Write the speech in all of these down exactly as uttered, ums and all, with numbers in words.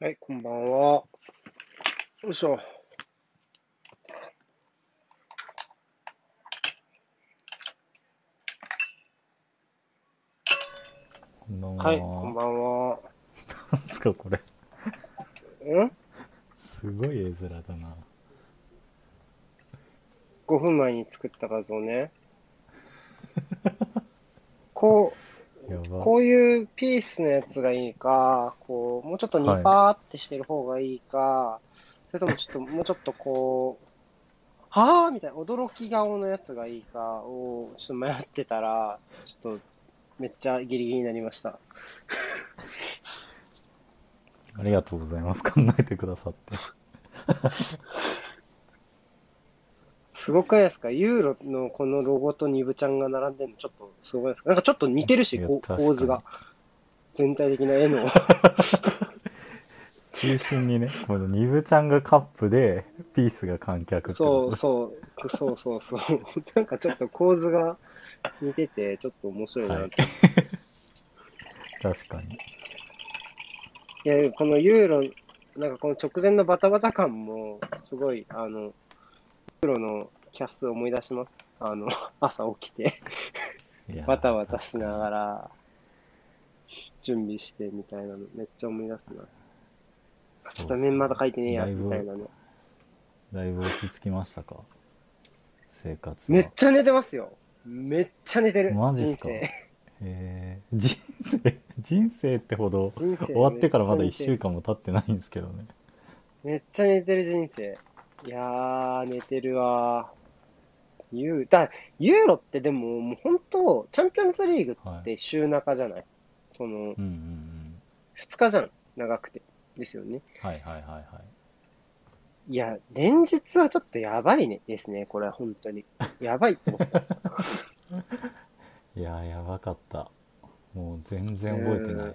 はい、こんばんは。よいしょ。 こんばんはい、こんは。 ばんは。 なんすかこれ。 んすごい絵面だな。 ?ご 分前に作った画像ね。こう、 やば。 こういうピースのやつがいいか、こう、もうちょっとニはい。 パーってしてる方がいいか、それともちょっと、もうちょっとこう、はぁみたいな、驚き顔のやつがいいかを、ちょっと迷ってたら、ちょっと、めっちゃギリギリになりました。 ありがとうございます。考えてくださって。 すごくないですか？ユーロのこのロゴとニブちゃんが並んでるのちょっとすごくないですか？なんかちょっと似てるし、 いや、 こう構確かに。 図が。全体的な絵の。 中心にね、このニブちゃんがカップで、ピースが観客ってこそうとで。 そう、そうそうそう。なんかちょっと構図が似てて、ちょっと面白いはい。 なと。 確かに。 いや、このユーロ、なんかこの直前のバタバタ感も、すごい、あの、ユーロのキャス思い出します。あの、朝起きて、 いやバタバー、 タしな確かに。 がら準備してみたいなの、めっちゃ思い出すな。 そうっ明日メンまだすね。 書いてねえや、 だいぶ、 みたいなの。 だいぶ落ち着きましたか？生活は。 めっちゃ寝てますよ。めっちゃ寝てる、 マジっすか？ 人生。 えー、人生、人生ってほど人生終わっめってからまだ1 ちゃ寝てる。 週間も経ってないんですけどね。 めっちゃ寝てる人生。いやー、寝てるわー。ユー、だ、ユーロってでも、もう本当、チャンピオンズリーグっはて週中じゃない？その、 い。うんうんうん。 ふつかじゃん。長くて。ですよね。 はいはいはいはい。 いや、連日はちょっとやばいね。ですね。これは本当に。やばいと思った。 いやー、やばかった。もう全う然覚えてない。 ーん。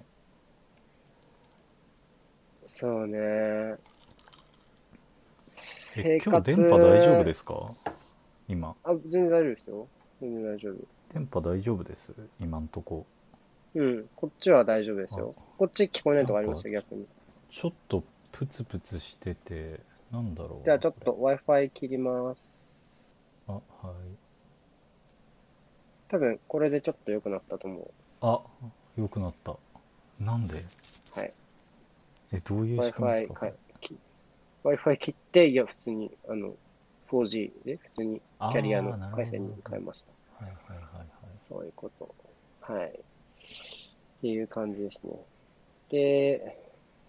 そうね。 え、 生今日電波大丈夫活、 ですか？今。 あ、全然大丈夫ですよ。全然大丈夫。 電波大丈夫です今んとこ。 うん。こっちは大丈夫ですあ、 よ。こっち聞こえないなんかとこありました、逆に。 ちょっとプツプツしてて、なんだろうな、 じゃあこれ。 ちょっと Wi-Fi 切ります。 あ、はい。 多分これでちょっと良くなったと思う。 あ、良くなった。なんで？ はい。 え、どういう仕組みです Wi-Fi か、これ。 か、き Wi-Fi 切って、いや、普通に、あの、フォージー で、普通にキャリアのあー、なるほど回線になるほど。 変えました。 はいはいはいはい。 そういうこと。はい。っていう感じですね。で、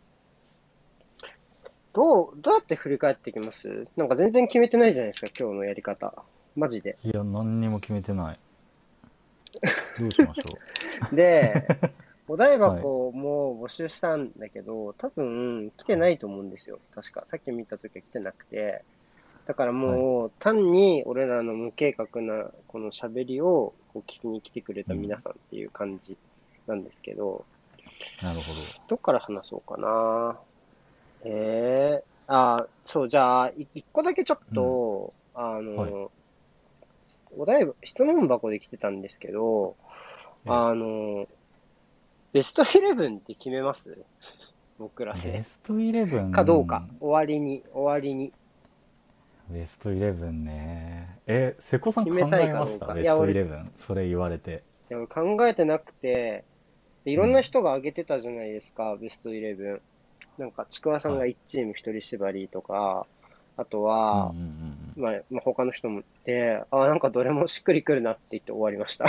どう、どうやって振り返っていきます？なんか全然決めてないじゃないですか、今日のやり方。マジで。 いや、何にも決めてない。どうしましょで、お題う。はい。 箱も募集したんだけど、多分来てはい。 ないと思うんですよ。確か。さっき見たときは来てなくて。だからはい。 もう単に俺らの無計画なこの喋りをこう聞きに来てくれたうん。 皆さんっていう感じなんですけど、 なるほど。 どっから話そうかな。ええあ、そう、じゃあ、い一個だけちょっうん。 と、あはい。 の、お題、質問箱で来てたんですけど、 え、 あの、ベストイレブンって決めます？僕らで。 ベストイレブかどうか。 ン、 終わりに、終わりに。 ベストイレブンね。え、瀬古さん考決めたいえまかどうか。いや、 したベストイ俺、いレブン？それ言われて。 や俺考えてなくて、でいろんなうん。 人が挙げてたじゃないですか、ベストイレブン。なんか、ちくわさんはい。 がいちチームひとり縛りとか、あとうんうんうは、 んまあ、まあ、他の人もいて、あ、なんかどれもしっくりくるなって言って終わりました。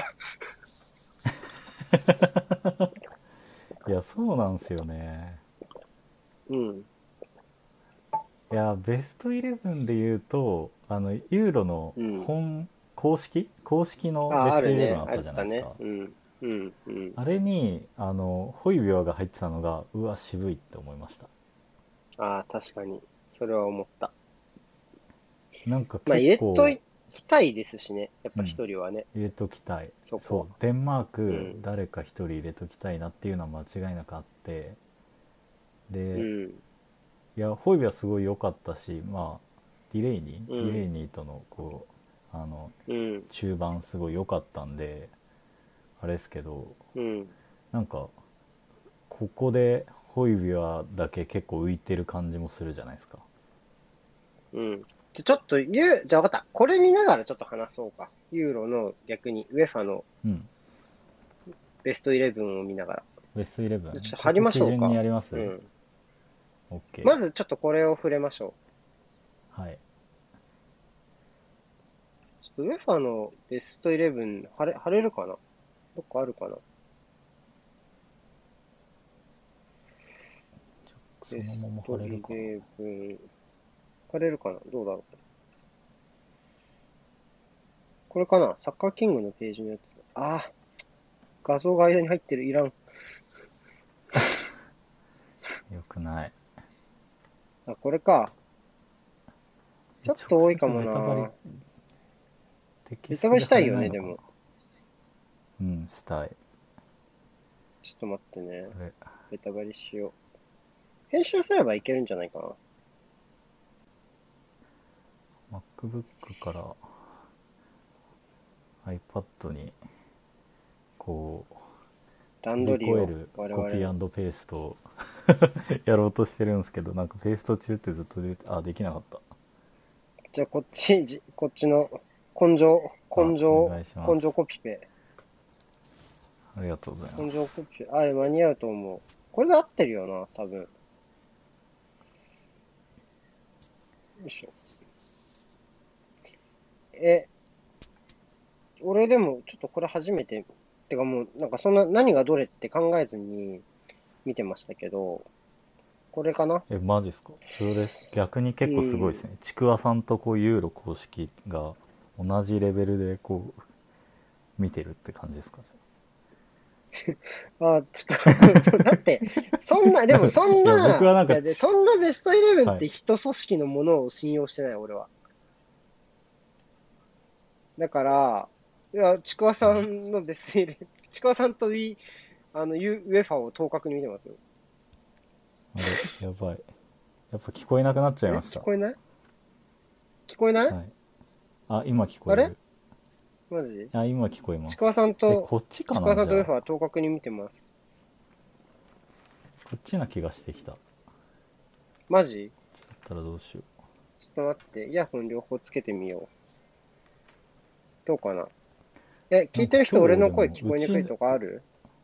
うん。いや、そうなんすよね。 うん、 いや、ベストイレブンで言うと、あの、ユーロのうん。 本、公式公式のベあ、あストイレブンるね、ああったじゃなったね。 いですか。 うん、うん、うん。 あれに、あの、ホイビョアが入ってたのが、うわ、渋いって思いました。 ああ、確かに。それは思った。 なんかまあ、 結入れと構、 きたいですしね。やっぱうん、 一人はね、 入れときたい。 そこは。 そう、デンマーク、 うん、 誰か一人入れときたいなっていうのは間違いなくあって、で、 うん、 いや、ホイビョアすごい良かったし、まあ、ディレイニーディレイうん、 ニーとの、こう、あの、 うん、 中盤すごい良かったんで、あれですけど、 うん、 なんか、ここでホイビアだけ結構浮いてる感じもするじゃないですか。 うん。で、ちょっとユー、じゃあ分かった。これ見ながらちょっと話そうか。ユーロの逆に、ウェファのうん。 ベストイレブンを見ながら。 ベストイレブでちょっンと貼りましここ基準にょうか。 やります？ うん。 OK。 まずちょっとこれを触れましょはい。 う。ちょっとウェファのベストイレブン、貼れ、貼れるかな？どっかあるかな？ベスそのまま貼トイれるかな。 レブン、貼れるかな？どうだろう。これかな？サッカーキングのページのやつ。ああ、画像が間に入ってる。いらん。 よくない。 あ、これか。ちょっと直接多いかもベタバリ、 な。 テキネストで貼タバレしたいよね、 れないのかな。 でも。 うん、したい。 ちょっと待ってね。 これ、 ベタバリしよう。編集すればいけるんじゃないかな。 MacBook から iPad にこう飛段び取りを越える我々の。 コピーペーストをやろうとしてるんですけど、なんかペースト中ってずっと出て、あ、できなかった。 じゃあこっち、じこっちの根性、 あ、 根性、 お願いしま根性す。 コピペ。 ありがとうございま根性す。 コピペ。あ、間に合うと思う。これで合ってるよな、多分。よいしょ。え、俺でもちょっとこれ初めて、てかもうなんかそんな何がどれって考えずに見てましたけど、これかな？ え、マジっすか？それ逆に結構すごいでうん。 すね。ちくわさんとこうユーロ公式が同じレベルでこう見てるって感じですか？じあ、ちょっとだって、そんな、でもそんゃあいや、僕な、 はなんか、 いや、で、そんなベストイレブンっはい。 て一組織のものを信用してない、俺は。だから、いや、ちくわさはい。 んのベストイレブン、ちくわさんとウィ、あの、ユウェファを等角に見てますよ。 あれ、やばい。やっぱ聞こえなくなっちゃいえました。 聞こえない？聞こえない？ はい。あ、今聞こあれえる。 マジ？ あ、今聞こえます。 ちくわさんえ、 と、 こっちかちくわなじゃあ。 さんとウェファは等角に見てます。 こっちな気がしてきた。だっマジ？ たらどうしよちょっと待って、イヤホン両方つけてみよう。どうかな？え、 う。なんか聞いてる人俺の声今日でも、 聞こえにくいうち、 とかある？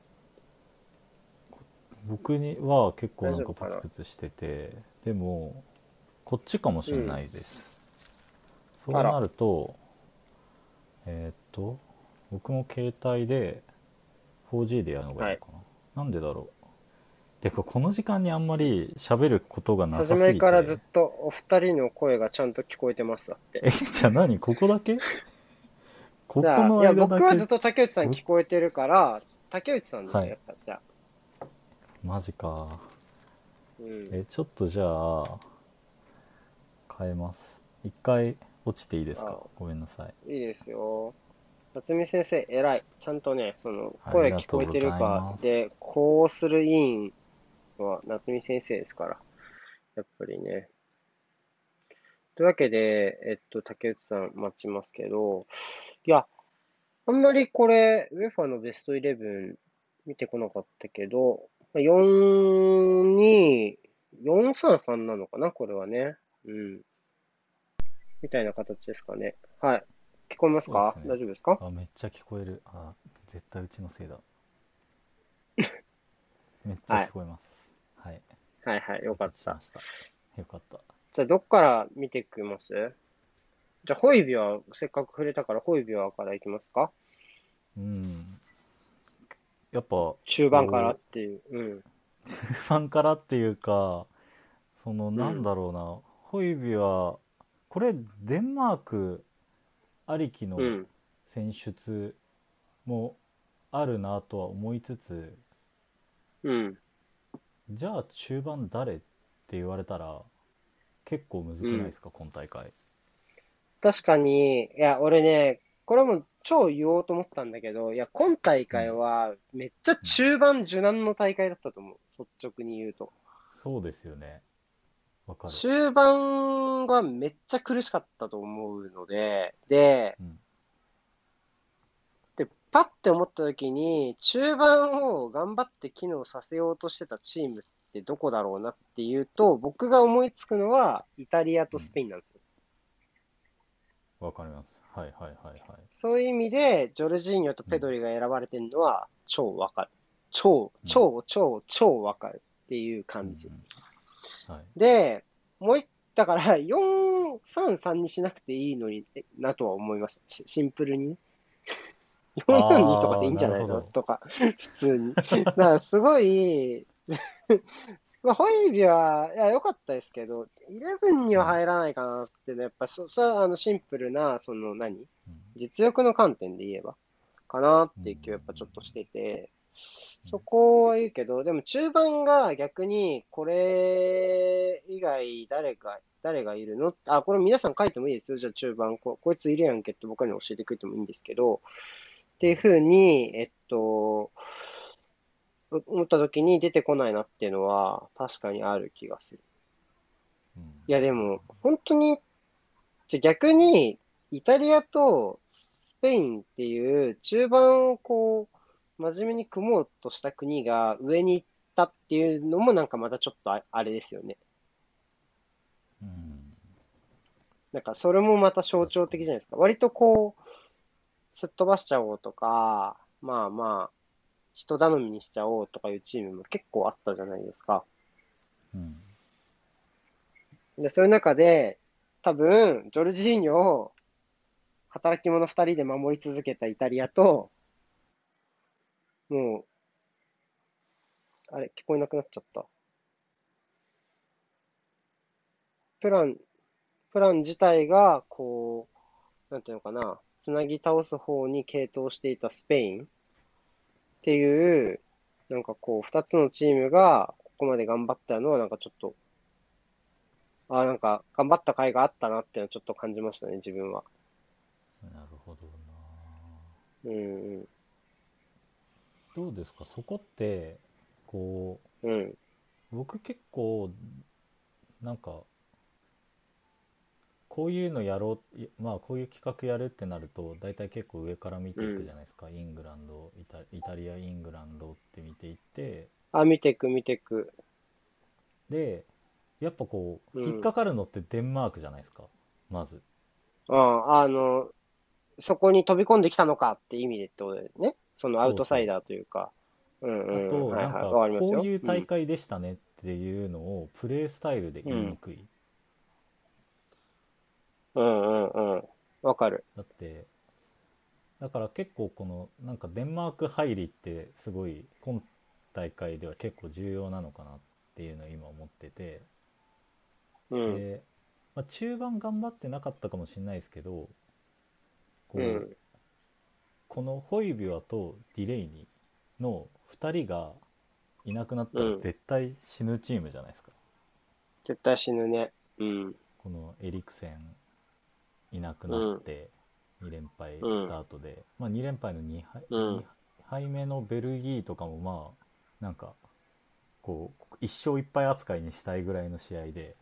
僕には結構大なんかプ丈夫かな？ ツプツしてて、でも、こっちかもしうん。 んないです。そあら。 うなると、えーっと、僕も携帯で フォージー でやるのがいいはい。 のかな。なんでだろう。てか、この時間にあんまり喋ることがなさ始まりからずっすぎて、 とお二人の声がちゃんと聞こえてますだって。 え、じゃあ何ここだけ？こじゃあ、いこのや、 間だけ？ 僕はずっと竹内さん僕、 聞こえてるから、竹内さんですよ、 はい。 やっぱ。じゃあ。 マジか。 うん。 え、ちょっとじゃあ、変えます。一回落ちていいですか？ あ、 ごめんなさい。 いいですよ。夏美先生、偉い。ちゃんとね、その、 あり声がとうご聞こえてるざいます。 かで、こうする委員は夏美先生ですから。やっぱりね。というわけで、えっと、竹内さん待ちますけど、いや、あんまりこれ、ウェファのベストイレブン見てこなかったけど、よんに、よんさんさんなのかなこれはね。うん。みたいな形ですかね。はい。聞こえますか？ そうですね。 大丈夫ですか？ あ、めっちゃ聞こえる。あ、絶対うちのせいだ。めっちゃはい。 聞こえます。はい。 はいはい。よ解かった。 決しました。よかった。 じゃあ、どっから見ていきます？じゃあ、ホイビは、せっかく触れたから、ホイビワからいきますか？ うん。やっぱ、 中盤からっこていう。うん。 う、ファンからっていうか、その、なんうん。 だろうな、ホイビは、これ、デンマークありきのうん。 選出もあるなとは思いつつ、 うん。 じゃあ中盤誰って言われたら結構むずうん。 くないですか、今大会。 確かに、いや、俺ね、これも超言おうと思ったんだけど、いや、今大うん、 会はめっちゃうん、 中盤受難の大会だったと思う。率直に言うと。 そうですよね。わかる。 中盤がめっちゃ苦しかったと思うので、で、 うん、 で、パッて思った時に、中盤を頑張って機能させようとしてたチームっってどこだろうなっていうと、僕が思いつくのはイタリアとスペインなんですよ。 わかります。はいはいはいはい。 そういう意味で、ジョルジーニョとうん。 ペドリが選ばれてるのは超わかる。超、 うん。 超、超、超わかるっていううん。う感じ。 ん。はい。 で、もう一、だからよんさんさんにしなくていいのになとは思いました。シシンプルにね。よんよんにとかであー、 いいんじゃないなるほど。 のとか、普通に。だからすごい、まあ、ホイビは、いや、良かったですけど、じゅういちにはうん。 入らないかなっていうのは、やっぱそ、それはあのシンプルな、その何うん。 実力の観点で言えば、かなっうん。 ていう気はやっぱちょっとしてて、 うん。 そこは言うけど、でも中盤が逆に、これ以外誰が、誰がいるのあ、これ皆さん書いてもいいですよ。じゃあ中盤、こ、こいついるやんけって僕らに教えてくれてもいいんですけど、っていうふうに、えっと、思った時に出てこないなっていうのは確かにある気がする。 うん。 いやでも、本当に、じゃ逆に、イタリアとスペインっていう中盤をこう、真面目に組もうとした国が上に行ったっていうのもなんかまたちょっとああれですよね。 うん。 なんかそれもまた象徴確かに。 的じゃないですか。割とこう、すっ飛ばしちゃおうとか、まあまあ、人頼みにしちゃおうとかいうチームも結構あったじゃないですか。 うん。 で、そういう中で、多分、ジョルジーニョを働き者二人で守り続けたイタリアと、もう、あれ、聞こえなくなっちゃった。プラン、プラン自体が、こう、なんていうのかな、つなぎ倒す方に傾倒していたスペインっていう、なんかこう、二つのチームが、ここまで頑張ったのは、なんかちょっと、ああ、なんか、頑張った甲斐があったなっていうのはちょっと感じましたね、自分は。 なるほどな。 うん、 どうですかそこって、こうん、うん、 う、僕結構、なんか、こういうのやろう、いまあこういう企画やるってなると、大体結構上から見ていくうん。 じゃないですか。イングランド、イタ、イタリア、イングランドって見ていって、 あ、見てく、見てく。 で、やっぱこう、引っうん。 かかるのってデンマークじゃないですか。まず。 ああ、あの、そこに飛び込んできたのかって意味でってことでね。そのアウそうそう。 トサイダーというか。うんうん。 あと、 はいはい。 なんか、 わかりますよ。 こういううん。 大会でしたねっていうのを、プレースタイルでうん。 言いにくい。 うんうんうん。わかる。 だって、だから結構この、なんかデンマーク入りってすごい、今大会では結構重要なのかなっていうのを今思ってて、 うん。 で、まあ、中盤頑張ってなかったかもしれないですけど、こう、 うん。 このホイビュアとディレイニーのふたりがいなくなったらうん。 絶対死ぬチームじゃないですか。 絶対死ぬね。うん。 このエリクセンいなくうなっん。 てに連敗うスん。 タートで、まあ、に連敗のにはい、 うん。 にはい目のベルギーとかもまあなんかこう一勝いっぱい扱いにしたいぐらいの試合で、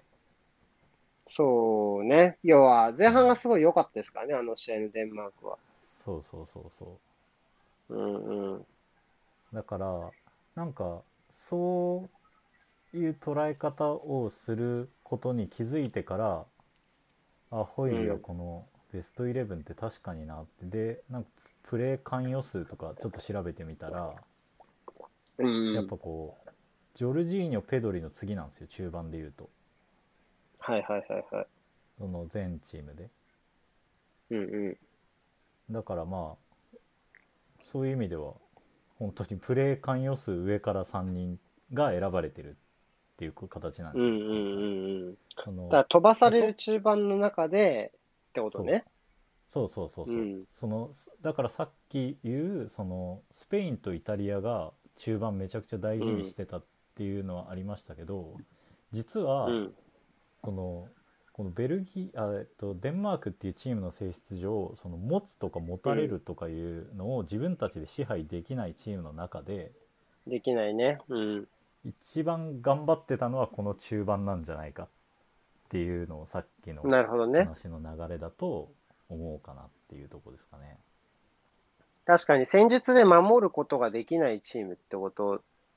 そうね。要は、前うん、 半がすごい良かったですからね、あの試合のデンマークは。 そうそうそうそうんうん。 うだからなんかそういう捉え方をすることに気づいてから、あホイビはうん。 このベストイレブンって確かになって、でなんかプレー関与数とかちょっと調べてみたら、やっうん。 ぱこうジョルジーニョペドリの次なんですよ、中盤でいうと。 はいはいはいはい。 その全チームで。 うんうん。 だからまあそういう意味では本当にプレー関与数上からさんにんが選ばれてるっていう形なんですよねうんうん今回。 うんうん。だそのから飛ばさまあとれる中盤の中でってことそうね。 そうそうそうそう。 うん。 そのだからさっき言うそのスペインとイタリアが中盤めちゃくちゃ大事にうん。 してたっていうのはありましたけど、実はうん。 このこのベルギーあ、えっと、デンマークっていうチームの性質上、その持つとか持たれうん。 るとかいうのを自分たちで支配できないチームの中でできないね。うん。 一番頑張ってたのはこの中盤なんじゃないかっていうのをさっきのなるほどね。 話の流れだと思うかなっていうところですかね。 確かに戦術で守ることができないチームってこと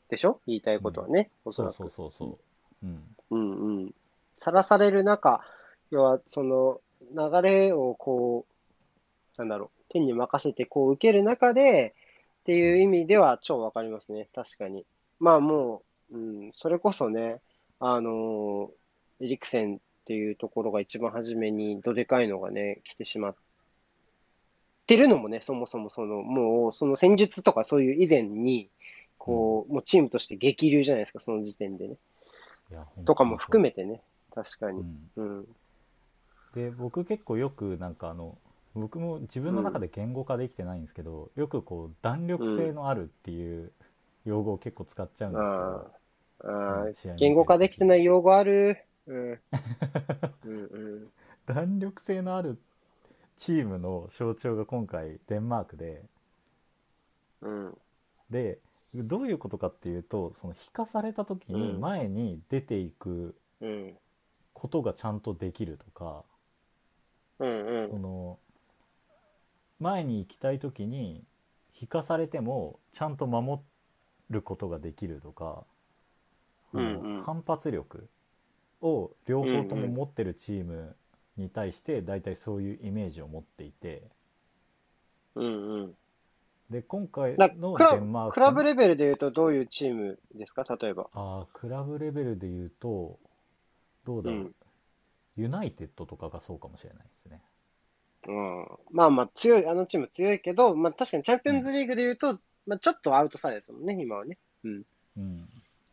でしょ言いたいうん。 ことはね、おそそうそうらく。 そうそう。うん。 うんうん。さらされる中、要は、その、流れをこう、なんだろう、天に任せてこう受ける中で、ってうん。 いう意味では超わかりますね。確かに。まあもう、うん、それこそね、あのーエリクセンっていうところが一番初めにどでかいのがね、来てしまってるのもね、そもそもその、もうその戦術とかそういう以前に、 うん。 こう、もうチームとして激流じゃないですか、その時点でね。 いや、本とかも当にそ含めてね、確かう。うに。 ん。 うん、 で、僕結構よくなんかあの、僕も自分の中うん、 で言語化できてないんですけど、よくこう弾力性うん。 のあるっていう用語を結構使っちゃうんですけど、 ああ、ああ、 あの試合見言語化できてる時に。 てない用語ある。うん、うん、うん。 弾力性のあるチームの象徴が今回デンマークで、 うん、 で、どういうことかっていうと、その引かされた時にうん、 前に出ていくうん、 ことがちゃんとできるとか、 うん、 その前に行きたい時に引かされてもちゃんと守ることができるとか、そうん、 のうん、 反発力を両うん、 方ともうん。 持ってるチームに対して大体そういうイメージを持っていて、 うんうん。 で今回な、クラブ、 のデンマークの、 クラブレベルで言うとどういうチームですか例えば？ あークラブレベルで言うと、どうだろうん。 う、ユナイテッドとかがそうかもしれないですね。 うん。まあまあ強い、あのチーム強いけど、まあ確かにチャンピうん。 オンズリーグで言うと、まあちょっとアウトサイドですもんね、今はね。うん。 うん。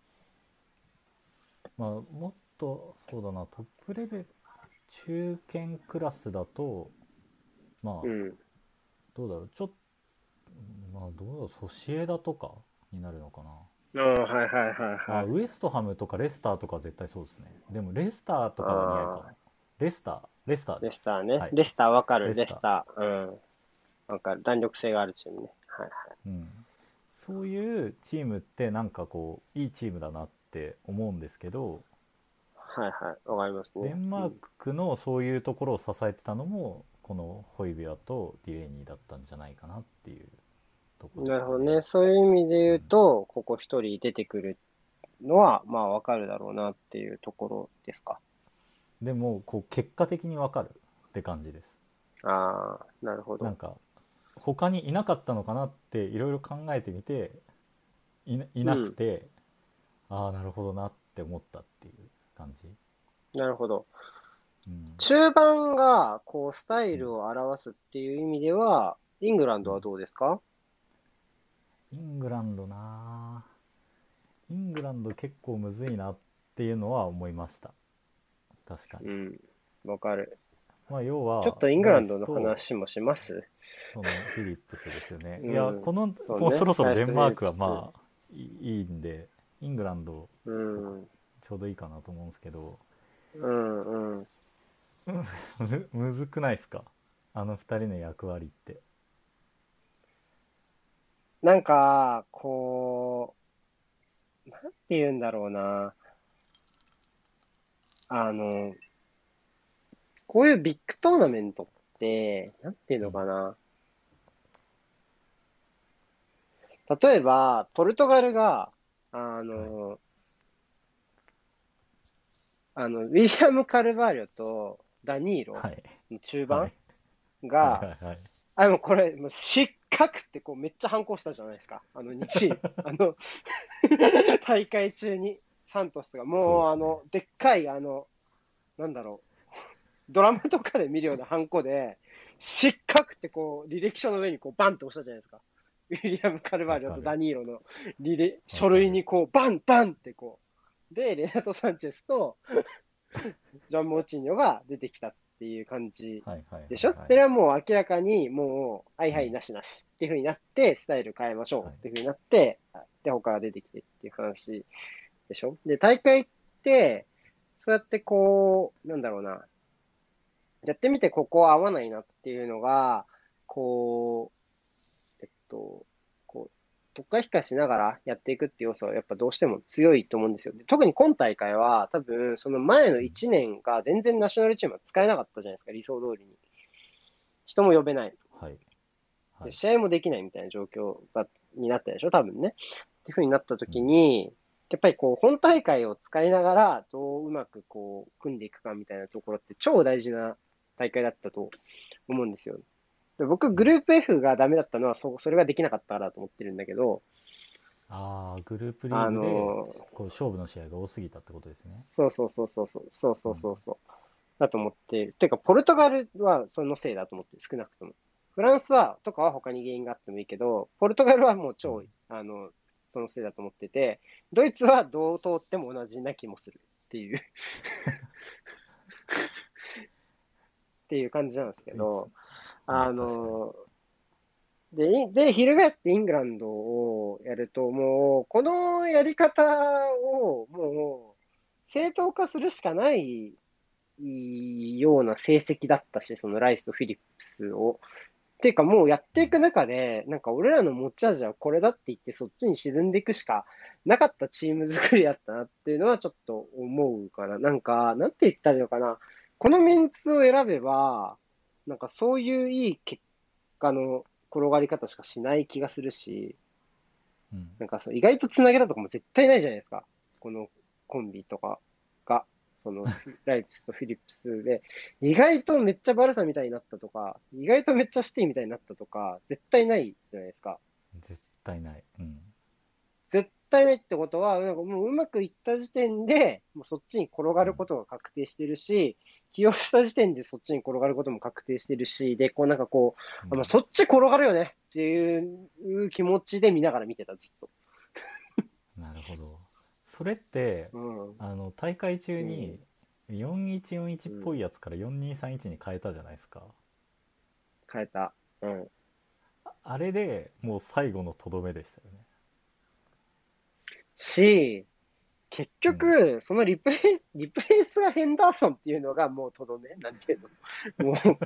まあもっとそうだな、トップレベル、中堅クラスだと、まあうん。 どうだろう、ちょっと、まあどうだろう、ソシエダとかになるのかな。 ああ、はいはいはいあ、 はい。 ウエストハムとかレスターとか絶対そうですね。でもレスターとかは似合いかああ、 も。レスター、レスターでレスす。 ターね。 はい。 レスターわかる、 レスター。 レスター。うん。わかる。弾力性があるチームね。はいうん。そういうチームってなんかこう、いいチームだなって思うんですけど、 はい。はいはい。わかりますね。 デンマーうん。 クのそういうところを支えてたのも、このホイビアとディレイニーだったんじゃないかなっていうとこですかね。 なるほどね。そういう意味で言ううん。 と、ここ一人出てくるのは、まあわかるだろうなっていうところですか？ でも、こう、結果的にわかるって感じです。 ああ、なるほど。 なんか、他にいなかったのかなっていろいろ考えてみて、いな、いうん。 なくて、ああ、なるほどなって思ったっていう感じ。 なるほど。 うん。 中盤が、こう、スタイうん。 ルを表すっていう意味では、イングランうん。 ドはどうですか？ イングランドなイングランド結構むずいなっていうのは思いました。確かに。 うん。わかる。 まあ、要は、 ちょっとイングライランドのスと、 話もします。 そのフィリップスですよね。いや、 うん。 この、もうそそうね。 ろそろデライス・フィンマークはリップス。 まあ、いいいんで、イングランド、 うん。 ちょうどいいかなと思うんですけど、 うん、うん。 む、むずくないですか、あの二人の役割って。 なんか、こう、なんて言うんだろうな。あの、こういうビッグトーナメントって、なんていううん。 のかな。例えば、ポルトガルが、あはい。 の、あの、ウィリアム・カルバーリョとダニーロはい。 の中盤はい。はいが、 はいはい。 あ、もうこれ、もう失格ってこうめっちゃ反抗したじゃないですか。あのにチーム。あの、大会中にサントスが、 そうですね。 もうあの、でっかいあの、なんだろう、ドラマとかで見るようなハンコで、失格ってこう、履歴書の上にこうバンって押したじゃないですか。ウィリアム・カルバーリョとダわかる。 ニーロの履歴書わかる。 類にこう、バンバンってこう。で、レナト・サンチェスとジョン・モーチーニョが出てきたっていう感じはいはいでしょ？ はいはい。 それはもう明らかにもう、はいうん。 はいなしなしっていう風になって、スタイル変えましょうはい。 っていう風になって、で、他が出てきてっていう話でしょ？で、大会って、そうやってこう、なんだろうな、やってみてここは合わないなっていうのが、こう、えっと、こう、特化引かしながらやっていくっていう要素はやっぱどうしても強いと思うんですよ。で特に今大会は多分その前のうん。 いちねんが全然ナショナルチームは使えなかったじゃないですか、理想通りに。人も呼べない。 はい。はでい。 試合もできないみたいな状況がになったでしょ、多分ね。 っていう風になった時に、やっぱりこう、本大会を使いながら、どううまくこう、組んでいくかみたいなところって超大事な大会だったと思うんですよ。で僕、グループ F がダメだったのは、そ、それができなかったからだと思ってるんだけど、 ああ、グループリーあグでの、 こう勝負の試合が多すぎたってことですね。 そうそうそうそうそう、そうそうん。 うそうそう、だと思っている。ていうか、ポルトガルはそのせいだと思ってる、少なくとも。フランスは、とかは他に原因があってもいいけど、ポルトガルはもううん。 超、あの、そのせいだと思ってて、ドイツはどう通っても同じな気もするっていうっていう感じなんですけドイツ。 ど、 まああ確かに。 の、で、いで、翻ってイングランドをやると、もう、このやり方を、もう、正当化するしかないような成績だったし、そのライスとフィリップスを。っていうか、もうやっていく中で、なんか俺らの持ち味はこれだって言って、そっちに沈んでいくしかなかったチーム作りだったなっていうのはちょっと思うかな。なんか、なんて言ったらいいのかな。このメンツを選べば、なんかそういういい結果の転がり方しかしない気がするし、 うん。 なんかそう意外と繋げたとかも絶対ないじゃないですか。このコンビとかが、そのフライプスとフィリップスで、意外とめっちゃバルサみたいになったとか、意外とめっちゃシティみたいになったとか、絶対ないじゃないですか。 絶対ない。うん。 絶対ないってことは、なんかもううまくいった時点で、もうそっちに転がうん。 ることが確定してるし、起用した時点でそっちに転がることも確定してるし、で、こうなんかこう、あ、もううん。 そっち転がるよねっていう気持ちで見ながら見てた、ずっと。 なるほど。それってうん。 あの大会中うん。 によんいちよんいちっうん。 ぽいやつからよんにさんいちに変えたじゃないですか。 変えた。うん。 あれでもう最後のとどめでしたよね。 し、結うん。 局、そのリプレイ、リプレイスがヘンダーソンっていうのがもうとどめなんていうの。もう、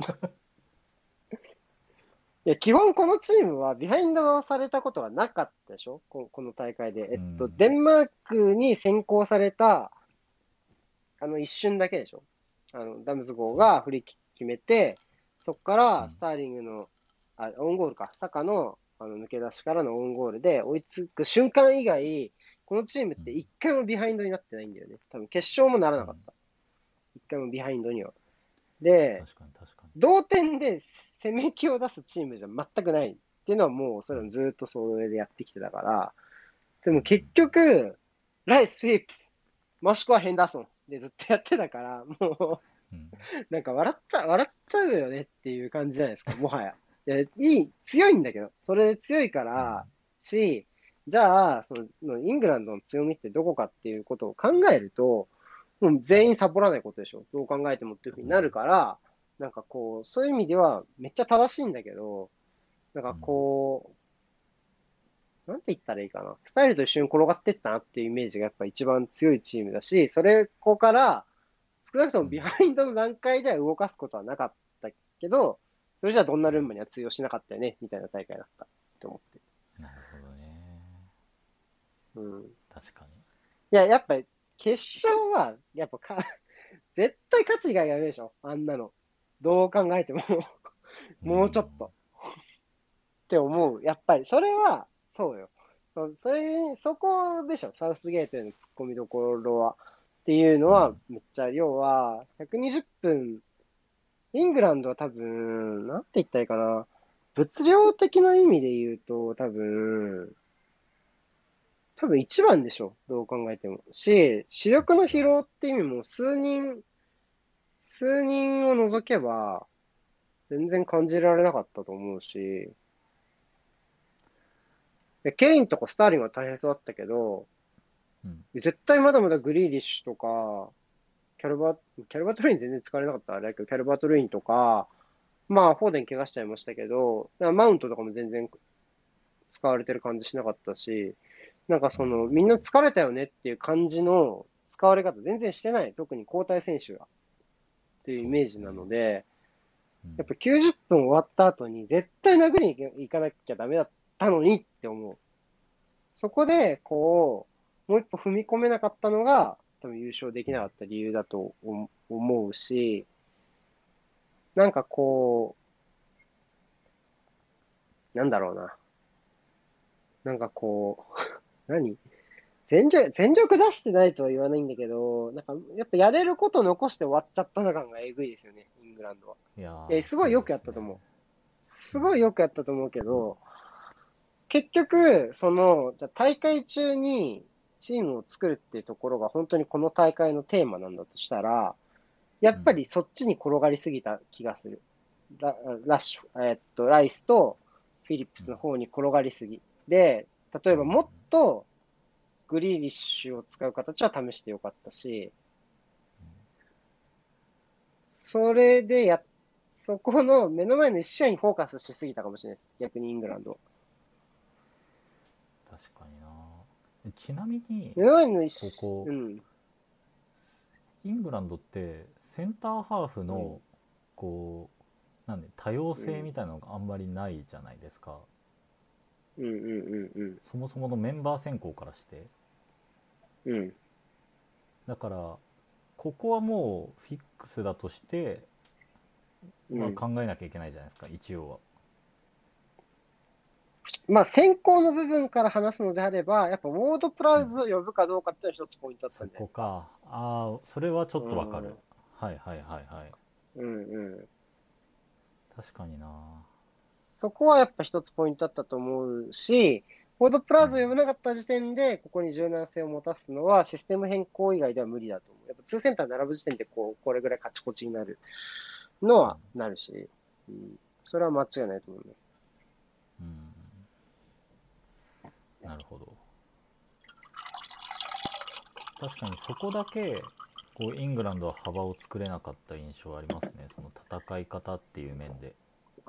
いや、基本このチームはビハインドされたことがなかったでしょここの大会で。えっと、 うん。 デンマークに先行された、あの一瞬だけでしょあの、ダムズ号そう。 がフリーキック決めて、そこかうん。 らスターリングの、あ、オウンゴールか、サカの、あの、抜け出しからのオウンゴールで追いつく瞬間以外、このチームっうん。 て一回もビハインドになってないんだよね。多分決勝もならうん。 なかった。一回もビハインドには。で、 確かに確かに。 同点で攻め気を出すチームじゃ全くないっていうのはもうそれはうん。 ずっとそれでやってきてたから、でうん。 も結局、ライス・フィリップス、もしくはヘンダーソンでずっとやってたから、もうん。 う、なんか笑っちゃ、笑っちゃうよねっていう感じじゃないですか、もはや。いい、強いんだけど、それ強いかうん。 ら、し、じゃあ、その、イングランドの強みってどこかっていうことを考えると、もううん。 全員サボらないことでしょ。どう考えてもっていうふうになるから、なんかこう、そういう意味ではめっちゃ正しいんだけど、なんかうん。 こう、なんて言ったらいいかな。スタイルと一緒に転がってったなっていうイメージがやっぱ一番強いチームだし、それこから、少なくともビうん。 ハインドの段階では動かすことはなかったけど、それじゃドンナルンマには通用しなかったよね、みたいな大会だったって思って。 なるほどね。 うん。い確かに。 や、やっぱり、決勝は、やっぱか、絶対勝ち以外がダメでしょ。あんなの。どう考えてもうん。 もうちょっとって思う。やっぱり、それは、そうよ。そ、それ、そこでしょ。サウスゲートへの突っ込みどころは。っていうのは、 うん。 めっちゃ、要は、ひゃくにじゅっぷん、イングランドは多分、なんて言ったらいいかな。物量的な意味で言うと、多分、多分一番でしょ。どう考えても。し、主力の疲一番。 労って意味も数人、数人を除けば、全然感じられなかったと思うし、でケインとかスターリングは大変そうだったけど、 うん。 絶対まだまだグリーリッシュとか、キャルバ、キャルバートルイン全然使われなかったあれだけど、キャルバートルインとか、まあ、フォーデン怪我しちゃいましたけど、マウントとかも全然使われてる感じしなかったし、なんかうん。 その、みんな疲れたよねっていう感じの使われ方全然してない。特に交代選手がっていうイそうメージなですね。 ので、 うん。 やっぱきゅうじゅっぷん終わった後に絶対殴りに行かなきゃダメだったのにって思う。そこで、こう、もう一歩踏み込めなかったのが、多分優勝できうん。 なかった理由だと思うし、なんかこう、なんだろうな。なんかこう、 何全力、全力出してないとは言わないんだけど、なんか、やっぱやれること残して終わっちゃったの感がえぐいですよね、イングランドは。 いやいや、 ー、 すごいよくそうですね。 やったと思う。すごいうん。 よくやったと思うけど、結局、その、じゃあ大会中にチームを作るっていうところが本当にこの大会のテーマなんだとしたら、やっぱうん。 りそっちに転がりすぎた気がする。ララッシュ、えーっと、ライスとフィリップうん。 スの方に転がりすぎ。で、例うん。 えばもっとグリーリッシュを使う形は試してよかったし、それでや、そこの目の前の一試合にフォーカスしすぎたかもしれないです。逆にイングランド。 確かにな。えちなみに、 目の前の一、 ここ、 うん、 イングランドってセンターハーフうん、 の、こう、なんで、多様うん、 性みたいなのがあんまりないじゃないですか。 うん、うん、うん、 そもそものメンバー選考からして。 うん、 だから、ここはもうフィックスだとして、まあ、 うん。 考えなきゃいけないじゃないですか、一応は。 まあ、先行の部分から話すのであれば、やっぱウォードプラうん。 イズを呼ぶかどうかっていうのは一つポイントだったそんじゃないですか。 こか。ああ、それはちょっうとわかる。 ん、 はいはいはいはい。 うん、うん。 確かにな。 そこはやっぱ一つポイントだったと思うし、ウォードプうん。 ライズを呼ばなかった時点で、ここに柔軟性を持たすのはシステム変更以外では無理だと思う。やっぱツーセンター並ぶ時点でこう、これぐらいカチコチになるのうん。 はなるし、うん、それは間違いないと思います。 うん。なるほど。確かにそこだけ、こう、イングランドは幅を作れなかった印象ありますね。その戦い方っていう面で。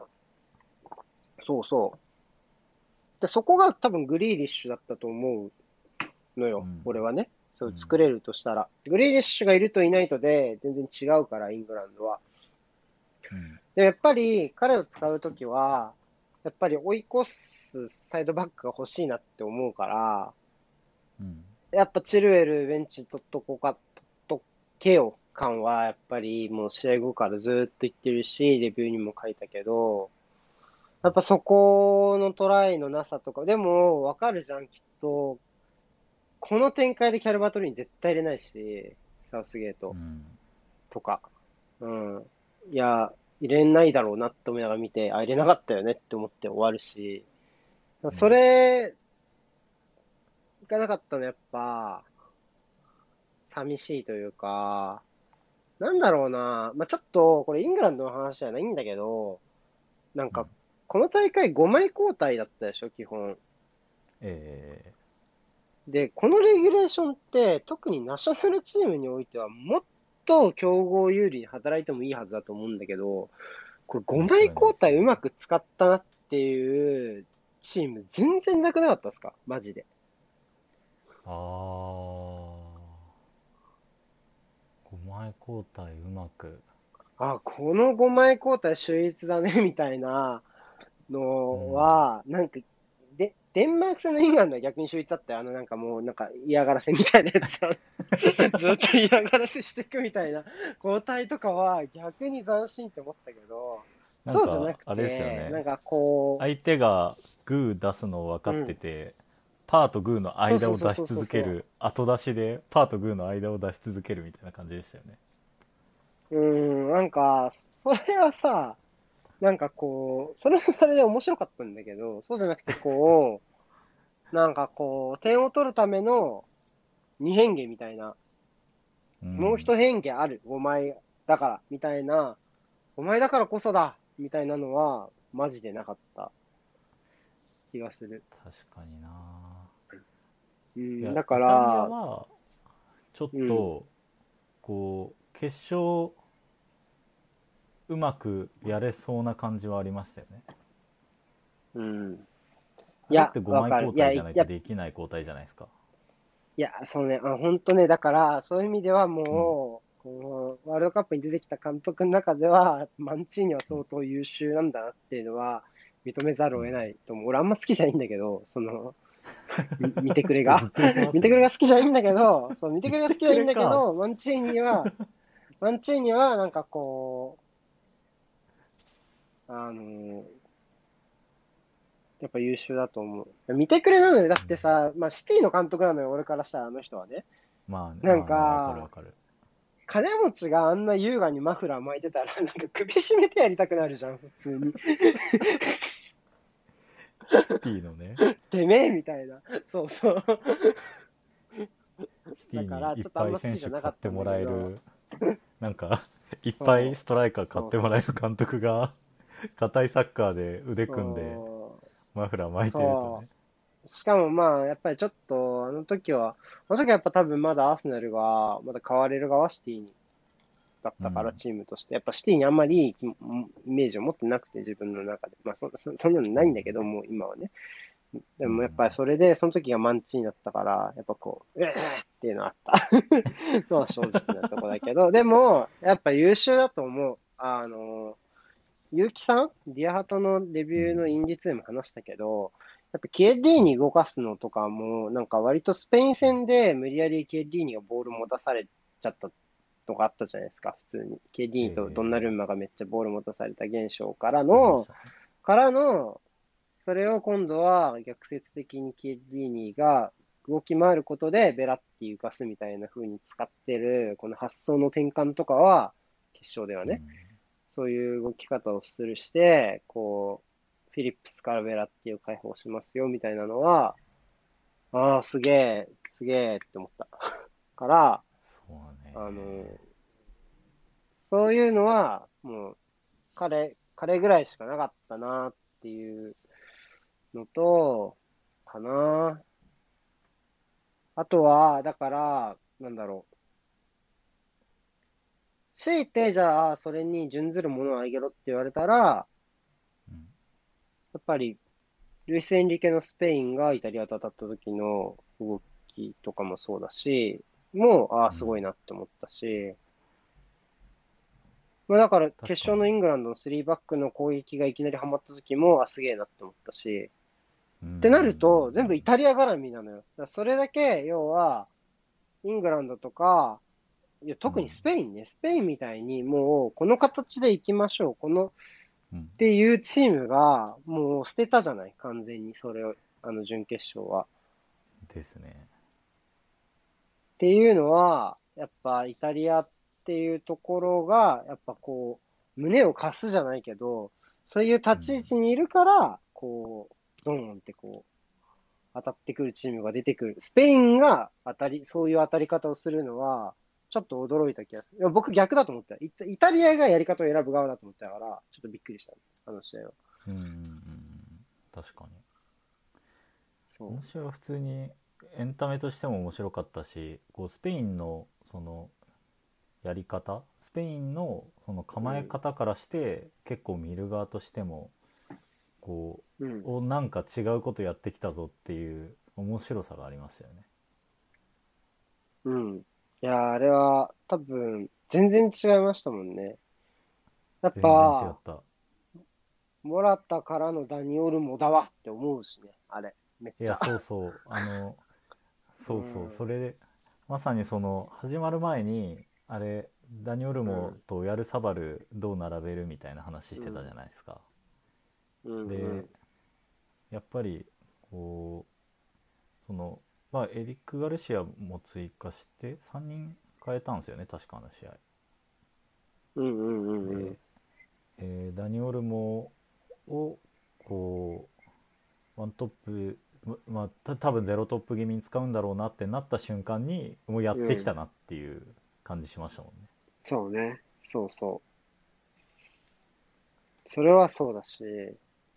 そうそう。で、そこが多分グリーリッシュだったと思うのよ。 うん。 俺はね。そうん。 う作れるとしたら。グリーリッシュがいるといないとで全然違うから、イングランドは。 うん。 で、やっぱり彼を使うときは、やっぱり追い越すサイドバックが欲しいなって思うから、 うん。 やっぱチルエルベンチ取っとこうか、取っとけよ感は、やっぱりもう試合後からずっと言ってるし、レビューにも書いたけど、やっぱそこのトライのなさとか、でもわかるじゃん、きっと。この展開でキャルバトルに絶対入れないし、サウスゲートうん。 とか。うん。いや、入れないだろうなって思いながら見て、あ、入れなかったよねって思って終わるし、そうん。 れ、いかなかったのやっぱ、寂しいというか、なんだろうな。まあ、ちょっと、これイングランドの話じゃないんだけど、なんか、 うん。 この大会ごまい交代だったでしょ、基本。 えで、このレギュレーションって、特にナショナルチームにおいては、もっと競合有利に働いてもいいはずだと思うんだけど、これー、 ごまい間違いないですね。 交代うまく使ったなっていうチーム全然なくなかったですかマジで。 ああ、ごまい交代うまく。 あ、このごまい交代秀逸だね、みたいなうん。 のは、なんか、で、デンマーク戦のイングランドは逆に秀逸だったよ。あのなんかもう、なんか嫌がらせみたいなやつはずっと嫌がらせしていくみたいな交代とかは逆に斬新って思ったけど、 なんそうじゃなくかあれですよて、なね。 んかこ相手がグー出すの分かう、うってん。 て、パーとグーのそう間そうそうそうそを出し続うそける、後出しでパーとグーの間を出し続けるみたいな感じでしたよね。 う。うーん、なんか、それはさ、なんかこう、それもそれで面白かったんだけど、そうじゃなくてこう、なんかこう、点を取るための二変化みたいな、 うん。 もう一変化ある、お前だから、みたいな、お前だからこそだみたいなのは、マジでなかった気がする。 確かにな。 うん、 いや、 だかイタリアら、 はちょっうん、 と、こう、決勝うまくやれそうな感じはありましたよね。 うん。いや、 あれってごまいわかる。いや、 交代じゃないといや、 できない交代じゃないですか。 いや、そうね、あ、本当ね、だから、そういう意味ではうん。 もう、このワールドカップに出てきた監督の中では、マンチーニはうん。 相当優秀なんだなっていうのは、認めざるうん。 を得ないと思う。俺あんま好きじゃないんだけど、その、み見てくれが。 ずっと言ってま見てくれすよね。 が好きじゃないんだけど、そう、見て見てくれが好きじゃないんくれか。 だけど、マンチーニは、マンチーニは、なんかこう、あの、 やっぱ優秀だと思う。見てくれなのよ。だってさ、まあシティの監督なのよ、俺からしたらあの人はね。 まあね、 なんまあね、わかるわか、 かる。 金持ちがあんな優雅にマフラー巻いてたら、なんか首絞めてやりたくなるじゃん、普通に。 シティのね、 てめえみたいな。そうそう。 シティだから、 にいっちょっとあんぱい選ま好きじゃなかったん手買ってもだけど、 らえる、なんかいっぱいそう、 ストライカー買ってもらえそうそる監督が硬いサッカーで腕う、 組んでそう、 マフラー巻いてるとそね。 う。しかもまあ、やっぱりちょっと、あの時は、あの時はやっぱ多分まだアーセナルが、まだ買われる側シティに、だったから、 うん。 チームとして。やっぱシティにあんまりいいイメージを持ってなくて、自分の中で。まあそ、そ、そんなのないんだけど、もう今はね。でうん。 もやっぱりそれで、その時がマンチになったから、やっぱこう、ええーっていうのあったのは正直なとこだけど、でも、やっぱ優秀だと思う。あの、結城さんディアハトのレうん。 ビューのインディツでも話したけど、やっぱキエッリーニ動かすのとかも、なんか割とスペイン戦で無理やりキエッリーニがボール持たされちゃったとかあったじゃないですか、普通に。キエッリーニとドンナルンえマがめっちゃボール持たされた現象からー、ありましの、 たね。 からの、それを今度は逆説的にキエッリーニが動き回ることでベラッティ浮かすみたいな風に使ってる、この発想の転換とかは、決勝ではね、 うん。 そういう動き方をするして、こう、フィリップスからベラッティを解放しますよみたいなのは、ああ、すげえ、すげえって思った。から、 そうあの、 ね。 そういうのは、もう、彼、彼ぐらいしかなかったなっていうのと、かな。あとは、だから、なんだろう。強いて、じゃあ、それに準ずるものをあげろって言われたら、 うん。 やっぱり、ルイス・エンリケのスペインがイタリアと当たった時の動きとかもそうだし、もう、ああ、 うん。 すごいなって思ったし、まあだから、決確かに。 勝のイングランドのスリーバックの攻撃がいきなりハマった時も、あ、すげえなって思ったし、 うんうんうんうってなると、全部イん。 タリア絡みなのよ。だからそれだけ、要は、イングランドとか、いや、 うん。 特にスペインね、スペインみたいに、もう、この形で行きましょう。この、っうん。 ていうチームが、もう捨てたじゃない、完全に、それを、あの、準決勝は。 ですね。 っていうのは、やっぱイタリアっていうところが、やっぱこう、胸を貸すじゃないけど、そういう立うん。 ち位置にいるから、こう、ドーンってこう、当たってくるチームが出てくる。スペインが当たり、そういう当たり方をするのは、ちょっと驚いた気がする。いや僕逆だと思った。イタイタリアがやり方を選ぶ側だと思ったから、ちょっとびっくりした。あの試合は。 うんうんうんうん。確かに。こその試合は普通にエンタメとしても面白かったし、こうスペインのそのやり方、スペインのそのう。う構えん。 方からして結構見る側としてもこうん。 うおなんか違うことやってきたぞっていう面白さがありましたよね。 うん。いやー、あれは多分、全然違いましたもんね。やっ全然違っぱ、 た。 もらったからのダニオルモだわって思うしね。あれ。めっちゃ。 いや、そうそうあのうそうそう、 ん。 それでまさにその始まる前にあれダニ・オルモうん。 とヤルサバルどう並べるみたいな話してたじゃうん。 ないですか。 うん。うでん。 やっぱりこうそのまあエリック・ガルシアも追加してさんにん変えたんですよね、確かあの試合うん。うん。うん。 で、えーダニ・オルモをこうワントップ、まあた多分ゼロトップ気味に使うんだろうなってなった瞬間にもうやっうん。 てきたなっていう感じしましたもんね。 そうね。そうそう。それはそうだし。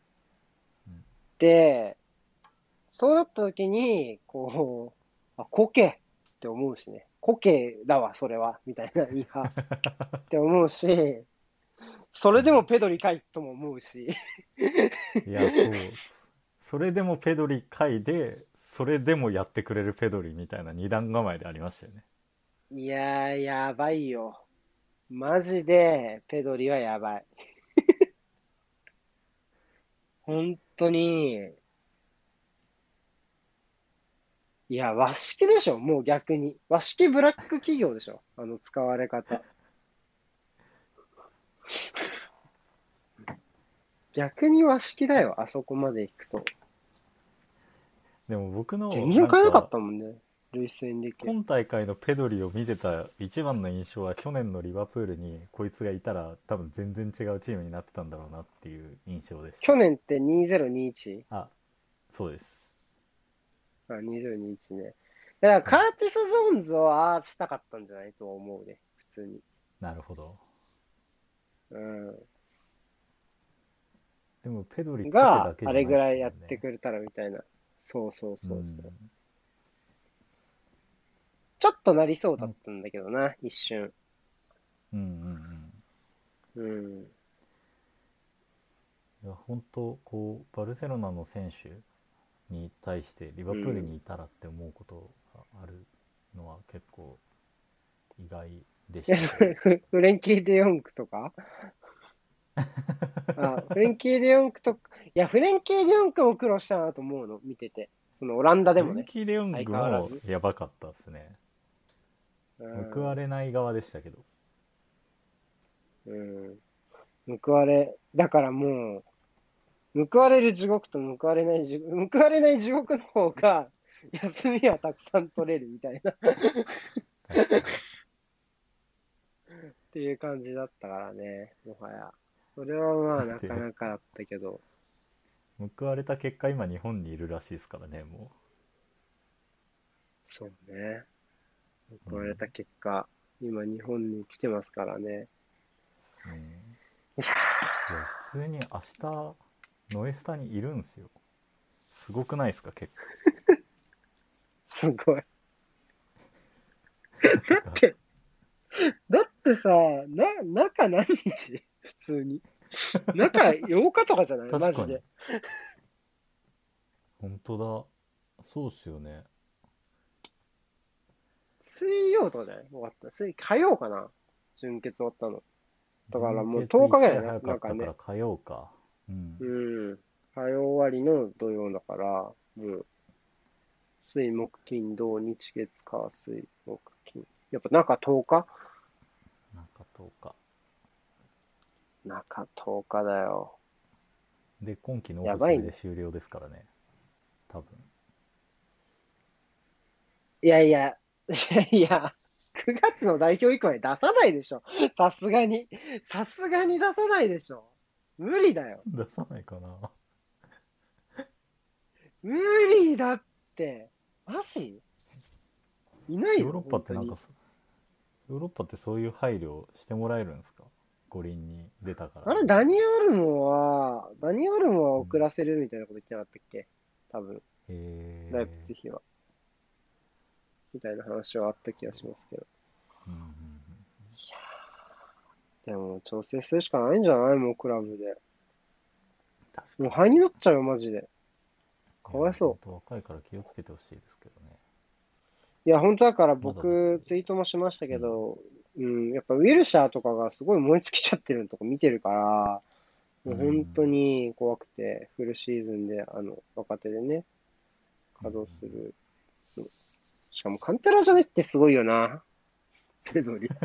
で、そうなった時に、こう、あ、コケって思うしね。コケだわ、それは。みたいな、いいは。って思うし、それでもペドリかいとも思うし。 いや、そうそれでもペドリ回でそれでもやってくれるペドリみたいな二段構えでありましたよね。 いやー、やばいよ。マジで、ペドリはやばい。本当に、いや、和式でしょ、もう逆に。和式ブラック企業でしょ、あの使われ方。 逆に和式だよ、あそこまで行くと。 でも僕の全然なんか買えなかったもんね。ルイス・エンリケ。 今大会のペドリを見てた一番の印象は、去年のリバプールにこいつがいたら多分全然違うチームになってたんだろうなっていう印象でした。 去年ってにせんにじゅういち？ あ、そうです。 あ、にせんにじゅういちね。だからカはい。 ーティス・ジョーンズをああしたかったんじゃないと思うね。普通に。 なるほど。 うん。 でもペドリ縦が、 だけじゃないであれぐらいやってすもんね。 くれたらみたいな。そうそううん。 そうそう。ちょっとなりそうだなんったんだけどな、一瞬。 うんうんうん。 うん。 いや本当こうバルセロナの選手に対してリバプールうん。 にいたらって思うことがあるのは結構意外でしえ、 たけど。 それフフレンキー・デヨンクとか。あ、フレンキー・デヨンクと、いや、フレンキー・デヨンクも苦労したなと思うの、見てて。そのオランダでもね、 フレンキー・デヨン相グも変わらず。 やばかったですね。 う報わん。 れない側でしたけど。 うん。報われ、だからもう、報われる地獄と報われない地獄、報われない地獄の方が、休みはたくさん取れるみたいなっ確かに。 ていう感じだったからね、もはや。それはまあなかで、 なかだったけど、 報われた結果今日本にいるらしいですからね、もそうね。 う。うん。 報われた結果、今日本に来てますからね。 うん。 いやいや、普通に明日、ノエスタにいるんすよ。すごくないですか、結ー、すごい。 構。なんか、 だって、だってさ、な、中何日普通に。中ようかとかじゃないマ確かに。 ジで。 本当だ。そうっすよね。 水曜とかじゃない終わった。水、火曜かな準決終わったの。だから準もう決1 とおかぐらいな、 試合早かっなんかね。 たから火曜か。うん。 うん。火曜終わりの土曜だから、もう、水木金土日月火水木金。やっぱ中とおか。 なんかとおか。 中とおかだよ。 で、今季のオフそれでやばいね。 終了ですからね。多分。 いやいや、いやいや、くがつの代表以降に出さないでしょ。さすがに。さすがに出さないでしょ。無理だよ。 出さないかな。 無理だって。マジいないのヨーロッパっ本当に。 てなんかそ、ヨーロッパってそういう配慮してもらえるんですか？五輪に出たからあれ、 みたいな。 ダニアルモは、ダニアルモはうん。 遅らせるみたいなこと言ってなかったっけ多分、ライプへツィヒは。みたいな話はあった気がしますけど。 ー。うんうんうん。 でも、調整するしかないんじゃないもうクラブで。 確かもう灰になっちゃうよ、マジで。 に。いや、 かわいそう。 本当若いから気をつけてほしいですけどね。 いや、本当だからまだだって、 僕、ツイートもしましたうん。 けど、うん、やっぱウィルシャーとかがすごい燃え尽きちゃってるのとか見てるから、 うもう本当ん。 に怖くて、フルシーズンで、あの、若手でね、 うん。 稼働する。しかもカンテラじゃねってすごいよな。ペドリ。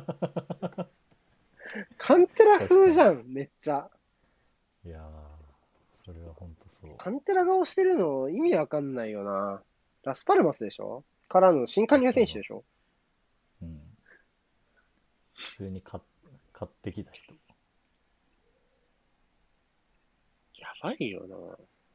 カンテラ確かに。 風じゃん、めっちゃ。 いやー、それは本当そカンテラ顔してるの意味わかんないよな。ラスパルマスでしょからの新加う。ラス入パルマス。 選手でしょ。 うん。普通に買っ買ってきた人。 やばいよな。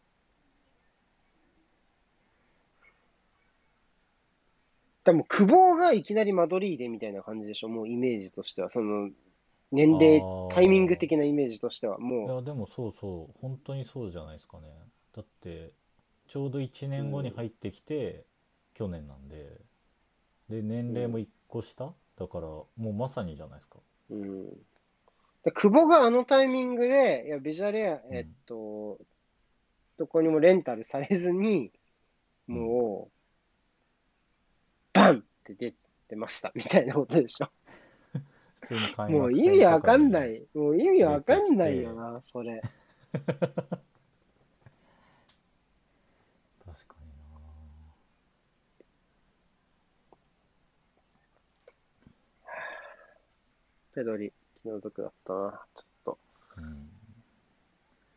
でも、久保がいきなりマドリーでみたいな感じでしょもうイメージとしては。その、 あ年齢、タイミング的あ。 なイメージとしては、もいや、でもそうそう、本当にそうじゃないですかね。だって、ちょうど1 う、う年後にん、 入ってきて、去年なんで、で、年うん、 齢もいっこ下だから、もうまさにじゃないですか。 うん。で、久保があのタイミングで、いや、ビジャレア、えっうん。 と、どこにもレンタルされずに、 うん。 もう、バンって出てました、みたいなことでしょ。 普通に開もう幕戦と意味わかにかんない。もう意味わか出てきんないよて、 な、それ。 確かにペドリ、気の毒だったな、ちょっと。 な。うん。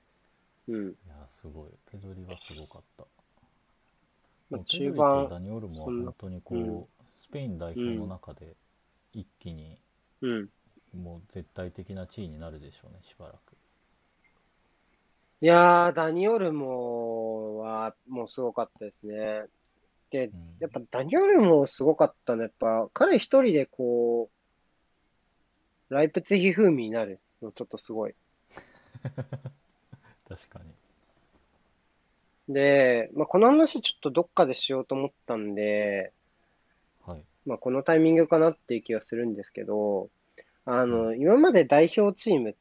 うん。 いや、すごい。ペドリはすごかった。 まあ、 もうペドリと中盤、 ダニオルモはそんな、 本当にうん、 こう、スペイン代表のうん、 中で一気にうん。 もう絶対的な地位になるでしょうね、しばらく。 いやー、ダニオルモは、もうすごかったですね。で、 うん。 やっぱダニオルモすごかったのは、やっぱ彼一人でこう、ライプツィヒ風味になるのちょっとすごい。 確かに。 で、まあ、この話ちょっとどっかでしようと思ったんで、 はい。 まあ、このタイミングかなっていう気がするんですけど、あうん。 の、今まで代表チームって、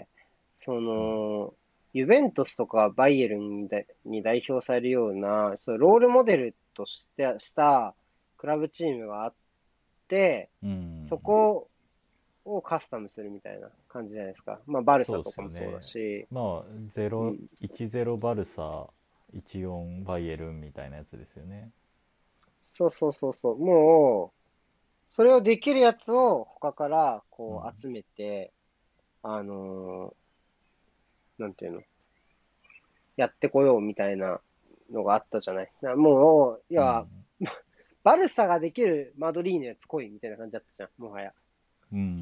そうん。 の、ユベントスとかバイエルンに代に代表されるような、そのロールモデルとしてしたクラブチームがあって、 うん。 そこをカスタムするみたいな感じじゃないですか。まあ、バルサそうでとかもそうだすよね。 し、 まあ、ゼロ、 うん、 いちゼロバルサ、いちよんバイエルンみたいなやつですよね。 そうそうそうそう、もう、それをできるやつを他からうん。 こう集めて、あのーなんていうの、やってこようみたいなのがあったじゃない。なもう、いや、 うん。 バルサができるマドリーのやつ来いみたいな感じだったじゃん、もはや。 うんうんうんうん。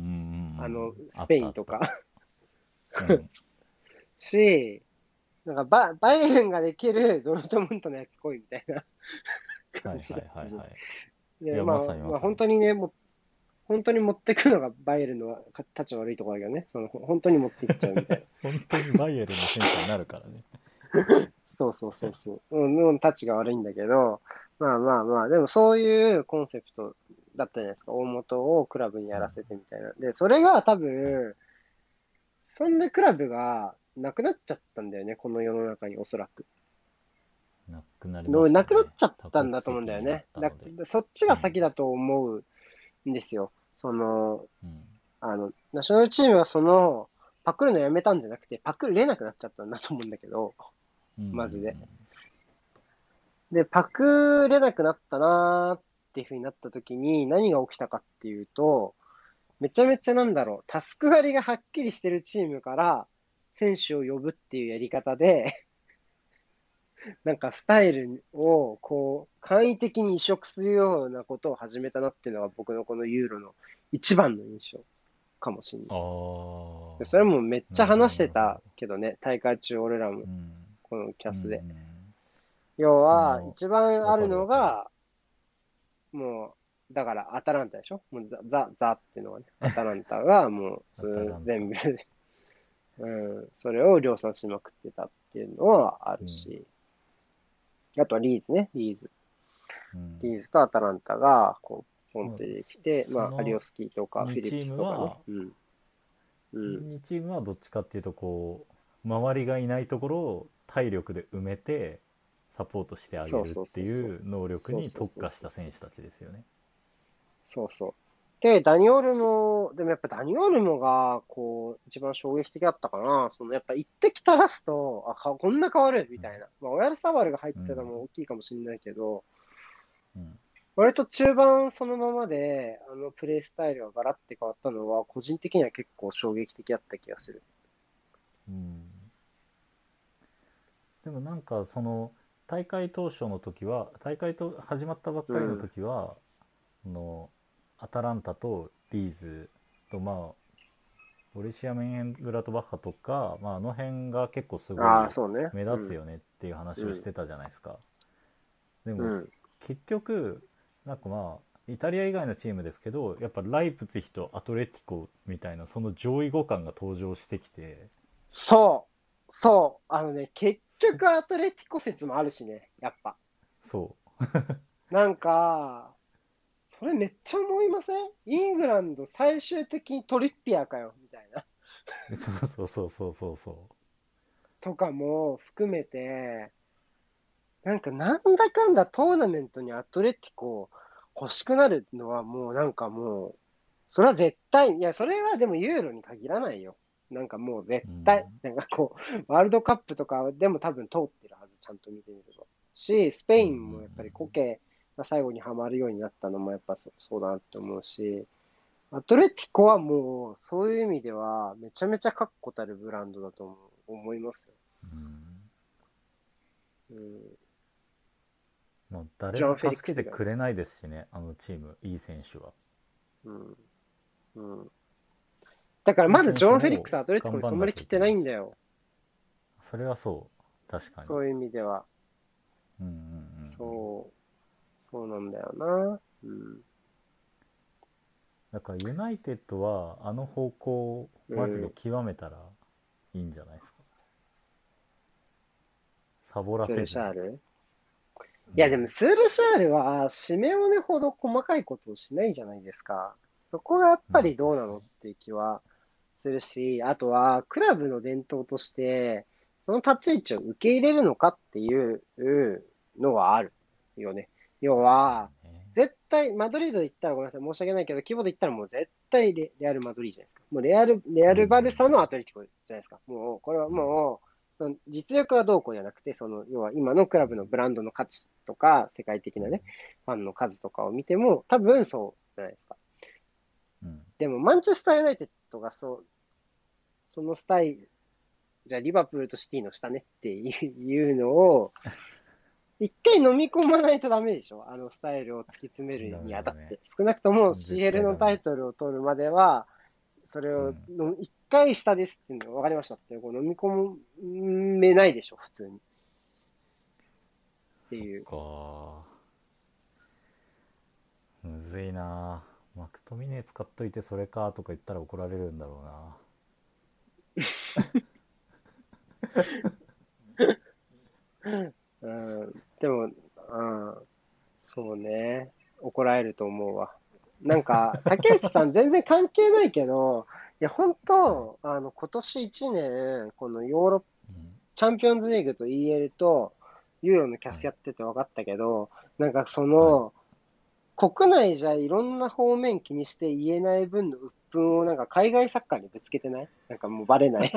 あの、スあったあった。 ペインとか。 うん。 し、なんかバ、バイエルンができるドルトムントのやつ来いみたいな感はいはいじだったじゃん。 はいはい。いで、 や、ままあ、まあさにまさに。 本当にね、もう、本当に持ってくのがバイエルンの立ち悪いところだけどね。その、本当に持っていっちゃうみたいな。 本当にバイエルンの選手になるからね。 そうそうそうそう。うん、うん、タッチが悪いんだけど、まあまあまあ、でもそういうコンセプトだったじゃないですか。大元をクラブにやうん。 らせてみたいな。で、それが多はい。 分、そんなクラブがなくなっちゃったんだよね、この世の中におそらく。 なくなりまのなくなっしたね。 ちゃっ多国たんだと思うん籍になっだよね。だ、 たので。 そっちがうん。 先だと思うんですよ。その、 うん。 あの、ナショナルチームがその、パクるのやめたんじゃなくて、パクれなくなっちゃったんだと思うんだけど、 うんうんうマジで。 ん。 で、パクれなくなったなーっていう風になった時に何が起きたかっていうと、めちゃめちゃなんだろう、タスク割りがはっきりしてるチームから選手を呼ぶっていうやり方で、なんかスタイルをこう、簡易的に移植するようなことを始めたなっていうのが僕のこのユーロの一番の印象かもしれない。 あでそれもめっあ、 ちゃなるほど話してたなるほど。 けどね、大会中俺らも、 うん。 このキうんうャスで。 ん。 要は、 その、 一番あわるかるわかる。 のが、もう、だからアタランタでしょもうザ、ザ、ザっていうのはね、アタランタがもアう、 タランタ。 う全部うん、それを量産しまくってたっていうのはあうん。 るし、あとはリーズね、リーズ。 うん。 リーズとアタランタが、こう、ポンまあ、 と出てきて、まあ、アリオそのスキーとかフ 2 ィリッチープスとかね。 ムは、 うん。うん。 にチームはどっちかっていうとこう周りがいないところを体力で埋めてサポートしてあげそうるってそうそうそう。 いう能力そうにそうそう特化しそうそうそう。 た選手たちですよね。 そうそう。で、ダニオルモ、でもやっぱダニオルモが、こう、一番衝撃的だったかな。その、やっぱ一滴垂らすと、あ、かこんな変わるみたいな。まあ、オヤルサバルが入っうんてたのも大きいかもしれないけど、 うん割と中盤そのままで、あのプレイスタイルがガラッて変わったのは、個人的には結構衝撃的だった気がする。 うんでもなんかその大会当初の時は大会と始まったばっかりのうん。 時はあのアタランタとリーズとまあボルシア・メンヘングラトバッハとか、まあ、あの辺が結構すごああ、 いそうね。 目うん。 立つよねっていう話うん。 をしてたじゃないですか。でもうん。 結局なんかまあイタリア以外のチームですけどやっぱライプツィヒとアトレティコみたいなその上位互換が登場してきて、 そう。そう。あのね、結そ局アトレティコ説もあるしね。やっぱ。 そなんか、それめっちゃ思いません？イングランド最終的にトリッピアーかよ、みたいな。 うそうそうそうそうそうそとかも含めて、なんかなんだかんだトーナメントにアトレティコ欲しくなるのはもうなんかもう、それは絶対、いや、それはでもユーロに限らないよ。なんかもう絶う。うん対、なんかこう、ワールドカップとかでも多分通ってるはず、ちゃんと見てみると。し、スペうんうんインもやっぱりコケが最後にはまるようになったのもやっぱそそうだなって思うし、アトレティコはもう、そういう意味では、めちゃめちゃ確固たるブランドだと思う思いますよ。 うん。 うん、 まあ、誰ジョン・もフェリックスが。 助けてくれないですしね、あのチーム、いい選手は。 うん。うん。だからいいまだジョン・フェリック選手もスはアトレティコに染頑張んなまりきってなきゃいけないし。 いんだよ。 それはそう。確かに。 そういう意味では。 うんうんうんうん。 そう、そうなんだよな。うん。 だからユナイテッドはあの方向をうマジでん。 極めたらいいんじゃないですか。サボらスルせずに。 シャールいや、でもうん。 スルシャールは、シメオネほど細かいことをしないじゃないですか。そこがやっぱまありどうなのっ確かに。 ていう気はするし、あとは、クラブの伝統として、その立ち位置を受け入れるのかっていうのはあるよね。要確かは、 にね。 絶対、マドリードで言ったらごめんなさい、申し訳ないけど、規模で言ったらもう絶対レ、レアル・マドリードじゃないですか。もうレアル、レアル・バルうん。 サのアトレティコじゃないですか。もう、これはうん。 もう、その実力はどうこうじゃなくて、その、要は今のクラブのブランドの価値とか、世界的うん。 なね、ファンの数とかを見ても、多分そうじゃないですか。 うん。 でも、マンチェスター・ユナイテッドがそう、そのスタイル、じゃあリバプールとシティの下ねっていうのを、一回飲み込まないとダメでしょ、あのスタイルを突き詰めるダメにあたって。 ダメ。 少なくとも絶シーエル の対ダメ。 タイトルを取るまでは、それをうん。 の一回下ですっていうのが分かりましたってこう飲み込めないでしょ、普通に。っていう。 か。むずいな。マクトミネ使っといてそれかとか言ったら怒られるんだろうな。 うん、でも、うん、そうね。怒られると思うわ。なんか、竹内さん全然関係ないけど、いや、本はい。 当、あの、今年いちねん、このヨーロッうん。 チャンピオンズリーグと イーエル とユーロのキャはい。 スやってて分かったけど、なんかそはい。 の、国内じゃいろんな方面気にして言えない分の鬱憤をなんか海外サッカーにぶつけてない、なんかもうバレない。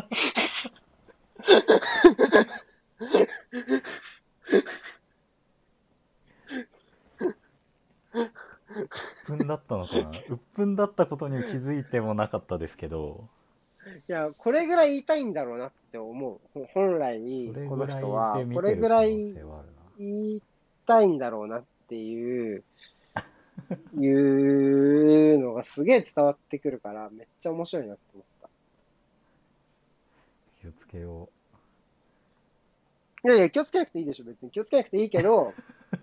鬱憤だったのかな。鬱憤だったことに気づいてもなかったですけど、 いや、これぐらい言いたいんだろうなって思う。ほ本そ来、このれぐら人は、 いで見これてる可能ぐらい性はあるな。 言いたいんだろうなっていう、いうのがすげえ伝わってくるから、めっちゃ面白いなって思った。 気をつけよいやいや、気をつけなくていいでしょ、別に。気をつけなくていいけど、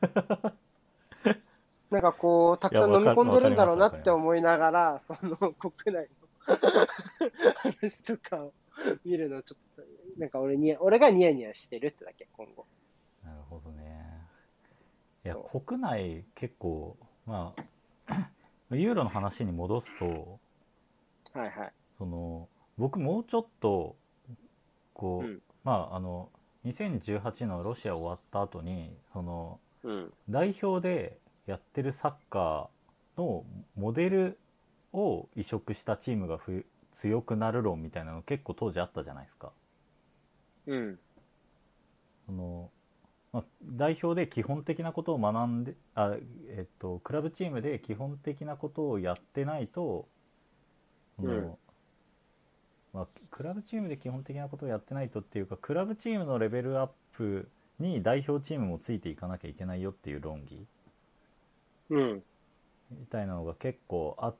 なんかこう、たう。いや、 くさん飲みわかる、 込んでるんだわかります、 ろうなってわかります。 思いながら、その国内の話とかを見るのちょっと、なんか俺に、俺がニヤニヤしてるってだけ、今後。 なるほどね。いや、 そ国内結構、まあ、ユーロの話に戻すと、 う。はいはい。 その、僕もうちょっと、こうん。 う、まあ、あの、にせんじゅうはちのロシア終わった後に、その、 うん。 代表でやってるサッカーのモデルを移植したチームがふ強くなる論みたいなの結構当時あったじゃないですか。 うん。 その、まあ、代表で基本的なことを学んであ、えっと、クラブチームで基本的なことをやってないと、そうん。 の、まあ、クラブチームで基本的なことをやってないとっていうか、クラブチームのレベルアップに代表チームもついていかなきゃいけないよっていう論議うん。 みたいなのが結構あって、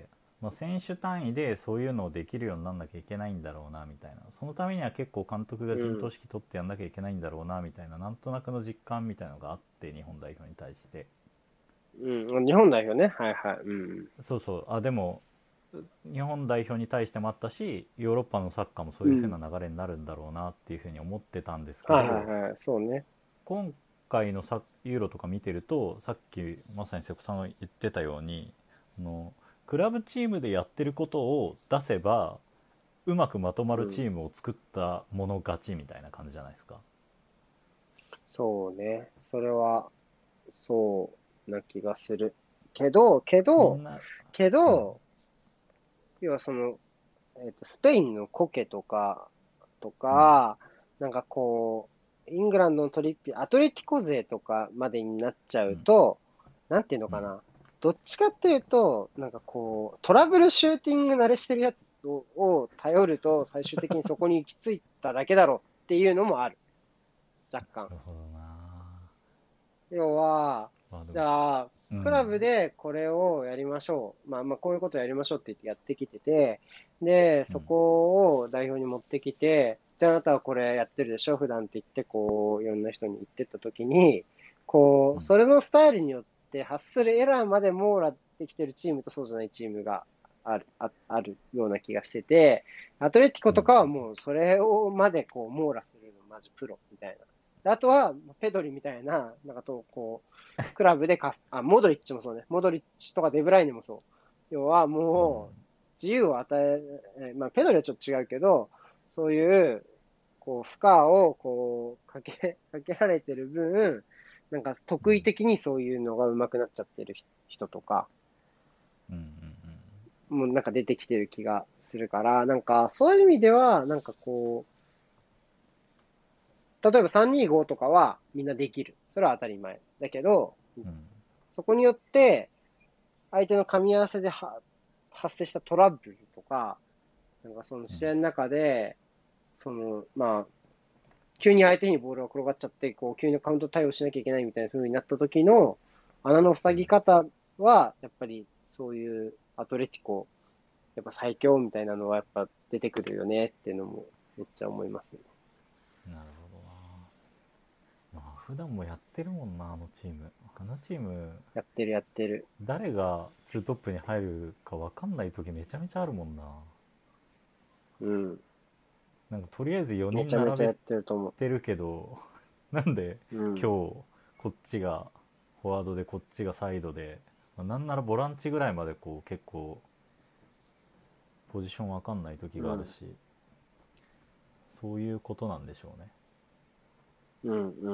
まあ、選手単位でそういうのをできるようになんなきゃいけないんだろうなみたいな、そのためには結構監督が陣頭うん。 指揮取ってやんなきゃいけないんだろうなみたいな、なんとなくの実感みたいなのがあって、日本代表に対して。 うん。日本代表ね。はいはい。うん。 そうそう、あでも日本代表に対してもあったし、ヨーロッパのサッカーもそういう風うん。 な流れになるんだろうなっていう風に思ってたんですけはいはいど、 はい。そうね。 今回のサユーロとか見てると、さっきまさに瀬古さんが言ってたように、あのクラブチームでやってることを出せばうまくまとまうん。 るチームを作ったもの勝ちみたいな感じじゃないですか。 そうね。それは、そうな気がする。けど、けど、 みんな、 けうん、 ど、要はその、えっと、スペインのコケとか、とうん、 か、なんかこう、イングランドのトリッピ、アトレティコ勢とかまでになっちゃうん、 うと、なんていうのうん。 かな。どっちかっていうと、なんかこう、トラブルシューティング慣れしてるやつをを頼ると、最終的にそこに行き着いただけだろうっっていうのもある。若干。 なるほどな。 要は、じまあでも、 ゃあ、 うん。 クラブでこれをやりましょう。まあまあ、こういうことをやりましょうって言ってやってきてて、で、そうん。 こを代表に持ってきて、じゃああなたはこれやってるでしょ普段って言って、こう、いろんな人に言ってったときに、こう、 うん。 それのスタイルによって発するエラーまで網羅できてるチームとそうじゃないチームがある、あ、あるような気がしてて、アトレティコうん。 とかはもうそれをまでこう網羅するのマジプロみたいな。であとは、ペドリみたいな、なんかと、こう、クラブでか、あ、モドリッチもそうね。モドリッチとかデブライネもそう。要はうん。 もう、自由を与え、えまあ、ペドリはちょっと違うけど、そういう、こう、負荷を、こう、かけ、かけられてる分、なんか得意的にそういうのが上手くなっちゃってる人とか、 うん。うん。 もうなんか出てきてる気がするから、なんかそういう意味では、なんかこう、例えばさんにーごとかはみんなできる。それは当たり前。だけど、 うん。 そこによって、相手の噛み合わせでは発生したトラブルとか、なんかそのうん。 試合の中で、その、まあ、急に相手にボールが転がっちゃって、こう、急にカウント対応しなきゃいけないみたいな風になった時の、穴の塞ぎ方は、やっぱりそういうアトレティコ、やっぱ最強みたいなのはやっぱ出てくるよねっていうのもめっちゃ思いますね。 なるほどな。まあ普段もやってるもんな、あのチーム。あのチーム、 やってるやってる。 誰がツートップに入るか分かんない時めちゃめちゃあるもんな。 うん。 なんかとりあえず4 め人並べちゃめちゃやってると思てるけど、なんでう。うん。 今日こっちがフォワードでこっちがサイドで、まあなんならボランチぐらいまでこう結構ポジション分かんない時うん。 があるし、そういうことなんでしょうね。 うん。うん。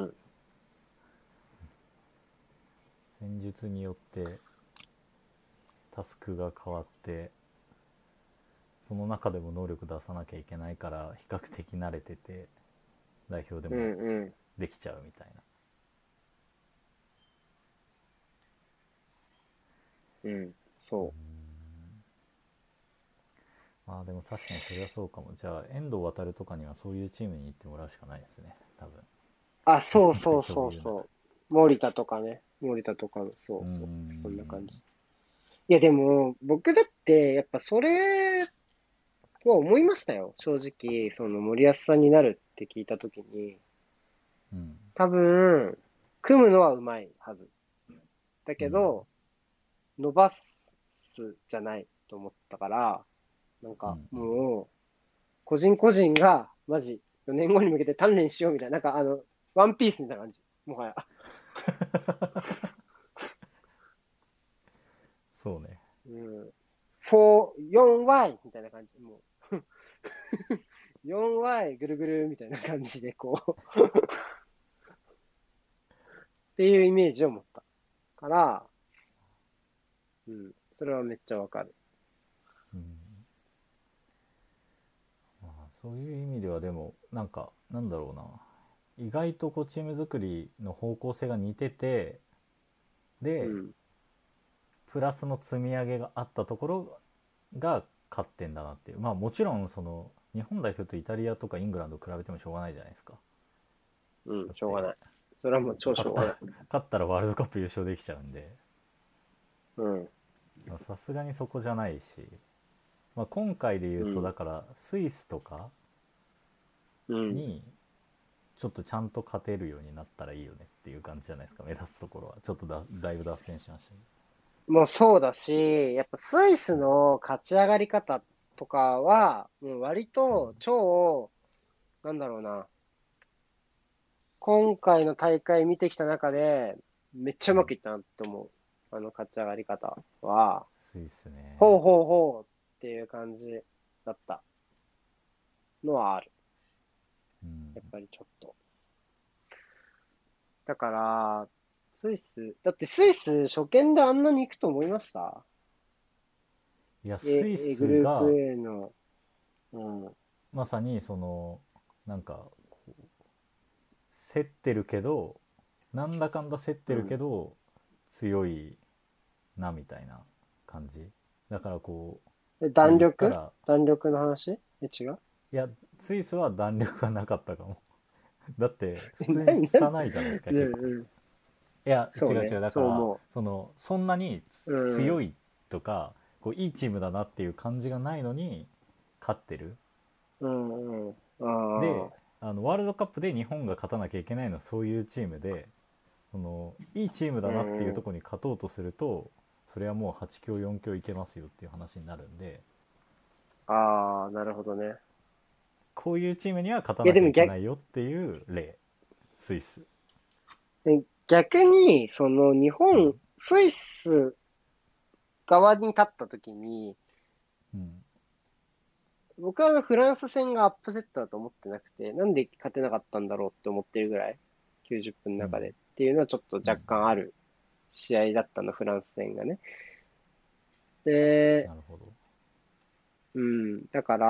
戦術によってタスクが変わって、その中でも能力出さなきゃいけないから比較的慣れてて代表でうもん。 できちゃうみたいな。 うん。うん。そまあでも確かにそれはそうかも。じゃあ遠藤航とかにはそういうチームに行ってもらうしかないですね、多分。 う。あ、 日本代そうそう表で言うなら。 そうそう。森田とかね。森田とかもそうーうそう。そんな感ん。 じ。いや、でも、僕だって、やっぱそれは思いましたよ。正直、その森保さんになるって聞いたときに、 うん。 多分、組むのはうまいはず。だうん。 けど、伸ばすじゃないと思ったから、なんかうん。 もう、個人個人が、マジ、よねんごに向けて鍛錬しようみたいな、なんかあの、ワンピースみたいな感じ。もはや。 そうね。 うん。よん、よんワイ みたいな感じ。もう、よんワイ ぐるぐるみたいな感じで、こうっていうイメージを持ったから、うん。それはめっちゃわかる。 うん。まあそういう意味ではでもなんかなんだろうな、意外とこうチーム作りの方向性が似てて、でうん。 プラスの積み上げがあったところが勝ってんだなっていう。まあもちろんその日本代表とイタリアとかイングランド比べてもしょうがないじゃないですか。 うん。 だってしょうがない。それはもう超し勝ったょうがない。 勝ったらワールドカップ優勝できちゃうんで、 うん。 さすがにそこじゃないし、まあ、今回で言ううん。 とだからスイスとかうん。 にちょっとちゃんと勝てるようになったらいいよねっていう感じじゃないですか、目指すところは。ちょっとだだいぶ脱線しましたね。 もうそうだし、やっぱスイスの勝ち上がり方とかは、もう割と超、なんだろうな、今回の大会見てきた中で、めっちゃうまくいったなって思う。あの勝ち上がり方は、 スイスね。 ほうほうほうっていう感じだったのはある。 うん。 やっぱりちょっと。だから、スイス、だってスイス初見であんなに行くと思いました？ いやスえ、 イえグループスが A の、うん、 まさにそのなんか競ってるけど、なんだかんだ競ってるけうん。 ど強いなみたいな感じだからこえう、まあ弾力言ったら、 弾力の話え、違う？ いや、スイスは弾力がなかったかも。だって普え、 通に何、何、 拙いじゃないですか、 うん結構。 うん。 いや違そうね。 う違う、だからそう思そのそんなにう。うん。 強いとかこういいチームだなっていう感じがないのに勝ってる。 うんうん。 で、 ああ。 あのワールドカップで日本が勝たなきゃいけないのはそういうチームで、そのいいチームうだなっていうんうん。 ところに勝とうとすると、それはもうはち強よん強いけますよっていう話になるんで、 ああ、なるほどね。 こういうチームには勝たいや、 なきゃでも逆、 いけないよっていう例。スイス。 え逆に、その日うん本、スイス側に立った時に、 うん僕はフランス戦がアップセットだと思ってなくて、なんで勝てなかったんだろうって思ってるぐらい、きゅうじゅっぷんのうん中でっていうのはちょっとうん。 若干ある試合だったの、フランス戦がね。で、 なるほど。 うん、だから、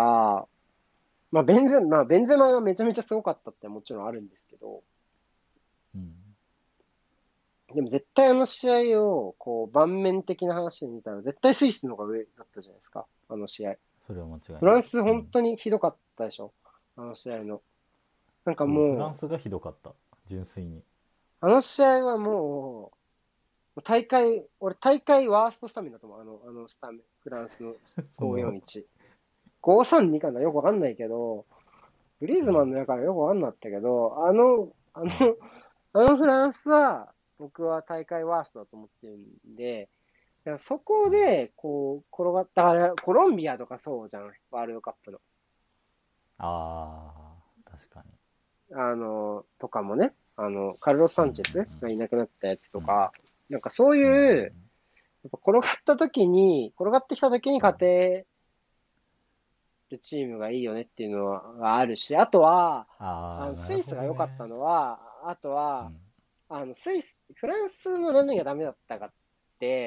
まあ、ベンゼ、まあ、ベンゼマがめちゃめちゃすごかったってもちろんあるんですけど、 うんでも絶対あの試合を、こう、盤面的な話で見たら、絶対スイスの方が上だったじゃないですか、あの試合。 それは間違いない。 フランス本うん。 当にひどかったでしょ、あの試合の。なんかそう、フランもう、 スがひどかった、純粋に。 あの試合はもう、大会、俺大会ワーストスタメンだと思う。あの、あのスタメン。フランスのその、 ごーよんいち。ごーさんにかなよくわかんないけど、グリーズマンうんのやからよくわかんなかったけど、あの、あの、 うんあのフランスは、僕は大会ワーストだと思ってるんで、だからそこうん。 で、こう、転がった、だからコロンビアとかそうじゃない、ワールドカップの。 ああ、確かあの、とかもね、あの、カルロス・サに。うんンチェスがいなくなったやつとうんうんか、なんかそううんうんいう、やっぱ転がった時に、転がってきた時にうん。 勝てるチームがいいよねっていうのはがあるし、あとは、あああ、 の、 なるほスイスが良かったどね。 のは、あとは、 うん。 あの、スイス、フランスも何がダメだったかって、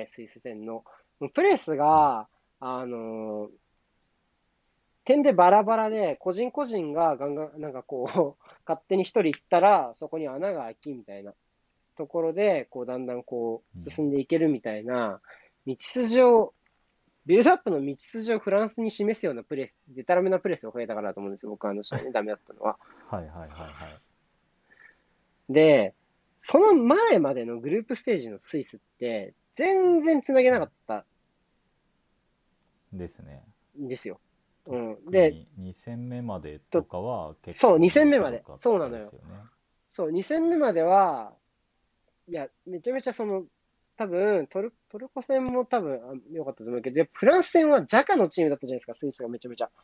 スイス戦の、もうプレスうん。 が、あの、点でバラバラで、個人個人がガンガン、なんかこう、勝手に一人行ったら、そこに穴が開きみたいなところで、こう、だんだんこう、 うん。 進んでいけるみたいな、道筋を、ビルドアップの道筋をフランスに示すようなプレス、デタラメなプレスをかけたからだと思うんですよ、僕はあの試合ね、ダメだったのは。 はいはいはいはい。 で、その前までのグループステージのスイスって、全然繋げなかったうん。ですね。 んですよ。うん。で、 特にに戦目までとと、 かは結そう、に戦構目まで。 ひどかったそうなのよ。 ですよね。 そう、に戦目までは、いや、めちゃめちゃその、多分、トル、トルコ戦も多分あ良かったと思うけど、でフランス戦はジャカのチームだったじゃないですか、スイスがめちゃめちゃ。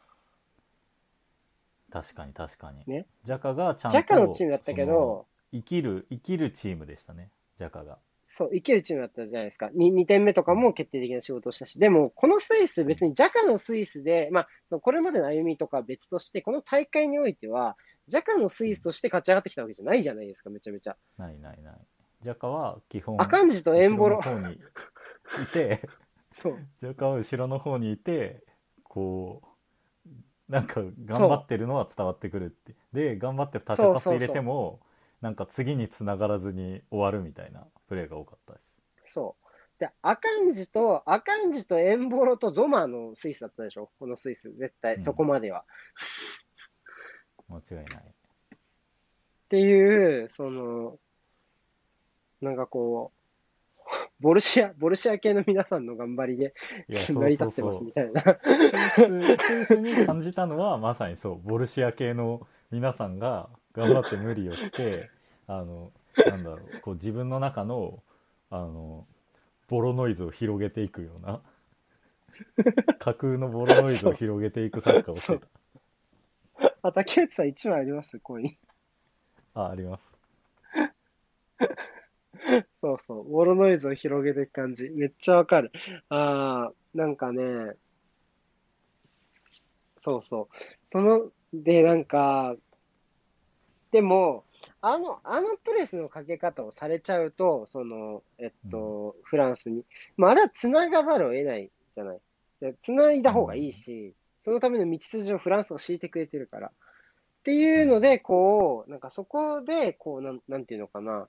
確かに確かに。 ね。 ジャカがちゃジャカのんとチームだったそのけど、 生きる生きるチームでしたね、ジャカが。 そう、生きるチームだったじゃないですか。に、にてんめとうんかも決定的な仕事をしたし、でも、このスイス、 うん別にジャカのスイスで、まあ、そのこれまでの歩みとかは別として、この大会においては、ジャカのスうん。 イスとして勝ち上がってきたわけじゃないじゃないですか、めちゃめちゃ。 ないないない。ジャカは基本アカンジとエン後ろのボロ。 方にいて、 そう、 ジャカは後ろの方にいて、こうなんか頑張そってるのは伝わってくるって。で頑張ってう、 縦パス入れてそうそうそもなんか次に繋がらずに終わるみたいなプレーが多かったです。 う、そう。で、アカンジと、アカンジとエンボロとゾマのスイスだったでしょ、このスイス、絶対、そうん。 こまでは。 間違いない。 っていう、その、なんかこう、ボルシア、ボルシア系の皆さんの頑張りでいや、 成りそう立ってますそうそう。 みたいな。 スイス、スイスに感じたのはまさにそう、ボルシア系の皆さんが頑張って無理をして、あの、なんだろう、こう自分の中の、あの、ボロノイズを広げていくような、架空のボロノイズをそう、 広げていくサッカーをしそう。 てた。 あ、竹内さん一枚ありますコイン。 あ、あります。 そうそう。ボロノイズを広げていく感じ。めっちゃわかる。ああ、なんかね、そうそう。その、で、なんか、でも、あの、あのプレスのかけ方をされちゃうと、その、えっうん。 と、フランスに。まあ、あれは繋がざるを得ないじゃない。で繋いだ方がうん。 いいし、そのための道筋をフランスが敷いてくれてるから。ってうん。 いうので、こう、なんかそこで、こう、なん、なんていうのかな。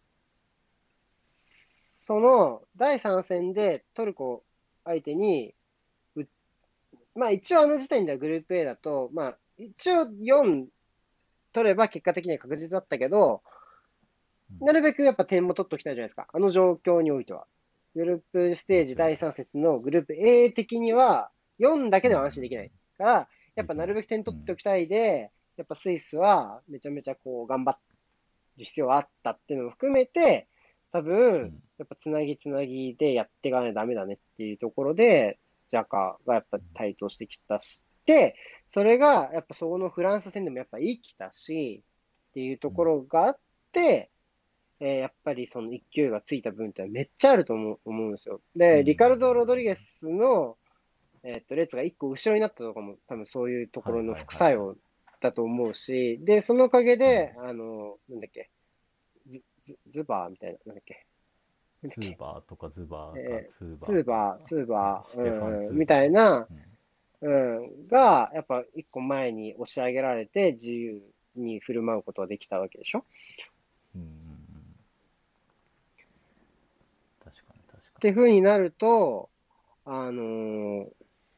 その、だいさん戦でトルコ相手に、うまあ一応あの時点ではグループ A だと、まあ一応よん取れば結果的には確実だったけど、なるべくやっぱ点も取っておきたいじゃないですか。あの状況においては。グループステージだいさん節のグループ A 的にはよんだけでは安心できないから、やっぱなるべく点取っておきたいで、やっぱスイスはめちゃめちゃこう頑張る必要があったっていうのも含めて、多分、やっぱつなぎつなぎでやっていかないとダメだねっていうところで、ジャカがやっぱ台頭してきたし、で、それがやっぱそのフランス戦でもやっぱ生きたし、っていうところがあって、えーやっぱりその勢いがついた分ってめっちゃあると思う思うんですよ。で、リカルド・ロドリゲスの、えーっと、列が一個後ろになったとかも多分そういうところの副作用だと思うし、で、そのおかげで、あの、なんだっけ、ズ、ズズバーみたいな、なんだっけ、なんだっツーけ、 バーとかズバーかえツーー、ツーバーかバー、ツーバー、 ステファン・うん、みツーバー、 たいな、 うん、 うん、が、やっぱ一個前に押し上げられて自由に振る舞うことができたわけでしょっうんうんうん、確かに確かていう風になると、あのー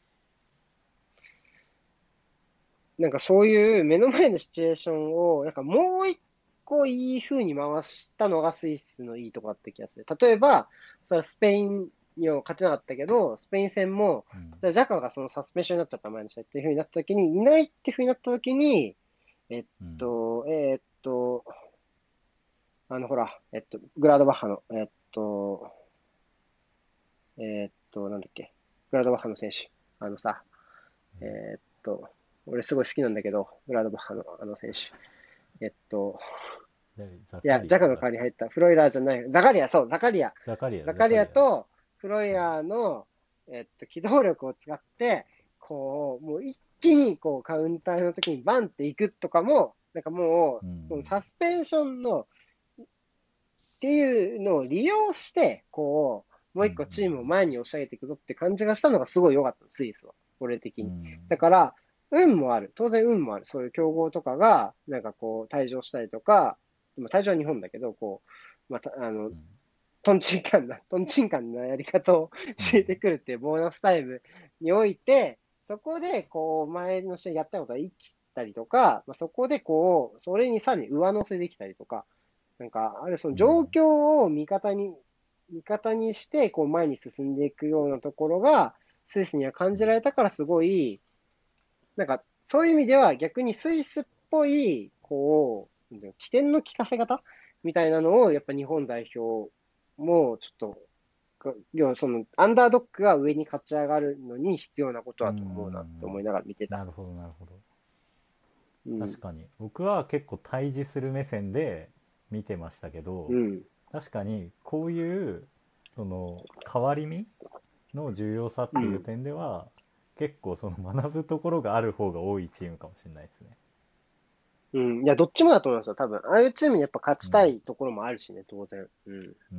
なんかそういう目の前のシチュエーションを、なんかもう一個いい風に回したのがスイスのいいとこだった気がする。例えば、それはスペインには勝てなかったけど、スペイン戦も、 に、うんじゃあジャカがそのサスペンションになっちゃった前の試合っていう風になった時に、いないっていう風になった時に、えっうんと、えっと、あのほら、えっと、グラードバッハの、えっと、えっと、なんだっけ、グラードバッハの選手。あのさ、えっと、俺すごい好きなんだけど、グラードバッハのあの選手。えっと、 でザいや、ジャカのカリアだ代わりに入った。フロイラーじゃない。ザカリア、そう、ザカリア。 ザカリアザカリザカリア、 アとフロイラーの、えっと、機動力を使って、こう、もう一気に、こう、カウンターの時にバンっていくとかも、なんかもう、そのうんサスペンションの、っていうのを利用して、こう、もううん一個チームを前に押し上げていくぞって感じがしたのがすごい良かったスイスは。俺的に。 うんうんだから、運もある。当然運もある。そういう強豪とかが、なんかこう、退場したりとか、まあ、退場は日本だけど、こう、また、あの、 うんトンチンカンな、トンチンカンなやり方を教えてくるっていうボーナスタイムにおいて、そこで、こう、前の試合やったことが生きたりとか、まあ、そこでこう、それにさらに上乗せできたりとか、なんか、あるその状うん況を味方に、味方にして、こう前に進んでいくようなところが、スイスには感じられたからすごい、なんか、そういう意味では逆にスイスっぽい、こう、なんていうの起点の利かせ方みたいなのを、やっぱ日本代表も、ちょっと、が要はその、アンダードックが上に勝ち上がるのに必要なことうんうだと思うなって思いながら見てた。 ん、なるほどなるほど、 うん、 確かに僕は結構対峙する目線で見てましたけど、 うん、 確かにこういうその変わり身の重要さっていううん。 点では結構その学ぶところがある方が多いチームかもしれないですね。 うん。いや、どっちもだと思いますよ、多分。ああいうチームにやっぱ勝ちたうんいところもあるしね、当然。うん。 うん、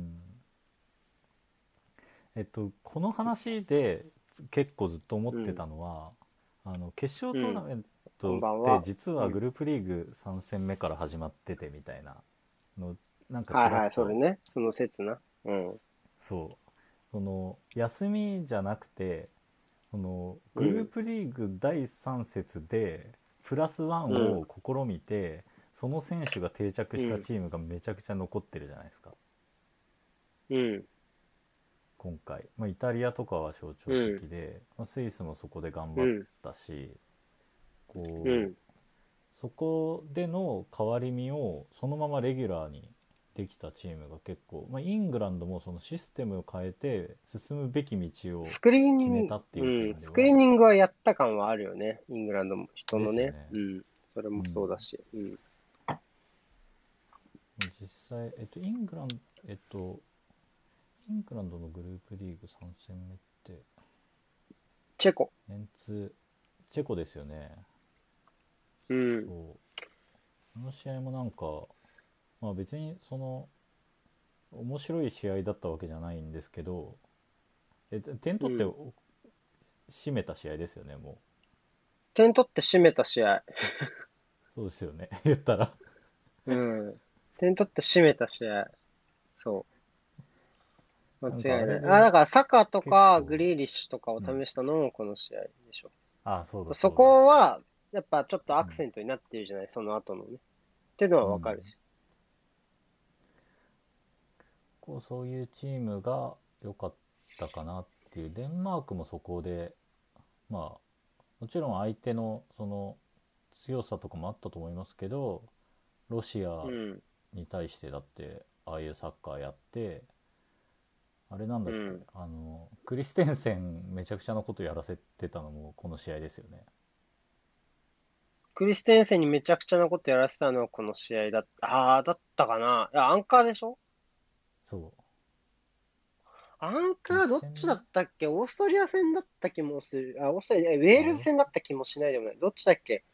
えっとこの話で結構ずっと思ってうん。 たのは、あの決勝うん。 トーナメンこんトっばんは。 て実うん。 はグループリーグさん戦目から始まっててみたいなのなんかちはいはい、それらっと、 ね。その説な。うん。 そうその休みじゃなくてそのグルーうん。 プリーグだいさん節でプラスワンうん。 を試みてその選手が定着したうん。 チームがめちゃくちゃ残ってるじゃないですかうん。 今回、まあ、イタリアとかは象徴うん。 的で、まあ、スイスもそこで頑張っうん。 たし、こううん。 そこでの変わり身をそのままレギュラーにできたチームが結構、まあ、イングランドもそのシステムを変えて進むべき道をスクリーニング、 決めたっていううん。 点ではスクリーニングはやった感はあるよね。イングランドも人のね。 ですよね。 うん。それもうん、 そうだし。うん。 実際、えっと、イングランド、えっと、イングランドのグループリーグさん戦目って、 チェコ。 メンツ、チェコですよね。 うん。 そう。あの試合もなんか、まあ別にその、面白い試合だったわけじゃないんですけど、え、点取ってうん。 締めた試合ですよね、もう。 点取って締めた試合。 そうですよね。言ったら。 うん。点取って締めた試合。そう。 なんか間違いない。あ、 あれでだからサカとかグ結構、 リーリッシュとかをうん。 試したのもこの試合でしょ。 ああ、そうだそそうだ。 こは、 やっぱちょっとアクセントになってるじゃない、その後のね。っていうのはわかるし。 こうそういうチームが良かったかなっていう。デンマークもそこで、まあもちろん相手のその強さとかもあったと思いますけど、ロシアうん。 に対してだってああいうサッカーやって、あれなんだっけ、 うん。 あのクリステンセンめちゃくちゃなことやらせてたのもこの試合ですよね。 クリステンセンにめちゃくちゃなことやらせたのはこの試合だった。ああ、だったかな。いや、アンカーでしょ？ そアンう。2 カーどっちだ戦目ったっけ？オーストリア戦だった気もする。あ、オーストリア、えウェールズあオース戦だった気もしないでもない。どっちだっけ？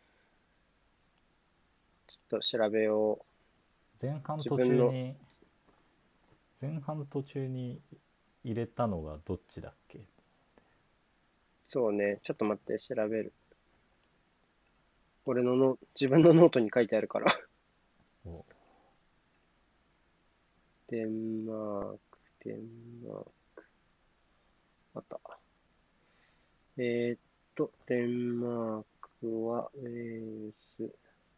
ちょっと調べよう。 前半途自分の、 中に前半途中に入れたのがどっちだっけ。 そうね。ちょっと待って、調べる。俺のノ自分のノートに書いてあるから。 おデンマーク、デンマーク、あった。えーっと、デンマークは、ウェールズ。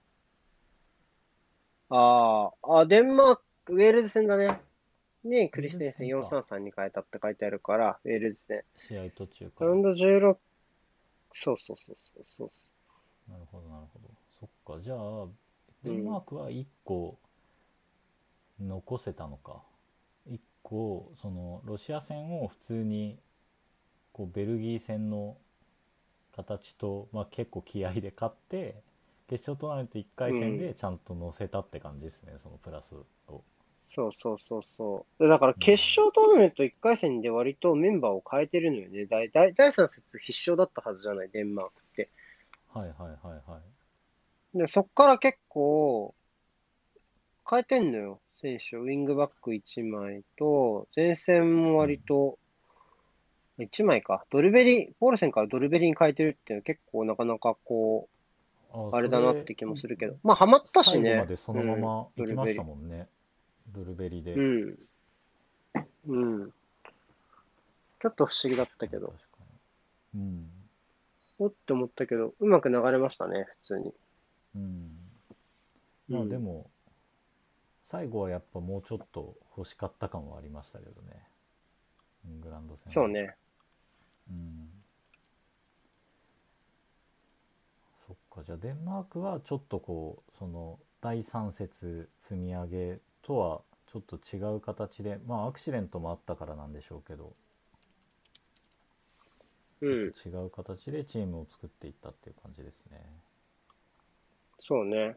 あーあ、デンマーク、ウェールズ戦だね。ね、クウェールズリステンセン戦か。 よんさんさんに変えたって書いてあるから、ウェールズ戦。 試合途中から。 ラウンドじゅうろく、そうそうそうそうそうそなるほどなるほど。そっか、じゃあう。 デンマークはいっこ残せたのか。いっこそのロシア戦を普通にこうベルギー戦の形と、まあ、結構気合で勝って、決勝トーナメントいっかいうん。うん。 戦でちゃんと乗せたって感じですね、そのプラスを。 そうそうそうそう。でだからうん、 決勝トーナメントいっかい戦で割とメンバーを変えてるのよね。だいだいだいさん節必勝だったはずじゃない、デンマークって。 はいはいはいはい。 で、そっから結構変えてんのよ。選手を。ウィングバックいちまいと、前線もうん。 割といちまいか。ドルベリ、ポールセンからドルベリに変えてるっていうのは結構なかなかこあ、 う、あれそれだなって気もするけど。まあ、ハマったし最後まね。 でそのまうん、 ま行きましたドルベリ。 もんね、ドルベリで。 うん、うん。ちょっと不思議だったけど。 確かに確かに。うん。 おって思ったけど、うまく流れましたね、普通に。 うん。 うん。 まあでも最後はやっぱもうちょっと欲しかった感はありましたけどね、イングランド戦は。 そうね。 うん。そっか、じゃあデンマークはちょっとこうそのだいさん節積み上げとはちょっと違う形で、まあアクシデントもあったからなんでしょうけど、ちょっうん。 と違う形でチームを作っていったっていう感じですね。 そうね。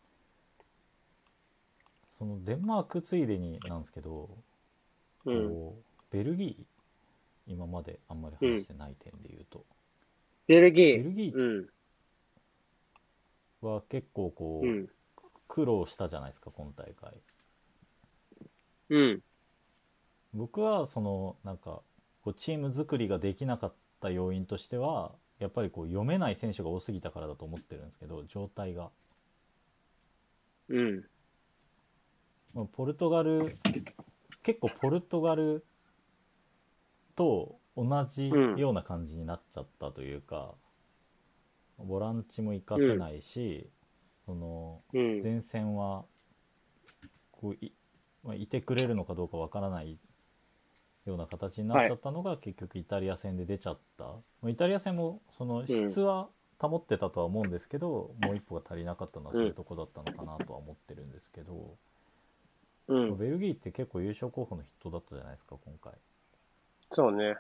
そのデンマークついでになんですけど、 うん。 こうベルギー、今まであんまりうん。 話してない点で言うと、 ベルギー。 ベルギうん。 ーは結構こうん。 う苦労したじゃないですか今大会。 うん。 僕はそのなんかこうチーム作りができなかった要因としては、やっぱりこう読めない選手が多すぎたからだと思ってるんですけど、状態が、 うん。 まあポルトガル、結構ポルトガルと同じうん。 ような感じになっちゃったというか、ボランチも活かうん。 せないし、そのうん。 前線はこう い,、まあ、いてくれるのかどうかわからないような形になっはい。 ちゃったのが結局イタリア戦で出ちゃった。まあイタリア戦もそのうん。 質は保ってたとは思うんですけど、もう一歩が足りなかったのはうん。 そういうとこだったのかなとは思ってるんですけど、まあ、 うん。 ベルギーって結構優勝候補の筆頭だったじゃないですか今回。 そうね。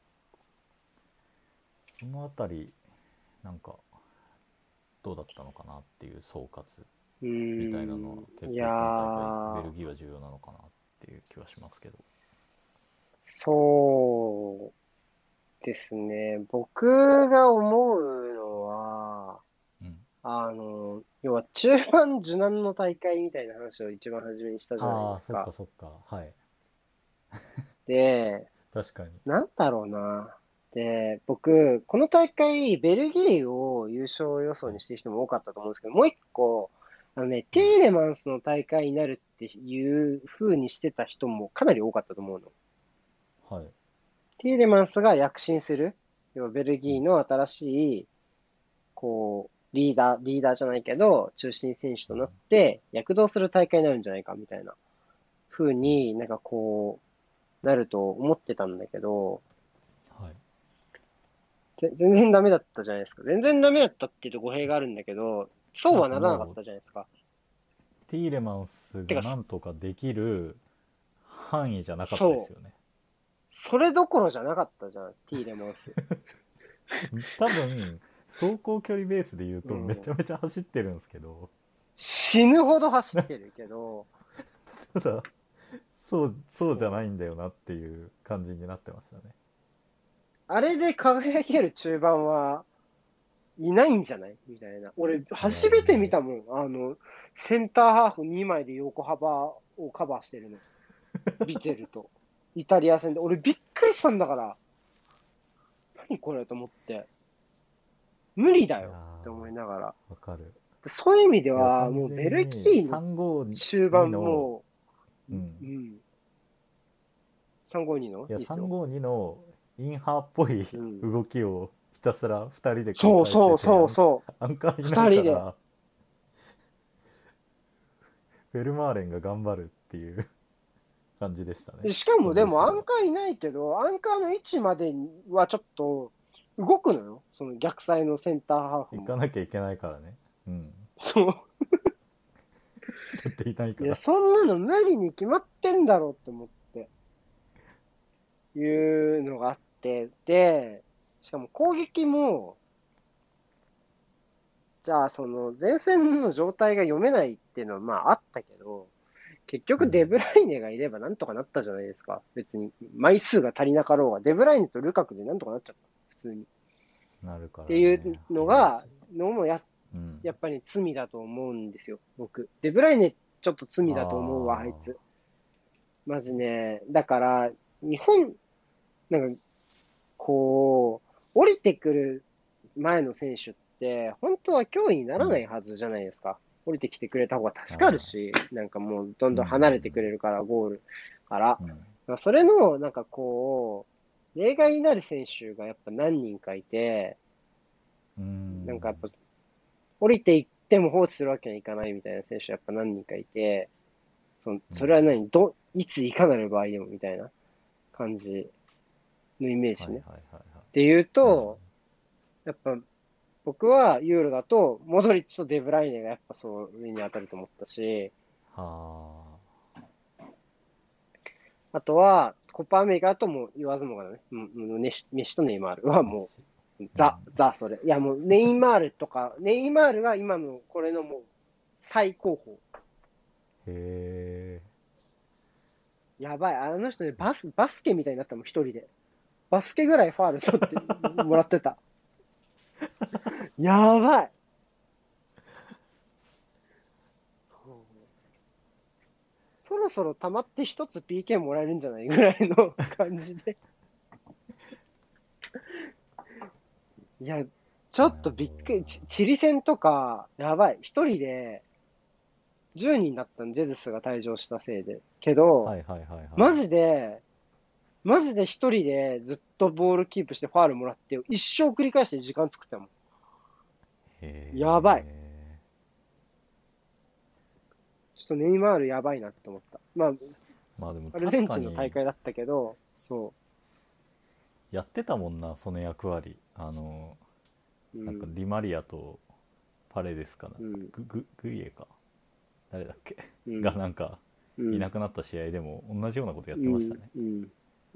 そのあたりなんかどうだったのかなっていう総括うーみたいなのはん。いや結構今大会ベルー、 ギーは重要なのかなっていう気はしますけど。 そうですね。僕が思うのは、 うん。 あの、要は中盤受難の大会みたいな話を一番初めにしたじゃないああ、そっですか。 かそっか、はい。 で、 確かに。 なんだろうな。で、僕、この大会、ベルギーを優勝予想はい。 にしてる人も多かったと思うんですけど、もう一個、あのね、テはい。 ーレマンスの大会になるっていう風にしてた人もかなり多かったと思うの。 はい。 ティーレマンスが躍進する。要はベルうん。 ギーの新しい、こう、 リーダー、リーダーじゃないけど、中心選手となって躍動する大会になるんじゃないかみたいな風になんかこう、なると思ってたんだけど、 はい。 ぜ全然ダメだったじゃないですか。全然ダメだったっていうと語弊があるんだけど、そうなんはならなかっかもう、 たじゃないですか。 ティーレマンスてか、 がなんとかできる範囲じゃなかったですそう。 よね。 それどころじゃなかったじゃん、ティーレマンス。 多分、走行距離ベースで言うとめちうん。 ゃめちゃ走ってるんですけど、 死ぬほど走ってるけど、 ただ、そう、そうじゃなそう。 いんだよなっていう感じになってましたね。 あれで輝ける中盤はいないんじゃないみたいな。俺、 いや、 初めていない。 見たもん。あの、センターハーフにまいで横幅をカバーしてるの。見てると。イタリア戦で。俺びっくりしたんだから。何これと思って。無理だいやよって思いながら。 ー、わかる。 そういう意味でいや、 は、も完うベル全にギーの中さんごに盤の、 もう、 うん。 うん。さんごにのいや、 いいっすよ。 さんごにのインハーっぽいうん。 動きをひたすらふたりで繰りそうそう返してて、アン、 そうそう。 アンカーいない二人で。 から、フェルマーレンが頑張るっていう感じでしたね。 しかそもでもアの後ろは。 ンカーいないけど、アンカーの位置まではちょっと動くのよ。その逆サイのセンターハーフも。 行かなきゃいけないからね。うん。 そう。 だっていないいや、 から。 そんなの無理に決まってんだろうって思って、いうのがあって、で、しかも攻撃も、じゃあその前線の状態が読めないっていうのはまああったけど、結うん。 局デブライネがいればなんとかなったじゃないですか。別に枚数が足りなかろうが、デブライネとルカクでなんとかなっちゃった。普通に。っなるからていうね。速いし。 のが、のもや、 うん。 やっぱり罪だと思うんですよ、僕。デブライネちょっと罪だと思うわ、あいあつ。マジね。だから、日本、なんか、こう、降りてくる前の選手って、本当は脅威になあ。うん。 らないはずじゃないですか。降りてきてくれた方が助かるああ。 し、なんかもうどんうん。うどん離れてくれるから、ゴールから。 ん。うん。 それの、なんかこう、例外になる選手がやっぱ何人かいて、 うーん。 なんかやっぱ、降りていっても放置するわけにはいかないみたいな選手やっぱ何人かいて、そのうん。 それは何ど、いついかなる場合でもみたいな感じのイメージね。っはいはいはいはい。 ていううん。 と、やっぱ僕はユーロだと、モドリッチとデブライネがやっぱそう上に当たると思ったし、 はあとは、コパアメリカだともう言わずもがなね、もうもうメッシメッシとネイマールはあ。メッもシ。 う、 うん。 ザ、ザ、それ。いやもうネイマールとか、ネイマールが今のこれのもう最高峰。 へえ。 やばい。あの人ね、バス、バスケみたいになったもん、一人で。バスケぐらいファール取ってもらってた。やばい。そろそろ溜まって一つ ピーケー もらえるんじゃないぐらいの感じで。いや、ちょっとなるほびっくり。 どな。 チチリ戦とか、やばい。一人でじゅうにんだったの、ジェズスが退場したせいで。けど、 はいはいはいはい。 マジで、マジで一人でずっとボールキープしてファールもらって、一生繰り返して時間作ったもん。 へやばい。 え。 ちょっとネイマールやばいなって思った。まあ、 まあでもアルゼンチンの確かに大会だったけど、そやってたもんな、その役割。あの、 う。うなんかん。 ディマリアとパレデスかな。 うん。 グ、グ、グイエか。誰だっけがうん。 なんかうん。 いなくなった試合でも同じようなことやっうん。 てましたね。 うん。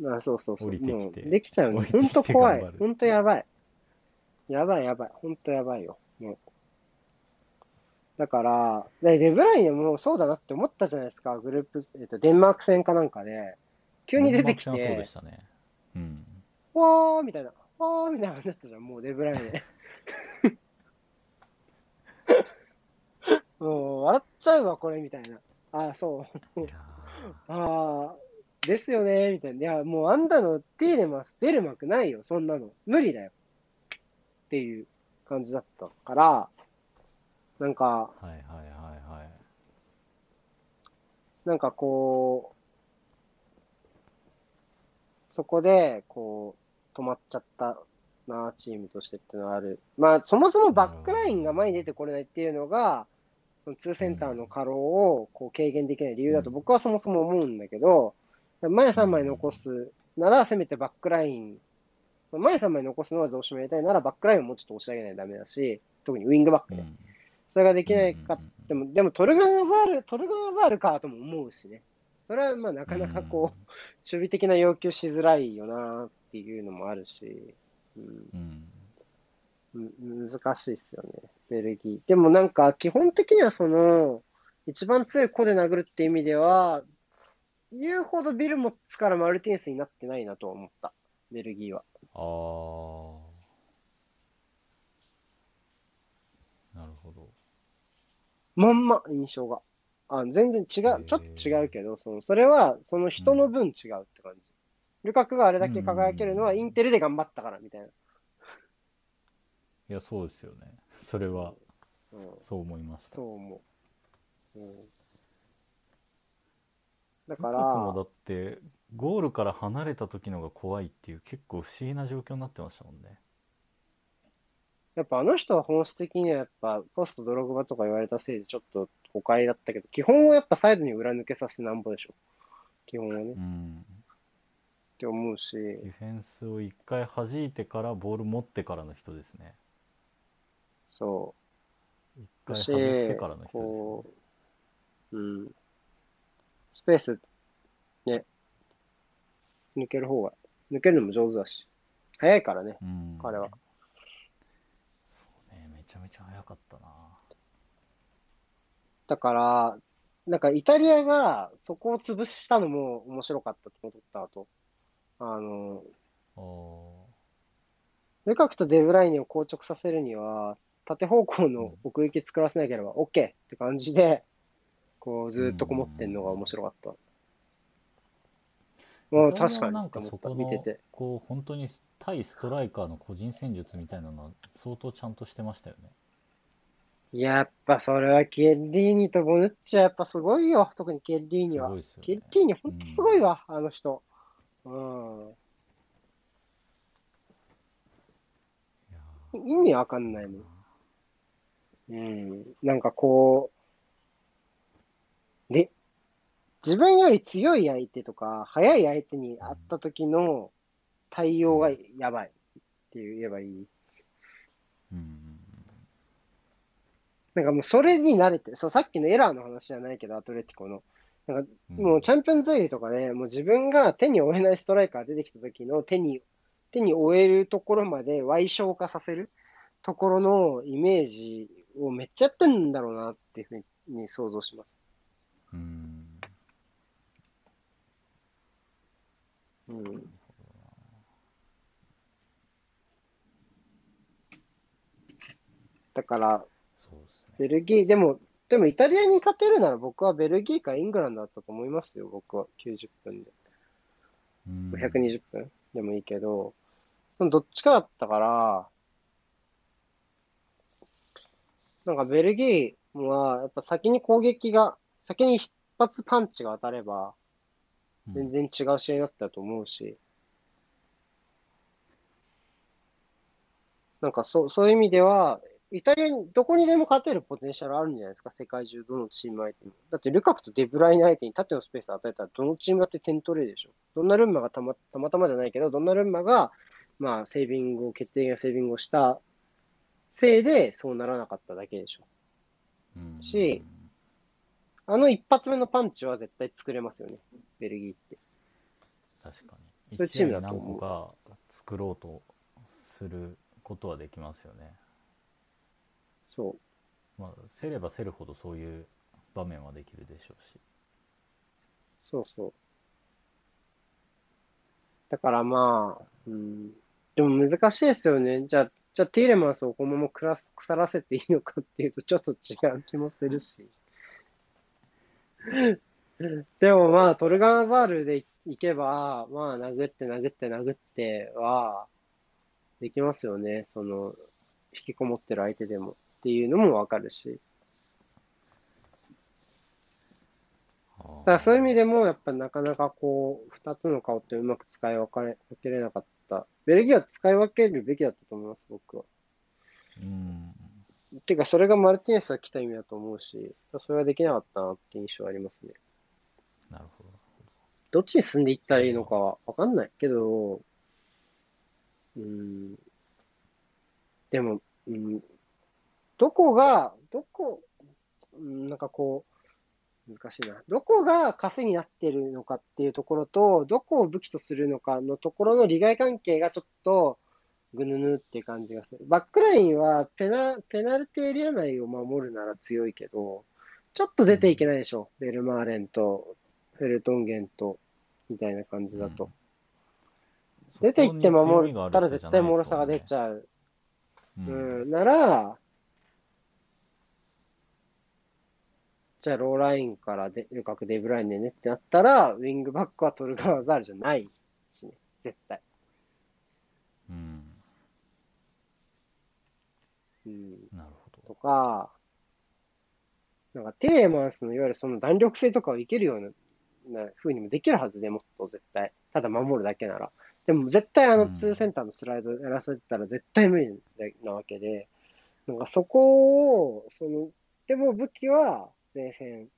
あ、そうそう降りそう。もう、 てきて、 できちゃうね。ほん降りてきと怖い。 て頑張る。 ほんとやばい。やばいやばい。ほんとやばいよ。もう。だから、でデブライネもそうだなって思ったじゃないですか。グループ、えっと、デンマーク戦かなんかで、急デに出てンマーク戦はそうできて、 したね。うん。 わーみたいな、わーみたいな感じだったじゃん。もうデブライネ。もう、笑っちゃうわ、これ、みたいな。ああ、そう。 いやああ、ですよね、みたいな。いや、もうあんなのティーレマス出る幕ないよ、そんなの。無理だよ。っていう感じだったから、なんか、 ー、はいはいはいはい。 なんかこう、そこで、こう、止まっちゃった。 な、チームとしてってのはある。まあ、そもそもバックラインが前に出てこれないっていうのが、そのツーセンターの過労をこう軽減できない理由だと僕はそもそも思うんだけど、前さんまい残すならせめてバックライン、前さんまい残すのはどうしてもやりたいならバックラインをもうちょっと押し上げないとダメだし、特にウィングバックで。それができないか、でも、でもトルガン・アザール、トルガン・アザールかとも思うしね。それはまあなかなかこう、守備的な要求しづらいよなっていうのもあるし、うんうん、難しいですよね、ベルギー。でもなんか基本的にはその、一番強い子で殴るって意味では、言うほどビルモッツからマルティネスになってないなとは思った、ベルギーは。 ああ、なるほど。 まんま、印象が。あ、全然違う、ちょっと違うけど、その、それは、その人の分違うって感じ。ルカクがあれだけ輝けるのはインテルで頑張ったからみたいな。 いや、そうですよね。それは、 うん、 そう思いました。 そう思う。うん、だルから、 カクもだって、ゴールから離れた時のが怖いっていう結構不思議な状況になってましたもんね。 やっぱあの人は本質的にはやっぱポストドログバとか言われたせいでちょっと誤解だったけど、基本はやっぱサイドに裏抜けさせてなんぼでしょ。基本はね。っうん。 て思うし、 ディフェンスを一回弾いてからボール持ってからの人ですね。 そ一う。だ回し、 外してからの人ですよね。 こう、うん、スペースね、抜ける方が、抜けるのも上手だし、早いからね、 うん。 彼は。 ね、めちゃめちゃ早かったな。 だから、なんかイタリアがそこを潰したのも面白かったと思った後、あの、 ああ。 ルカクとデブライネを硬直させるには、縦方向うん。 の奥行き作らせなければ OK って感じで、こううんうんうんうずっとこもってんのが面ん。 白かった。 イうん、確かタリアはなんかにって思った、 そこの、 見てて。 こう、本当に対ストライカーの個人戦術みたいなのは相当ちゃんとしてましたよね。 やっぱそれはケッリーニとボヌッチはやっぱすごいよ。特にケッリーニすは。 ごいですよね。 ケッリーニほんとすうん。 ごいわ、あの人。うん。 いや意味わかんないもん。うん。なんかこう、で、自分より強い相手とか、速い相手にー、うん。 会った時の対応がやばいって言えばいい。 うん。 なんかもうそれに慣れてる。そう、さっきのエラーの話じゃないけど、アトレティコの。なんかうん。うん。 もうチャンピオンズリーグとかで、もう自分が手に負えないストライカー出てきた時の手に、手に負えるところまで歪小化させるところのイメージをめっちゃやってんだろうなっていうふうに想像します。 うん。 うん。だから、 そうですね。 ベルギー、でも、でもイタリアに勝てるなら僕はベルギーかイングランドだったと思いますよ、僕は。きゅうじゅっぷんで。 うん。 ひゃくにじゅっぷんでもいいけど、そのどっちかだったから、なんかベルギーは、やっぱ先に攻撃が、先に一発パンチが当たれば、 うん。 全然違う試合になったと思うし、なんかそう、そういう意味では、イタリアにどこにでも勝てるポテンシャルあるんじゃないですか、世界中どのチーム相手にも。だってルカクとデブライネ相手に縦のスペース与えたら、どのチームだって点取れるでしょ。ドンナルンマがたま、たまたまじゃないけど、ドンナルンマが、まあ、セービングを、決定的なセービングをしたせいで、そうならなかっただけでしょ。 うん。 し、あの一発目のパンチは絶対作れますよね、ベルギーって。 確かに。一そういうチーム試合に何個だと思う。 か作ろうとすることはできますよね。 そう。 まあ、競れば競るほどそういう場面はできるでしょうし。 そうそう。だからまあ、うん。でも難しいですよね。じゃあ、じゃあティーレマンスをこのまま腐らす腐らせていいのかっていうとちょっと違う気もするし。でもまあ、トルガンアザールでいけば、まあ、殴って殴って殴っては、できますよね。その、引きこもってる相手でもっていうのもわかるし。 あだからそういう意味あ。 でも、やっぱなかなかこう、二つの顔ってうまく使い分かれ、分けれなかっ 。ベルギーは使い分けるべきだったと思います、僕は。 うん。 てか、それがマルティネスが来た意味だと思うし、それはできなかったなって印象ありますね。 なるほど。 どっちに進んでいったらいいのまあ、 かはわかんないけど、うん、でも、うん、どこが、どこ、うん、なんかこう、難しいな。どこが枷になってるのかっていうところと、どこを武器とするのかのところの利害関係がちょっと、ぐぬぬっていう感じがする。バックラインはペナ、ペナルティエリア内を守るなら強いけど、ちょっと出ていうん。 けないでしょ。ベルマーレンと、フェルトンゲンと、みたいな感じうん。 だと。 そ出て行ってこに強守っみがあるたら絶人じゃないで対脆さがすもんね。 出ちゃう。ううん。 ん、なら、じゃあローラインからで、ルカク、デブライネねってなったら、ウィングバックはトルガワザールじゃないしね。絶対。 うん。 うん。 なるほど。 とか、なんかテーレマンスのいわゆるその弾力性とかをいけるようなな風にもできるはずでもっと絶対。ただ守るだけなら。でも絶対あのツーうん。 センターのスライドやらせてたら絶対無理なわけで、なんかそこを、その、でも武器は前線。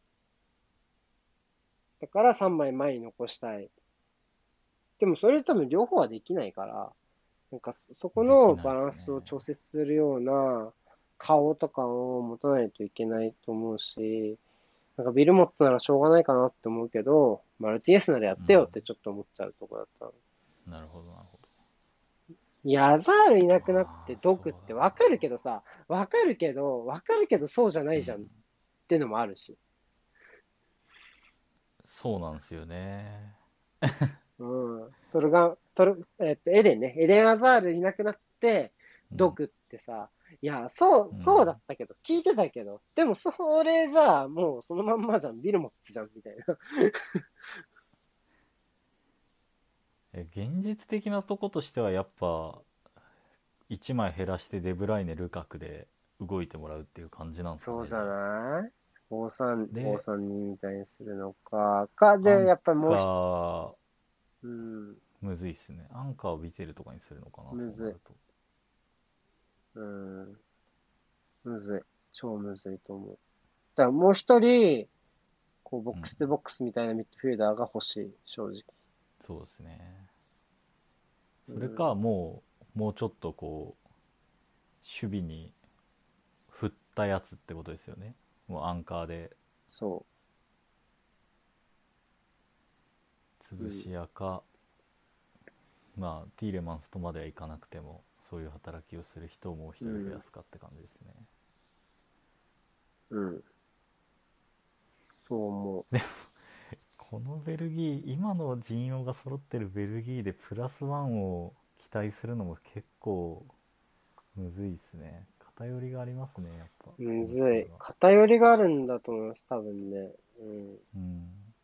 だからさんまい前に残したい。でもそれ多分両方はできないから、なんかそそこできのバランないですね。 スを調節するような顔とかを持たないといけないと思うし、なんかビルモッツならしょうがないかなって思うけど、マルティエスならやってよってちょっと思っちゃうとこだったの。 うん。なるほど、なるほど。 いや、アザールいなくなってああ、そうドクってわかだるけどさ、わかるけど、わかるけどそうじゃなな。うん。 いじゃんってのもあるし。 そうなんですよね。 うん。トルガン、トル、えっと、エデンね。エデン・アザールいなくなって、 うん。 ドクってさ、いや、そう、 うん。 そうだったけど、聞いてたけど、でもそれじゃあ、もうそのまんまじゃん、ビルモッツじゃん、みたいな。 え、現実的なとことしてはやっぱいちまい減らしてデブライネ・ルカクで動いてもらうっていう感じなんですかね、 そうじゃじゃあ。 ない ?ごさん、 で、 ごさんにみたいにするのか。か、で、 アンやっぱりもうカひ、 ー、 うん、 むずいっすね。アンカーをビテルとかにするのかな、 むずそうなると。 い。うん、むずい。超むずいと思う。だからもう一人、こう、ボうん。 ックスでボックスみたいなミッドフィルダーが欲しい、正直。 そうですね。それか、 うん、 もう、もうちょっとこう、守備に振ったやつってことですよね。もうアンカーでそう。うん、 潰し屋か、まあ、ティーレマンスとまではいかなくても、そういう働きをする人をもう一人増やうん、 すかって感じですね。 うん。そう思このベルギー、今の陣容が揃ってるベルギーでプラスワンを期待するのも結構むずいっすね。偏りがありますね、やっぱ、こう。むのずい。 チームは。 偏りがあるんだと思います、多分ね。うん。 うん。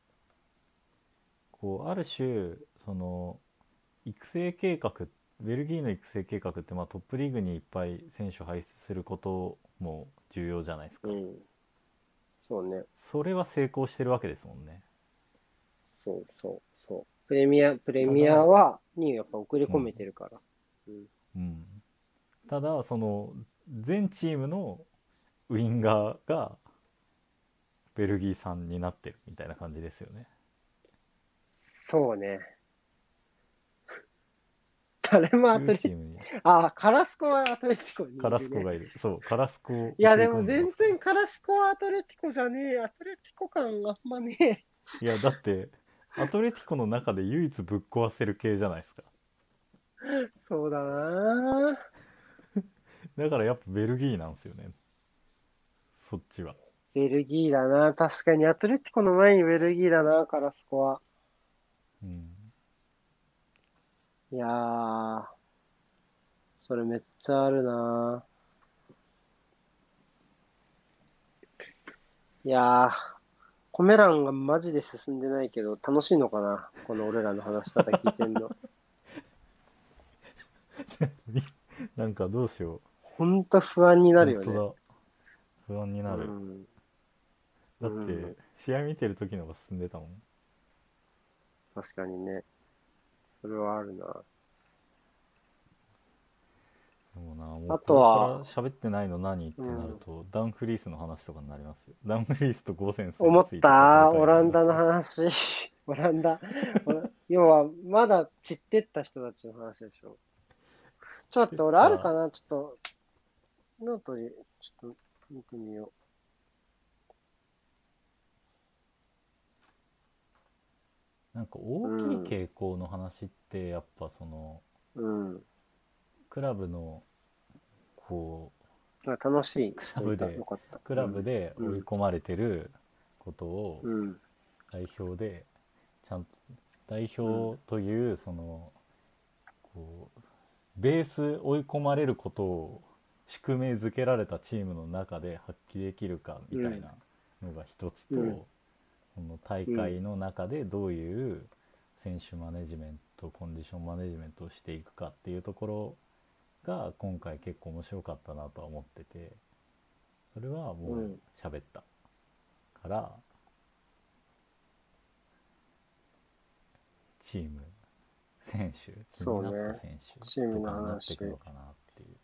こう、ある種、その、育成計画、ベルギーの育成計画って、まあ、トップリーグにいっぱい選手を輩出することも重要じゃないですか。 うん。そうね。 それは成功してるわけですもんね。 そう、そう、そう。プレミア、プレミアただ、 は、にやっぱ送り込うん、 めてるから。うん。 うん。ただ、その、全チームのウインガーがベルギー産になってるみたいな感じですよね。 そうね。誰もアトレティ、 中チームにあ、カラスコはアトレティコにカラいるね。 スコがいる。そう、カラスコをいや、 送りでも込んでますから。 全然カラスコはアトレティコじゃねえ。アトレティコ感あんまねえ。 いや、だって、アトレティコの中で唯一ぶっ壊せる系じゃないですか。 そうだな。 だからやっぱベルギーなんですよね。そっちは。 ベルギーだな。確かにアトレティコの前にベルギーだな、カラスコは。 うん。 いやー、それめっちゃあるな。いやー、コメ欄がマジで進んでないけど、楽しいのかなこの俺らの話ただ聞いてんの。 なんかどうしよう。 ほんと不安になるよね。 本当だ。不安にうなる。 ん。うだって、 ん。 試合見てる時の方が進んでたもん。 確かにね。それはあるな。 もあうことれからは、 喋ってないの何ってうん、 なると、ダウンフリースの話とかになりますよ。ダウンフリースとゴーセンスに思っついて語るたオ回になランダのりますよ。 話。オランダ。オラ要は、まだ散ってった人たちの話でしょ。ちょっと待って、俺あるかたなちょっと、ノートに、ちょっと見てみよなんかう。 大きいうん、 傾向の話ってやっぱそのうん。 クラブのこうあ、楽しいクラ人いた。 ブでよかった。 クラブうん、 で追いうん、 込まれてることをうん、 代表でちゃんと代うん、 表というそのこうベース追い込まれることを宿命づけられたチームの中で発揮できるかみうん、 たいなのが一つうん、 と、この大うん。 会の中でどういう選手マネジメントコンディションマネジメントをしていくかっていうところが今回結構面白かったなとは思ってて、それはもうんう喋ったからチーム選手気になったそうね。 選チームの手とかになってい話、 くのかなっていう、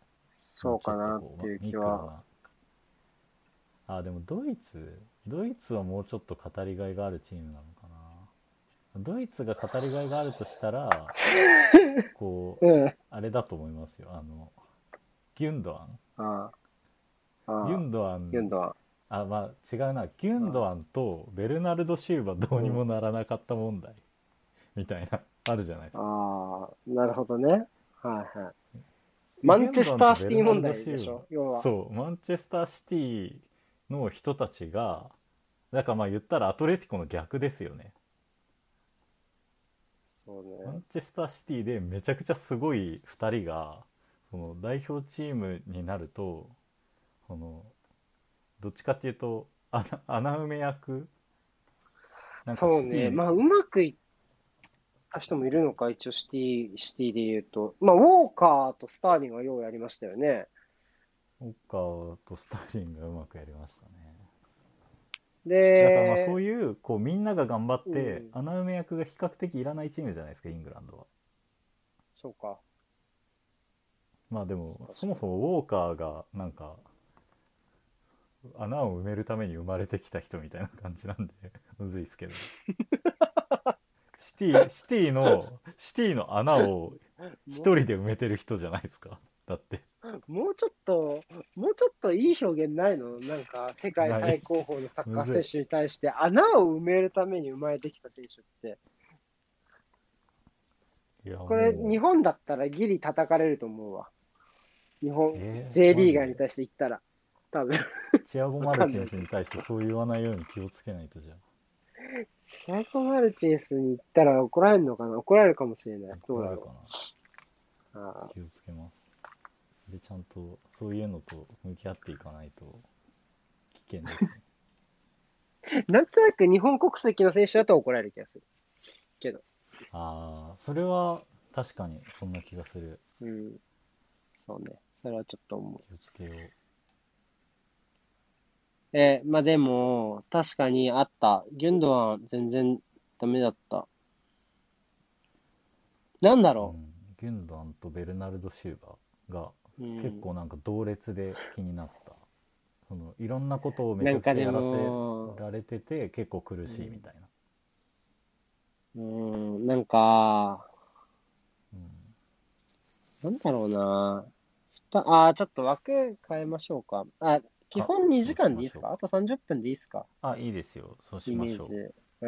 もうちょそうかっとこう、ま、 なっていう気は。 ミクロな。あ、でもドイツドイツはもうちょっと語りがいがあるチームなのかな。ドイツが語りがいがあるとしたらこううん。 あれだと思いますよ。あのギュンドアンああ、 ギュああ、 ンドアンユンドは。 あ、まあ違うな、ギュンドあアンとベルナルド・シウバどうにもうん。 ならなかった問題みたいなあるじゃないですか。 ああ、なるほどね。はいはい。マギュンチェンドアンとスターシティベルナルド・問題シウバ、 でしょ、要は。 そうマンチェスターシティの人たちが、だからまあ言ったらアトレティコの逆ですよね。 そうね。 マンチェスターシティでめちゃくちゃすごいふたりがその代表チームになると、そのどっちかっていうと穴穴埋め役、なんかそうね。 シティ、 まあ、うまくいった人もいるのか、一応シティ、シティで言うと。まあ、ウォーカーとスターリングはようやりましたよね。 オッカーとスターリンがうまくやりましたね。だからまあそで、 ういうこうみんなが頑張ってうん、 穴埋め役が比較的いらないチームじゃないですかイングランドは。 そうか。 まあでもそ確かに。 もそもウォーカーがなんか穴を埋めるために生まれてきた人みたいな感じなんでむずいですけど、シティシティのシティの穴を一も人で埋めてる人じゃないですか。だってう、もうちょっと、もうちょっといい表現ないのなんか、世界ない最高峰のサッカー選むず手に対して穴を埋めるために生まれてきた選手って。 い。いやこれ、 も日本だったらギリ叩かれると思うわ。日う本、 えー、 J マジでリーガーに対して言ったら。多分。 チアゴ・わマルかんないけど。 チンスに対してそう言わないように気をつけないと。じゃシャイコ・マルチンスに言ったら怒られるのかな怒られるかもしれない。 あどうだろ怒られるかな。 う。あ気をつけます。でちゃんとそういうのと向き合っていかないと危険ですね。 ーなんとなく日本国籍の選手だと怒られる気がする。けど。 ああ、それは確かにそんな気がする。 うん。そうね。それはちょっと思う。 気をつけよう。 えーまあでも、確かにあった。ギュンドは全然ダメだった。なんだろうん、ギュンドアンとベルナルド・シューバーがう。うん。 結構なんか同列で気になった。そのいろんなことをめちゃくなんかでちゃやらせも、 られてて結構苦うん、 しいみたいな。 うん、なんか、 うん、 なんだろうな。ふた、あー、ちょっと枠変えましょうか。あ、基あ、 本2 そう時間でいいですしましょうか。 かあとさんじゅっぷんでいいですかあ、いいですよ、そうしイましょメージ。うん。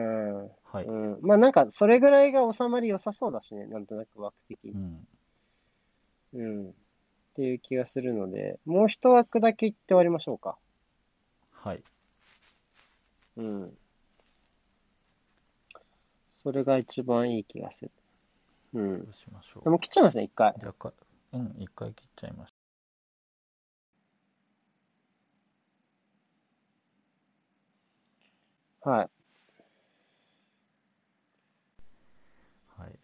う。はい。 うん。まあなんか、それぐらいが収まり良さそうだしね。なんとなく枠的に。 うん。 うん。っていう気がするので、もう一枠だけ言って終わりましょうか。 はい。 うん。それが一番いい気がする。うん。 そうしましょでも切っちゃいますね、一回。 う。じゃあか、うん、一回切っちゃいましはい。 ょう。はい。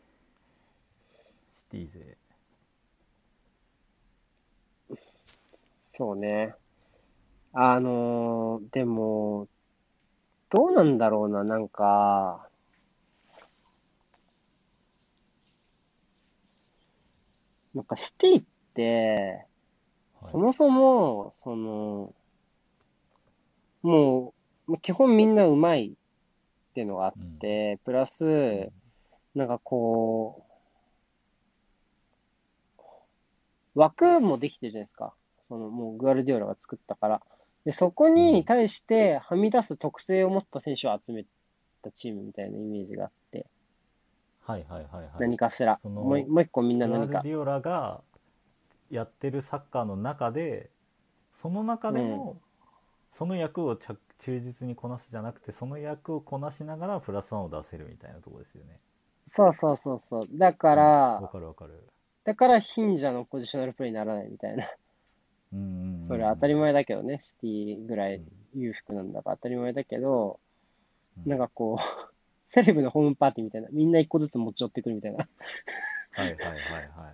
シティ勢。 そうね。あのーでも、どうなんだろうな、なんか、なんかシティって、 はい。 そもそも、その、もう、もう基本みんな上手いっていうのがあっうん。 て、プラうん。 ス、なんかこう、枠もできてるじゃないですか。その、もうグアルディオラが作ったから。で、そこうん。 に対してはみ出す特性を持った選手を集めたチームみたいなイメージがあって、 はいはいはいはい。 何かしら。もうい、 その、 もう一個みんなグア何か。 ルディオラがやってるサッカーの中で、その中うん。 でも、その役を着忠実にこなすじゃなくて、その役をこなしながらプラスワンを出せるみたいなところですよね。 そうそうそうそう。だかうん、わら、 かるわかる。 だから貧者のポジショナルプレイにならないみたいな。 うんうんうんうそれは当たりん。 前だけどね。シティぐらいうん裕福なんだから当たり前だけど、 うん。 なんかこう、セレブのホームパーティーみたいな。みんな一個ずつ持ち寄ってくるみたいな。 はいはいはいはい。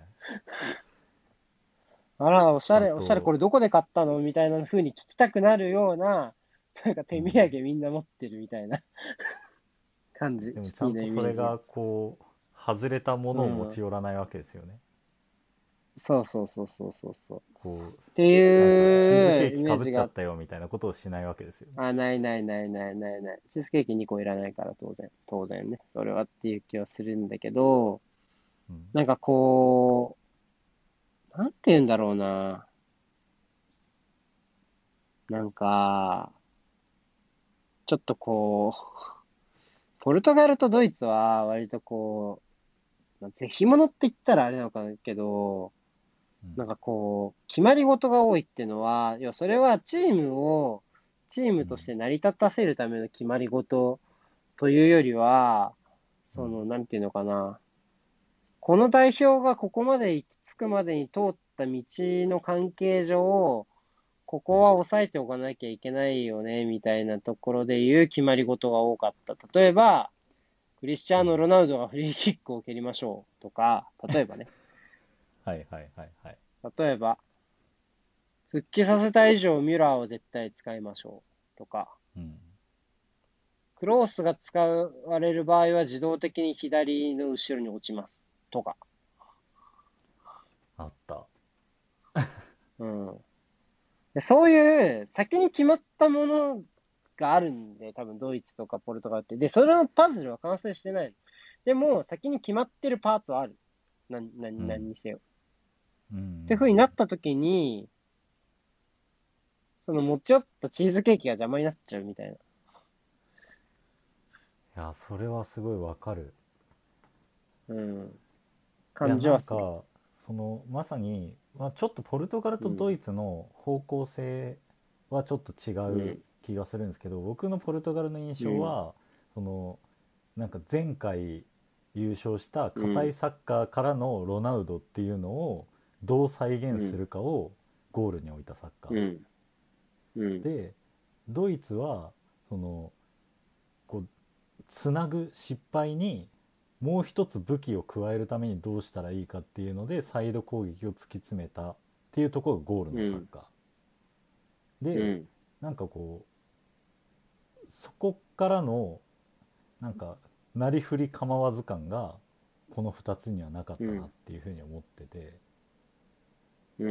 あら、おしゃあれ、おしゃれ、こと、 れどこで買ったのみたいな風に聞きたくなるような、なんか手土うん、 産みんな持ってるみたいな感じ。 でもシティのちゃんとイメージが。 それがこう外れたものを持うん。 ち寄らないわけですよね。 そうそうそうそうそうそう。っこうてなんかチーズケいうイーキかぶっメージが、 ちゃったよみたいなことをしないわけですよね。 あ、ないないないないないない。チーズケーキにこいらないから当然。当然ね。それはっていう気はするんだけど、 うん。 なんかこう、なんて言うんだろうな。なんか、ちょっとこう、ポルトガルとドイツは割とこう、まあ、是非者って言ったらあれなのかなけど、 うんなんかこう、決まり事が多いっていうのは、要はそれはチームを、チームとしうんて成り立たせるための決まり事というよりは、 うん。 その、なんていうのかな。この代表がここまで行き着くまでに通った道の関係上、こうん。 こは抑えておかなきゃいけないよね、みたいなところでいう決まり事が多かった。例えば、クリスチャーノ・うん。 ロナウドがフリーキックを蹴りましょうとか、例えばね。 はいはいはいはい。 例えば、復帰させた以上ミュラーを絶対使いましょうとか、 うん。 クロースが使われる場合は自動的に左の後ろに落ちますとか。 あった。 うん。でそういう先に決まったものがあるんで、多分ドイツとかポルトガルって。で、それのパズルは完成してないの。でも、先に決まってるパーツはある。な、な、 うん。 何にせよ。っうんうんうん。 て風になった時に、その持ち寄ったチーズケーキが邪魔になっちゃうみたいな。 いやそれはすごいわかる。 うん。 いやな感じはする。 んかそのまさに、まあ、ちょっとポルトガルうん。 とドイツの方向性はちょっと違ううん。 気がするんですけど、僕のポルトガルの印うん。 象はそのなんか前回優勝したうん。 硬いサッカーからのロナウドっていうのをどう再現すうん。 るかをゴールに置いたサッカーうん。うん。 で、ドイツはそのこうつなぐ失敗にもう一つ武器を加えるためにどうしたらいいかっていうのでサイド攻撃を突き詰めたっていうところがゴールのサッうん。 カーで、 うん。 なんかこうそこからのなんかなりふり構わず感がこのふたつにはなかったなっうん。 ていうふうに思ってて、 うん。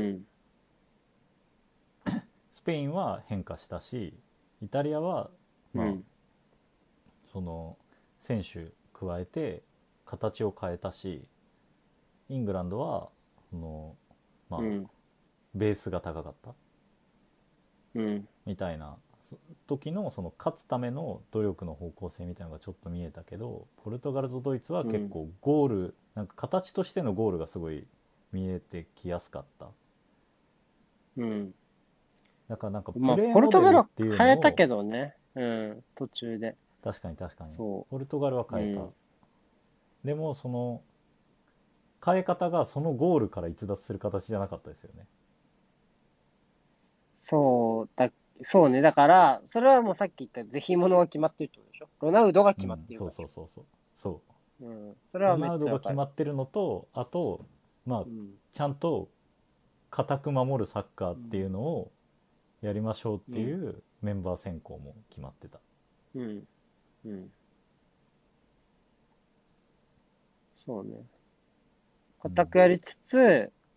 スペインは変化したし、イタリアはまあうん。 その選手加えて形を変えたし、イングランドはそのまあうん。 ベースが高かったうん。 みたいな時のその勝つための努力の方向性みたいなのがちょっと見えたけど、ポルトガルとドイツはうん。 結構ゴールなんか形としてのゴールがすごい見えてきやすかった。 うん。 だからなんかプまあ、 レーポルトガルはモデルっていうの変えたを、 けどね。うん。途中で。 確かに確かにそポルトガルはう。う変えた。 ん。 でもその変え方がそのゴールから逸脱する形じゃなかったですよね。 そうだ、そうね。だから、それはもうさっき言った是非者が決まってるってことでしょ。ロナウドが決まっうん、そうてるからでしょ。 そうそうそう。そうん。それう。ロはめっナウドが決ちゃわかる。 まってるのと、あと、まあ、 うん。 ちゃんと固く守るサッカーっていうん。 うのをやりましょうっうん。 ていうメンバー選考も決まってた。 うん。うん。そうね。 うん。 固くやりつつ、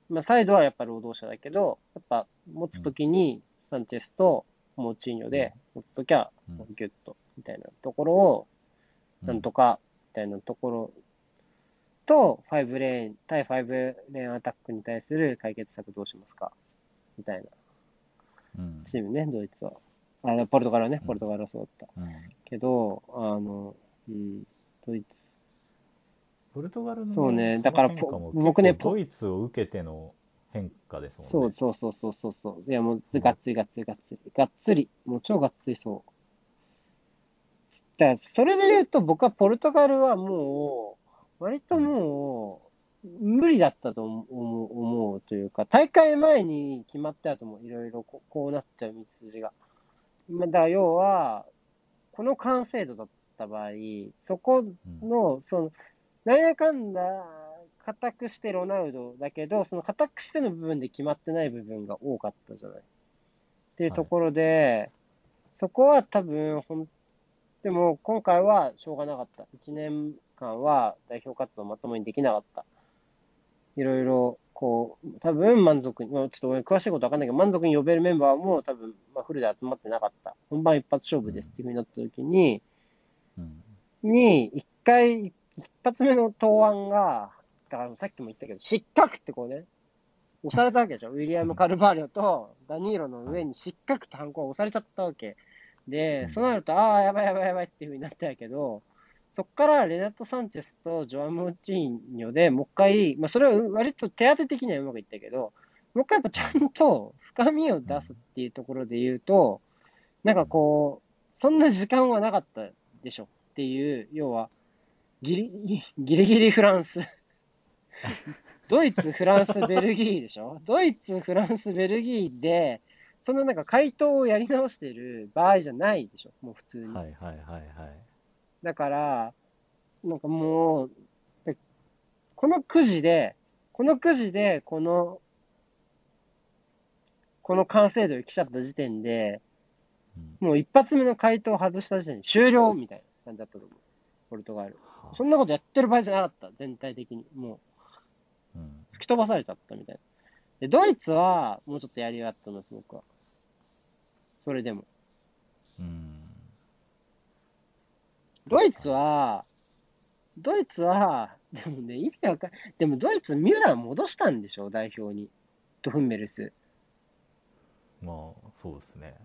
まあ、サイドはやっぱ労働者だけど、やっぱ持つとうんきにサンチェスとモーチーニョうんで、持つときはうんギュッと、みたいなところを、なんうんとか、みたいなところと、ファイブレーン、対ファイブレーンアタックに対する解決策どうしますかみたいなうんチームね、ドイツは。あ、ポルトガルはね、 うんポルトガルはそうだった。 うんけど、あの、うん、ドイツ。 ポルトガルのそうね、 そのだからポ、 変化も結僕ね、ポ、 構ドイツを受けての変化ですもんそうね。 そうそうそうそうそう。いや、もう、がもっつりがっつりがっつり。がっつり。もう超がっつりそう。だからそれで言うと、僕はポルトガルはもう、割とう、うんもう、無理だったと思う、思うというか、大会前に決まった後もいろいろここうなっちゃう道筋が。まあ、だから要は、この完成度だった場合、そこうんの、その、なんやかんだ、固くしてロナウドだけど、その固くしての部分で決まってない部分が多かったじゃない。っていうはいところで、そこは多分、ほん、でも今回はしょうがなかった。いちねんかんは代表活動まともにできなかった。いろいろ、こう、多分満足に、まあ、ちょっと俺詳しいことわかんないけど、満足に呼べるメンバーも多分、まあ、フルで集まってなかった。本番一発勝負ですっていう風になった時に、 うんに、一回、一発目の答案が、だからさっきも言ったけど、失格ってこうね、押されたわけでしょ。ウィリアム・うんカルバーリョとダニーロのはい、 上に失格ってハンコが押されちゃったわけ。で、 うんそうなると、ああ、やばいやばいやばいっていう風になったんやけど、そっからレナット・サンチェスとジョアン・モーチーニョでもう一回、まあそれは割と手当て的にはうまくいったけど、もう一回やっぱちゃんと深みをうん出すっていうところで言うと、なんかうんこう、そんな時間はなかったでしょっていう、要は、ギリ、ギリギリフランス。ドイツ、フランス、ベルギーでしょ。ドイツ、フランス、ベルギーで、そのなんか回答をやり直してる場合じゃないでしょ。もう普通に。 はいはいはいはい。 だから、なんかもう、でこのくじで、このくじで、この、この完成度に来ちゃった時点で、 うんもう一発目の回答を外した時点で終了みたいな感じだったと思う。ポルトガル。 はそんなことやってる場合じゃなかった。全体的に。もうんう、吹き飛ばされちゃったみたいな。で、ドイツは、もうちょっとやりがあったと思います、僕は。それでも。 うんドイツ確かに。 は、ドイツは、でもね、意味わかん、でもドイツ、ミュラー戻したんでしょ代表に。ドフンメルス。 まあそうですね。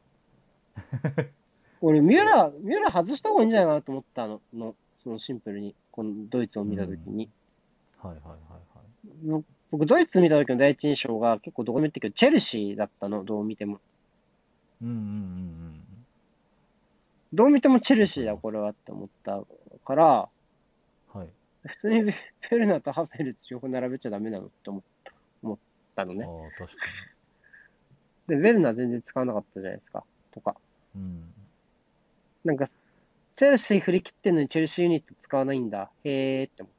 俺、ミュラー、ミュラー外した方がいいんじゃないかなと思ったの、の、そのシンプルに。このドイツを見たときうんに。 はいはいはいはい。 僕、ドイツ見た時の第一印象が結構どこでも言ったけど、チェルシーだったの、どう見ても。 うんうんうんどう見てもチェうん。 ルシーだ、 わかります。 これはって思ったから、 はい。 普通にフェルナーとハフェルツ両方並べちゃダメなのって思思ったのね。 ああ確かで、ベルナー全然使わなかったじゃないですか。とか。 に。うんなんか、チェルシー振り切ってんのにチェルシーユニット使わないんだ。へーって思った。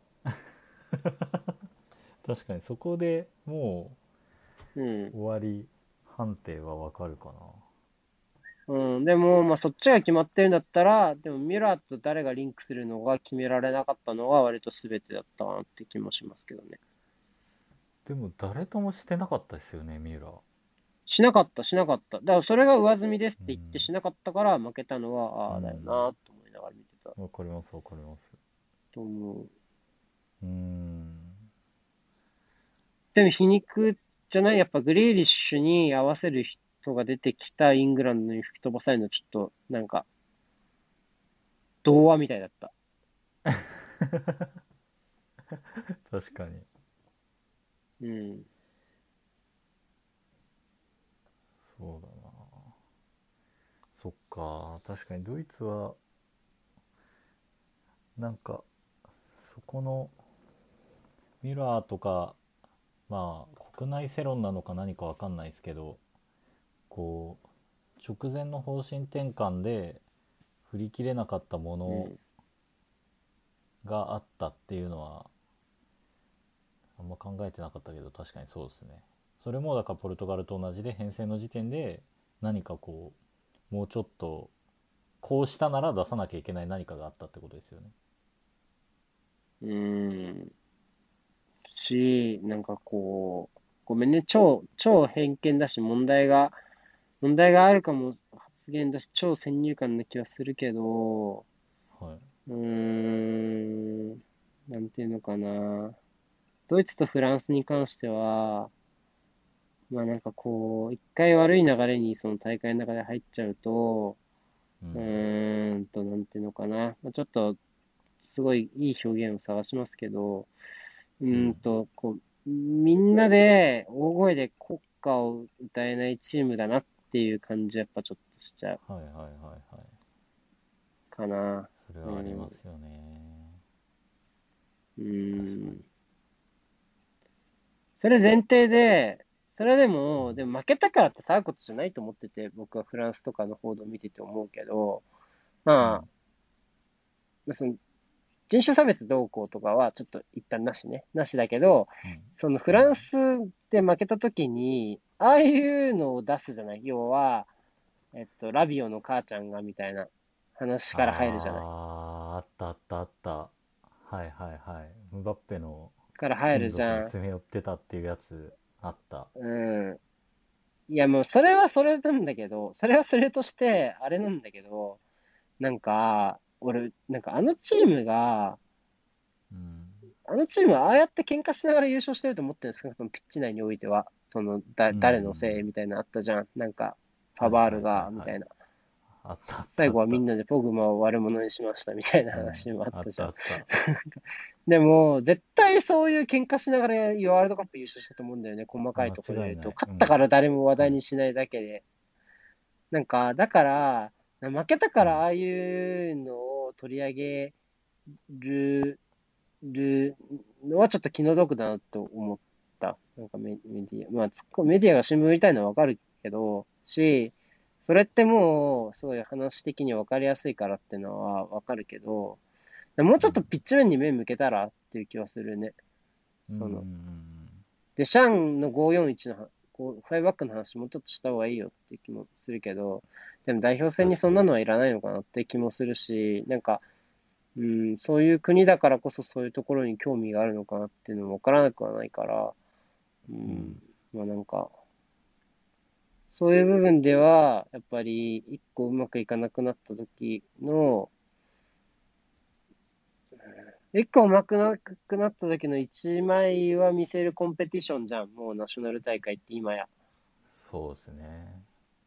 確かにそこでもうん。 う終わり判定はわかるかな。 うん。でも、まあ、そっちが決まってるんだったら、でもミュラーと誰がリンクするのが決められなかったのが割と全てだったかなって気もしますけどね。 でも誰ともしてなかったですよねミューラー。 しなかった、しなかった。だからそれが上積みですって言ってうんしなかったから負けたのは、ああだよなうんと思いながら見てたわかりますわかります。 と思う。 うーんでも皮肉じゃないやっぱグリーリッシュに合わせる人が出てきたイングランドに吹き飛ばされるのちょっと、なんか、童話みたいだった。 確かに。 うん。 そうだな。そっか確かにドイツはなんかそこのミュラーとかまあ国内世論なのか何かわかんないですけどこう直前の方針転換で振り切れなかったものうん。 があったっていうのはあんま考えてなかったけど確かにそうですね。それもだからポルトガルと同じで編成の時点で何かこうもうちょっとこうしたなら出さなきゃいけない何かがあったってことですよね。 うん。 し、なんかこう、ごめんね、超、超偏見だし、問題が、問題があるかも発言だし、超先入観な気はするけど、 はい。 うーん、なんていうのかな。ドイツとフランスに関しては、まあなんかこう、一回悪い流れにその大会の中で入っちゃうと、ううん。 ーんと、なんていうのかな。まあ、ちょっと、すごいいい表現を探しますけど、ううん。 ーんと、こう、みんなで大声で国歌を歌えないチームだなっていう感じやっぱちょっとしちゃうはいはいはいはい。 かな。 それうん、 はありまうすよね。 ー確かに。 ん。それ前提で、それでも、でも負けたからって騒ぐことじゃないと思ってて、僕はフランスとかの報道を見てて思うけど、まうん。 あ、その人種差別どうこうとかはちょっと一旦なしね。なしだけど、 うん。 そのフうん。 ランスで負けた時に、ああいうのを出すじゃない。要は、えっと、ラビオの母ちゃんがみたいな話から入るじゃない。 あー、あったあったあった。はいはいはい。ムバッペのから入親るじゃん。 族に詰め寄ってたっていうやつあった。 うん。いやもうそれはそれなんだけど、それはそれとして、あれなんだけど、なんか、俺、なんかあのチームが、 うん。 あのチームはああやって喧嘩しながら優勝してると思ってるんですか、そのピッチ内においては。その、だ、 うんうんう誰のせいん。 みたいなのあったじゃん。なんか、パバールはいはいはいが、みはい。 たいな。 あったあった最あった。 後はみんなでポグマを悪者にしましたみたいなうん。 話もあっあったじゃん。 たあった。 でも、絶対そういう喧嘩しながらワールドカップ優勝したと思うんだよね。細かい間ところで言うと。 違いない。 勝ったうん。 から誰も話はい。 題にしないだけで。なんか、だから、負けたうん。 からああいうのを取り上げる、るのはちょっと気の毒だなと思った。なんかメ、メディア、まあ、ツッコメディアが新聞売りたいのはわかるけど、し、それってもう、すごい話的にわかりやすいからっていうのはわかるけど、もうちょっとうん。 ピッチ面に目向けたらっていう気はするね。 うんうんうその、 んデシャンのごーよんいちのは、こう、ファイブバックの話もうちょっとした方がいいよっていう気もするけど、でも代表戦に確かに。 そんなのはいらないのかなって気もするし、なんか、うん、そういう国だからこそそういうところに興味があるのかなっていうのもわからなくはないから、ううん。 ん、まあなんか、そういう部分では、やっぱり一個うまくいかなくなった時の、一個うまくなくなった時の一枚は見せるコンペティションじゃん。もうナショナル大会って今や。 そうですね。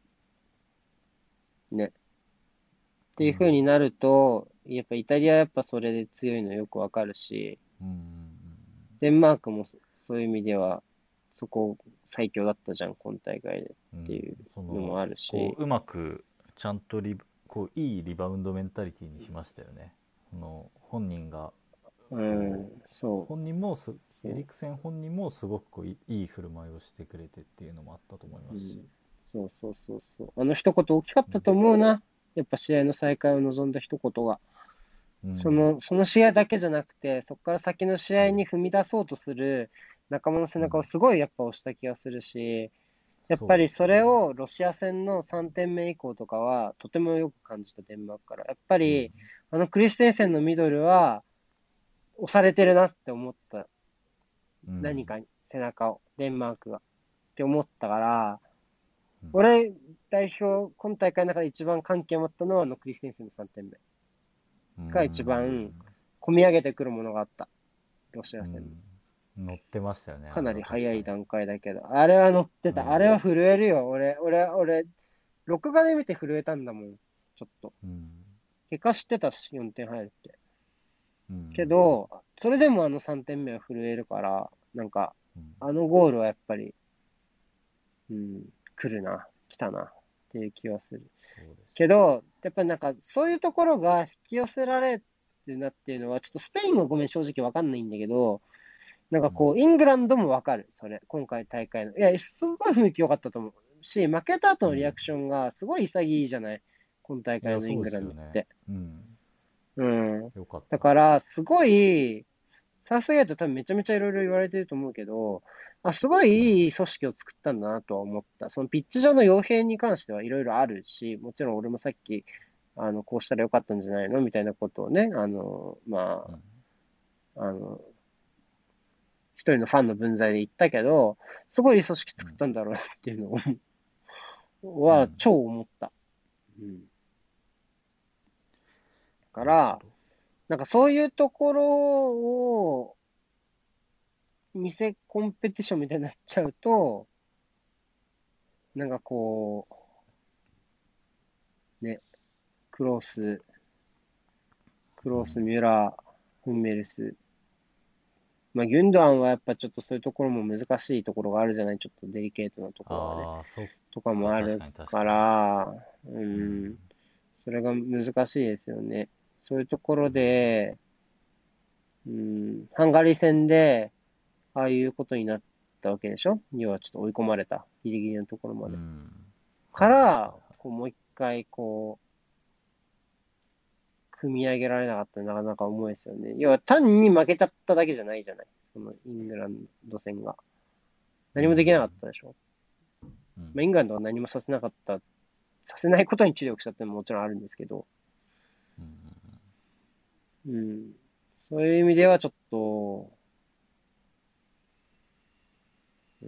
ね。っていう風うん。 になると、やっぱイタリアはやっぱそれで強いのよくわかるし、 うんうんうん。 デンマークもそそういう意味では、そこ最強だったじゃん、今大会でってうん、 いうそののもあるし、 こううまくちゃんとリこういいリバウンドメンタリティにしましたよね。その本人がうこん、そう本人もすう、そエリクセン本人もすごくこういいい振る舞いをしてくれてっていうのもあったと思いまう、うすし。 ん、そうそうそうそう。あの一言大きかったと思うな。やっぱ試合の再開を望んだ一言が。 うん、うん、 その、その試合だけじゃなくて、そこから先の試うん、 合に踏み出そうとする仲間の背うん、 中をすごいやっぱ押した気がするし、やっぱそうでりそすよね。 れをロシア戦のさんてんめ以降とかはとてもよく感じたデンマークから。やっぱうん、 りあのクリステンセンのミドルは押されてるなって思った。 うん、 何かに背中を、デンマークが。って思ったから、 うん、 俺代表、今大会の中で一番関係を持ったのはあのクリステンセンのさんてんめうが一番ん、 込み上げてくるものがあった。ロシア戦の。 うん、乗ってましたよね、あれかなりは確かに。 早い段階だけど、あれは乗ってた。あれうん、 は震えるよ。俺、俺、俺、録画で見て震えたんだもん。ちょっと。 うん、 結果知ってたし、よんてん入るって。 うん、 けど、それでもあのさんてんめは震えるから、なんか、 うん、 あのゴールはやっぱり、うん、来るな、来たな、っていう気はする。 そうですけど、やっぱなんか、そういうところが引き寄せられるなっていうのは、ちょっとスペインはごめん、正直わかんないんだけど、なんかよ。うん、 こう、イングランドもわかる、それ。今回大会の。いや、すごい雰囲気良かったと思うし、負けた後うん、 のリアクションがすごい潔いじゃない。今大いや、 会のインそうグランですよね。 ドって。 うん、 うん。 よかった。 だから、すごい、さすがやと多分めちゃめちゃいろいろ言われてると思うけど、あ、すごうん、 いいい組織を作ったんだなとは思った。そのピッチ上の傭兵に関してはいろいろあるし、もちろん俺もさっき、あの、こうしたらよかったんじゃないのみたいなことをね、あの、まうん、 あ、あの、 人のファンの分際で言ったけど、すごいいい組織作ったんだろうなっていうのをはうん。 超思った。うん。だから、 なるほど。 なんかそういうところを、店コンペティションみたいになっちゃうと、なんかこう、ね、クロス、クロス、 うん。 ミュラー、フンメルス。まあ、ギュンドアンはやっぱちょっとそういうところも難しいところがあるじゃない、ちょっとデリケートなところはね。 ああ、そっとかか、 もある確かに確かかに。 ら、ううん。 ん、それが難しいですよね。そういうところうん。 で、うん、ハンガリー戦で、ああいうことになったわけでしょ。要はちょっと追い込まれた。ギリギリのところまで。 うん。はいはいはいから、 はこうもう一回、こう、組み上げられなかったらなかなか重いですよね。要は単に負けちゃっただけじゃないじゃない。そのイングランド戦が。 い。う何もできなかっん。 たでしょ。 うん。 まあ、イングランドは何もさせなかった、させないことに注力したってのももちろんあるんですけど、 うん。 うん。そういう意味ではちょっと、うん、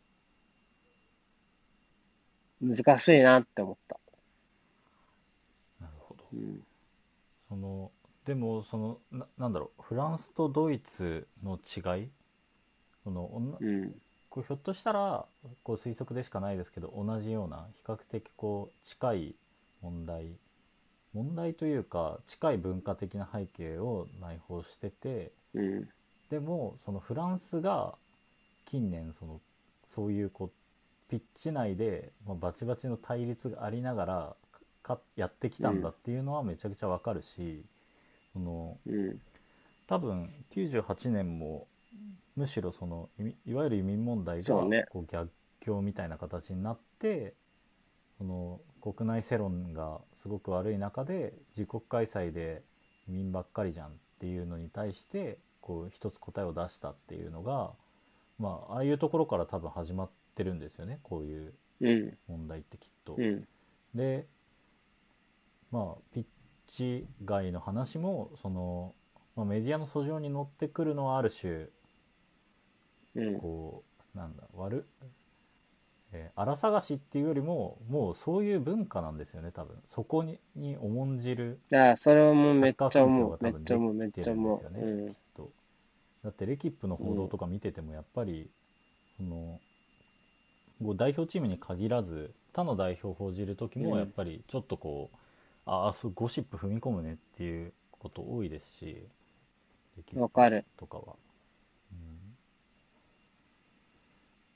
難しいなって思った。 なるほど。 うん。 その、でも、その、な、なんだろう、フランスとドイツの違い、その、おんなうん。 こうひょっとしたら、こう推測でしかないですけど、同じような、比較的こう、近い問題、問題というか、近い文化的な背景を内包してて、 うん。 でも、そのフランスが近年、その、そういうこう、ピッチ内で、まあ、バチバチの対立がありながらかやってきたんだうん。 っていうのはめちゃくちゃわかるし、そのうん。 多分きゅうじゅうはちねんもむしろそのいいわゆる移民問題がそうね。 こう逆境みたいな形になって、その国内世論がすごく悪い中で自国開催で移民ばっかりじゃんっていうのに対してこう一つ答えを出したっていうのが、まあああいうところから多分始まってるんですよね、こういううん。 問題ってきっと。 うん。 で、まあピッチ外の話もその、まあ、メディアの訴状に載ってくるのはある種うん。 こうなんだ悪、えー、荒探しっていうよりももうそういう文化なんですよね、多分そこにに重んじるだからそれもめっサッカーちゃ思う。 環境が多めっ分できちゃ思う。めってるんですちゃ思う。 よね、 うん。 きっと。だってレキップの報道うん。 とか見ててもやっぱりそのこう代表チームに限らず他の代表を報じる時もやっうん。 ぱりちょっとこうああそうゴシップ踏み込むねっていうこと多いですし、レキップわかる。 とかは、うん、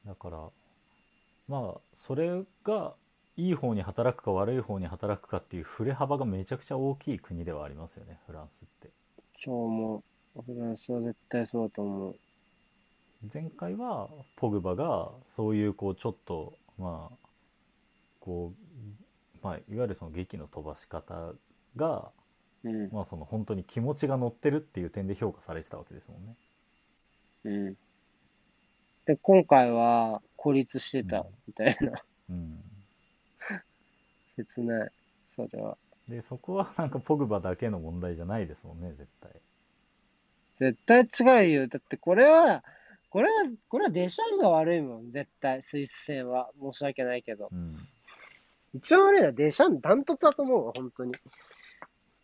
だからまあそれがいい方に働くか悪い方に働くかっていう振れ幅がめちゃくちゃ大きい国ではありますよね、フランスって。 そう思う。フランスは絶対そうだと思う。 前回はポグバがそういうこうちょっとまあこう、まあ、いわゆるその劇の飛ばし方が、 うん。 まあ、その本当に気持ちが乗ってるっていう点で評価されてたわけですもんね。 うん。で、今回は孤立してうん。 た、みたいな。 うん。 切ない。それは。 でそこはなんかポグバだけの問題じゃないですもんね、絶対。 絶対違うよ。だってこれは、これは、これはデシャンが悪いもん。絶対、スイス戦は。申し訳ないけど。 うん。 一番悪いのはデシャンダントツだと思うわ、本当に。 うん。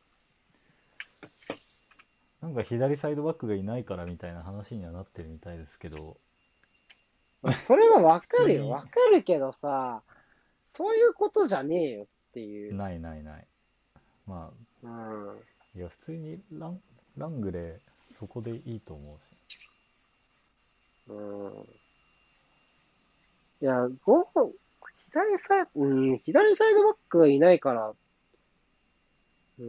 なんか左サイドバックがいないからみたいな話にはなってるみたいですけど、 まあ、それはわ普かるよ。 通に、 わかるけどさ、そういうことじゃねえよっていう。 ないないない。まあ、 うん。 いや、普通にラン、ラングレー、そこでいいと思うし。 うん。いや、ご左サイド、うん、左サイドバックがいないから、うん、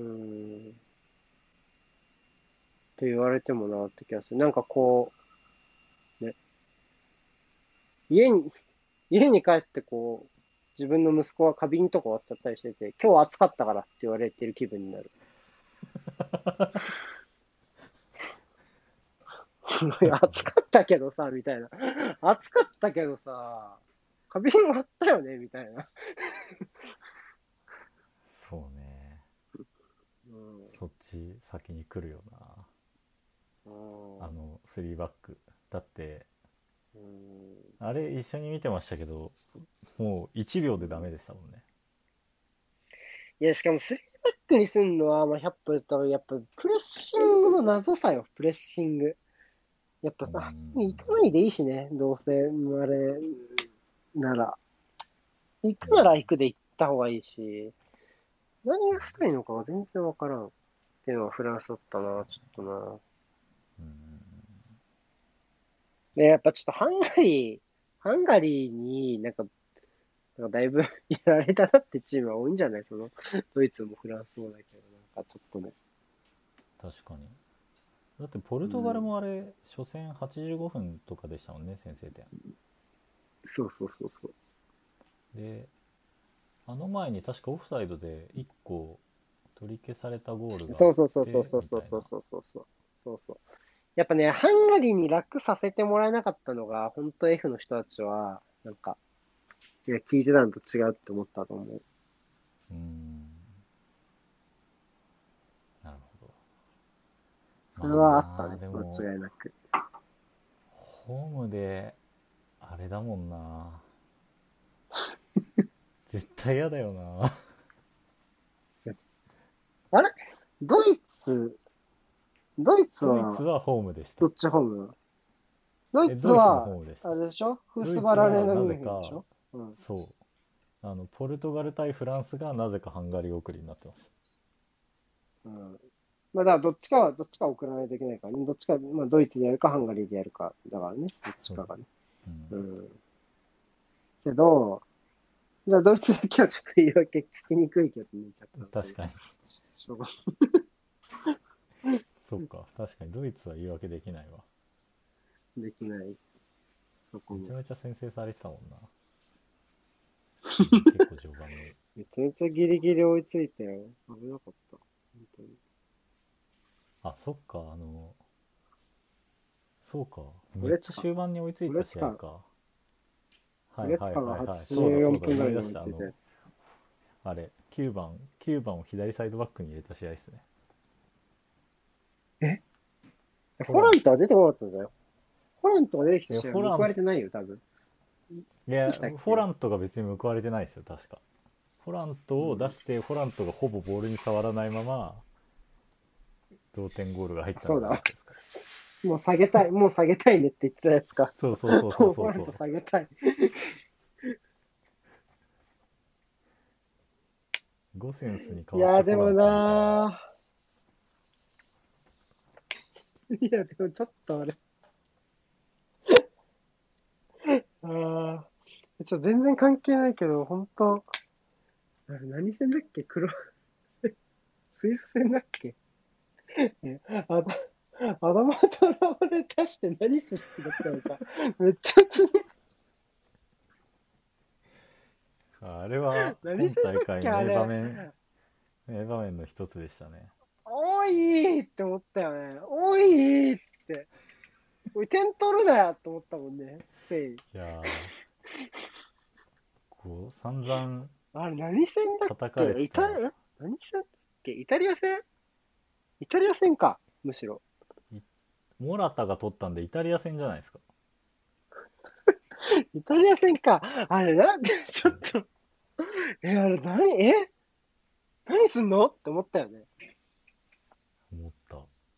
と言われてもなって気がする。なんかこう、ね、家に、家に帰ってこう、自分の息子は花瓶とか割っちゃったりしてて、今日暑かったからって言われてる気分になる。いや暑かったけどさ、みたいな。暑かったけどさ、花瓶割ったよね、みたいな。 そうね。 うん、 そっち先に来るよな。 うん。 あのスリーバックだって。 うん。 あれ一緒に見てましたけど、もういちびょうでダメでしたもんね。 いや、しかもスリーバックにすんのは、まあ、ひゃっぽ言ったら、やっぱ、プレッシングの謎さよ、プレッシング。やっぱ、 うーあ、 ん。 行かないでいいしね、どうせ、あれ、なら。行くならうん。 行くで行った方がいいし、何がしたいのかは全然わからん。っていうのはフランスだったな、ちょっとな。 うん。 で、やっぱちょっとハンガリー、ハンガリーになんか、なんかだいぶやられたなってチームは多いんじゃない？その、ドイツもフランスもだけど、なんかちょっとね。 確かに。だってポルトガルうん。 もあれ初戦はちじゅうごふんとかでしたもんね、先制点そうそうそうそう。 で。あの前に確かオフサイドでいっこ取り消されたゴールがあっそうそうそうそうてそうみたいな。 そうそうそうそう。そうそう。やっぱね、ハンガリーに楽させてもらえなかったのが、本当 F の人たちは、なんか、いや、聞いてたのと違うって思ったと思う。 うーん。なるほど。 それはあっまあたね、間でも違いなく。 ホームであれだもんな。絶対嫌だよな。 あれドイツ、ドイツドイツは、 はホームでした。 どっちホームなの？ドイえドイツもツは、 ホームでした。 あれでしょ？フドスバラレーイツはナミュンヘンでしなぜか、 ょ？うん。 そうあのポルトガル対フランスがなぜかハンガリー送りになってましうん。まあ、だからどっちかは、どっちか送らないといけないからね。どっちか、まあ、ドイツでやるか、ハンガリーでやるか。だからね、どった。そう、 ちかがね。 うん、 うん。けど、じゃあ、ドイツだけはちょっと言い訳聞きにくいけどね、若干その、 確かに。 しょうがそっか、確かにドイツは言い訳できないわ。 できない、そこも。 めちゃめちゃ先制されてたもんな。うん、結構序盤に。 めちゃめちゃギリギリ追いついたよ。危なかった。本当に。 あ、そっか、あのそうか、めっちゃゴレツカ。 終盤に追いついたゴレツカ、 試合か。はいはゴレツカがいはいはい、そうだ 84 そうだ、 分ぐらいに追思い出した。あのいついたやつ。 あれきゅうばんきゅうばんを左サイドバックに入れた試合ですね。 えホランホラントは出てこなかったんだよ。ホラントが出てきた試合はえホラン報われてないよ、多分。 いや、 できたっけ？ フォラントが別に報われてないですよ確か。フォラントを出うん。 してフォラントがほぼボールに触らないまま同点ゴールが入ったのそうだ。 がなかったですか？ もう下げたい。もう下げたいねって言ってたやつか。 そうそうそうそうもうホラントそうそう。 下げたい。 ゴセンスに代いやー、 わってフォラでもントみたいな。 なー。いや、でもちょっとあれ。あー。ちょっと全然関係ないけど、本当あれ何戦だっけ？黒、スイス戦だっけ？えあだ、アダマトラオレ出して何する気だったのか。めっちゃ気に、 あれは何戦今大だっけあ会名場れ。 面名場面の一つでしたね。 おいって思ったよね。おいって。おい、点取るなよって思ったもんね。スペイン。 いやー、こう散々 あれ何戦だっ叩かれけ？イタリてた。 ア、何戦だっけ？イタリア戦？イタリア戦か。むしろ。 モラタが取ったんでイタリア戦じゃないですか。 イタリア戦か。あれなんで、ちょっと、え、あれ何、え何すんのって思ったよね。 思った。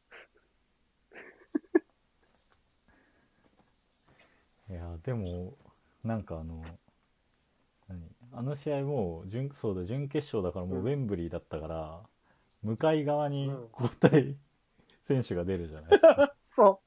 いやでもなんかあの何あの試合もう準そうだ準決勝だからもうウうん。 ェンブリーだったから向かい側にうん。 交代選手が出るじゃないですか。 そう。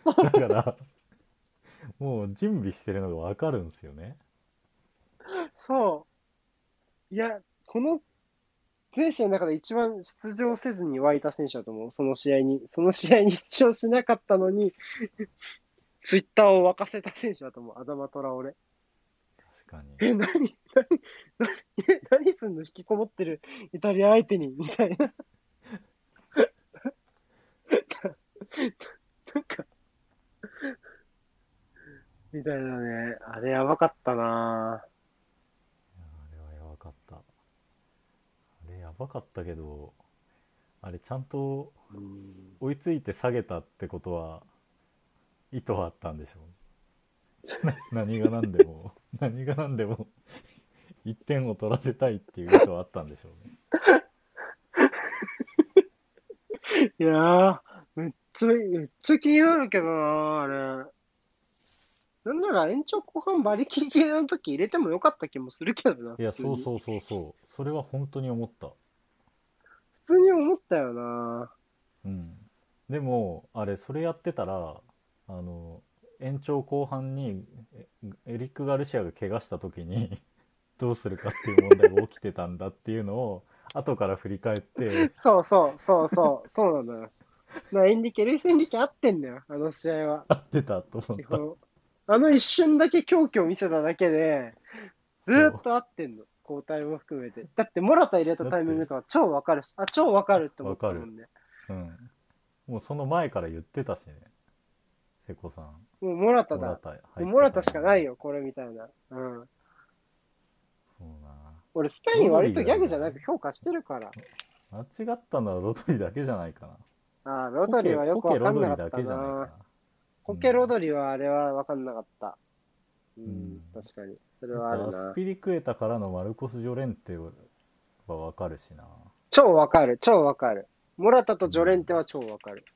だからもう準備してるのがわかるんですよね。 そう。いや、この全試合の中で一番出場せずに湧いた選手だと思う。その試合に。その試合に出場しなかったのに、ツイッターを沸かせた選手だと思う。アダマトラオレ。 確かに。 え、何、何、何、え何すんの？引きこもってるイタリア相手に、みたいな。なんか、みたいなね。あれやばかったなあれはやばかった。あれやばかったけど、 あれちゃんとうん追いついて下げたってことは意図はあったんでしょう。何が何でも何が何でもいってんを取らせたいっていう意図はあったんでしょうね。 いやー、めっちゃ、めっちゃ気になるけどな、あれ。なんなら延長後半バリキリ系の時入れてもよかった気もするけどな、 いや、 普通に。 そうそうそうそう。それは本当に思った。 普通に思ったよな。 うん。でも、あれ、それやってたら、あの、延長後半にえエリック・ガルシアが怪我した時にどうするかっていう問題が起きてたんだっていうのを後から振り返って、 そうそう、そうそう、そうなのよ。な、エンリケ、ルイス・エンリケ合ってんだよ、あの試合は。 合ってたと思った。 基本。あの一瞬だけ狂気を見せただけで、ずーっそと合ってんの。交代も含めて。だって、モラタ入れたう。だっタイミングて、 とか超わかるし、あ、超わかるって思っわかる。 たもんね。 うん。もうその前から言ってたしね、瀬古さん。 もうモラタだ。 モラタ入もうってたんだモラタしかないね。 よ、これみたいな。うん。 そうな。 俺、スペイロドン割とギャグじゃリがいいな。 なく評価してるから。 間違ったのはロドリだけじゃないかな。 ああ、ロコケ、 ドリはよくわコケロドかんなかったリだけじゃないかな。 な。うコケロん。 ドリはあれはわかんなかった。ううん。 ん、確かに。それだっはあるな。 てアスピリクエタからのマルコス・ジョレンテはわかるしな。 超わかる、超わかる。モラタとジョレうん。 ンテは超わかる。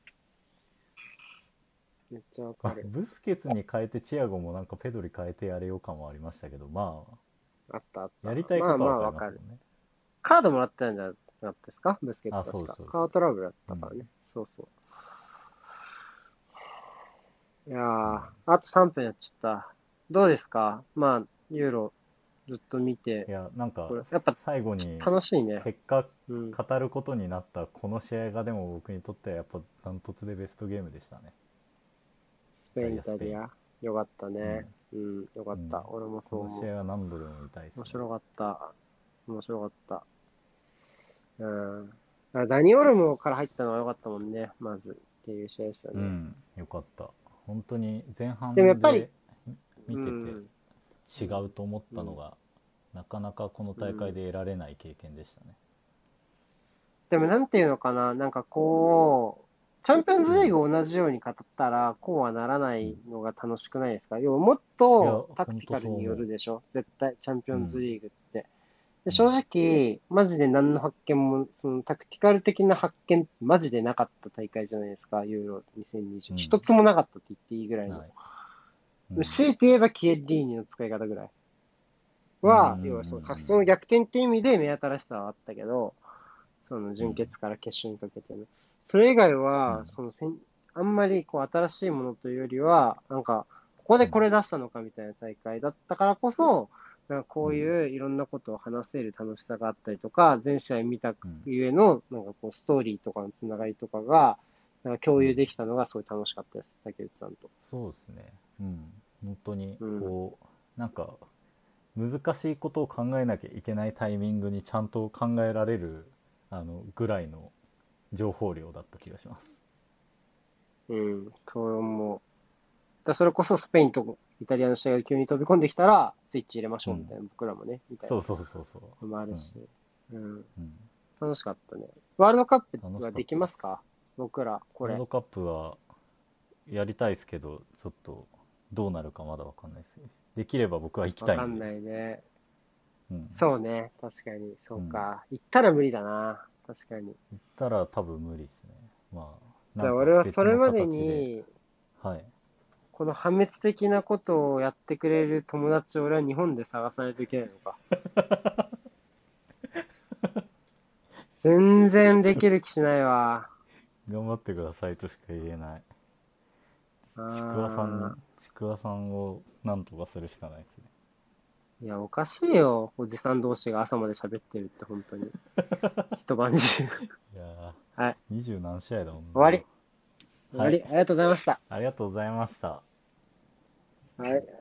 めっちゃわかまあ、 る。 ブスケツに変えてチアゴもなんかペドリ変えてやれよ感もありましたけど、まあ、 あったあった。 やりたいまあまことはわかりあわかる。 ますよね。 カードもらったんじゃなかったですかブスケッあ、 ツ確か。 そうそうそカートラブルだっう。うん。 たからね。そうそう。いやうん。 ー、あとさんぷんやっちゃった。どうですかまあ、ユーロずっと見て。 いや、なんか、 これ、やっぱ最後に楽しいね。 結果うん。 語ることになったこの試合がでも僕にとってはやっぱダントツでベストゲームでしたね。 スペイン、 イタリア、スペイン。 イタリア。よかったね。 うん。 うん、よかうん。 った。俺もこのそう思う。 試合は何度でも見たいですね。 面白かった。面白かった。うん。あダニオルモから入ったのが良かったもんね。まず。っていう試合でしたね。 うん、よかった。本当に前でもやっぱり、 半で見うててん。 違うと思っうん。 たのが、なかなかこのうん。 大会で得られない経験でしたね。 でもなんていうのかな、なんかこう、チャンピオンズリーうん。 グを同じように語ったら、こうはならなうん。 いのが楽しくないですか？要はもっいや、 とタク本当ティカルによそう思るでしょ絶対、チャンピう。 オンズうん。 リーグって。で、正うん。 直、マジで何の発見も、そのタクティカル的な発見、マジでなかった大会じゃないですか、ユーロにせんにじゅう。 うん。 一つもなかったって言っていいぐらいの。 ない。うん。 強いて言えばキエリーニの使い方ぐらいうん。うん。うは、要はその発想のん。 逆転っていう意味で目新しさはあったけど、そのうん。 準決から決勝にかけての。それ以外は、 うん。 そのせん、あんまりこう新しいものというよりは、なんか、ここでこれ出したのかみたいな大会だったからこそ、なんかこうん。 ういういろんなことを話せる楽しさがあったりとか、全試合見たうん。 ゆえの、なんかこうストーリーとかのつながりとかが、なんか共うん。 有できたのがすごい楽しかったです、竹内さんと。 そうですね。うん。本当にうん。 こう、なんか難しいことを考えなきゃいけないタイミングにちゃんと考えられるあのぐらいの情報量だった気がします。 うん。そう思う。だそれこそスペインとイタリアの試合が急に飛び込んできたら、スイッチ入れましうん。 ょうみたいな、僕らもね、みたいなそうそうそうそう。 のもあるうん。 し。うん。 うん。 楽しかったね。ワールドカップ楽しはできかったです。 ますか僕ら、これ。 ワールドカップはやりたいですけど、ちょっとどうなるかまだわかんないですよ。できれば僕は行きたいんで。 わかんないね。 うん。 そうね。確かに。そうん。 うか。行ったら無理だな。確かに。 行ったら多分無理ですね。まあ、なんかじゃあ俺はそ別のれまで形で、 に、 はい。 この破滅的なことをやってくれる友達を俺は日本で探さないといけないのか。全然できる気しないわ。 頑張ってくださいとしか言えない。ちくわさんに、 あちくわさんをなんとかするしかないですね。 ー。いや、おかしいよ。おじさん同士が朝まで喋ってるって本当に。一晩中。 いやはい。 ー、二十何試合だもん終わり。 な。はい。 終わり。ありがとうございました。 ありがとうございました。 はい。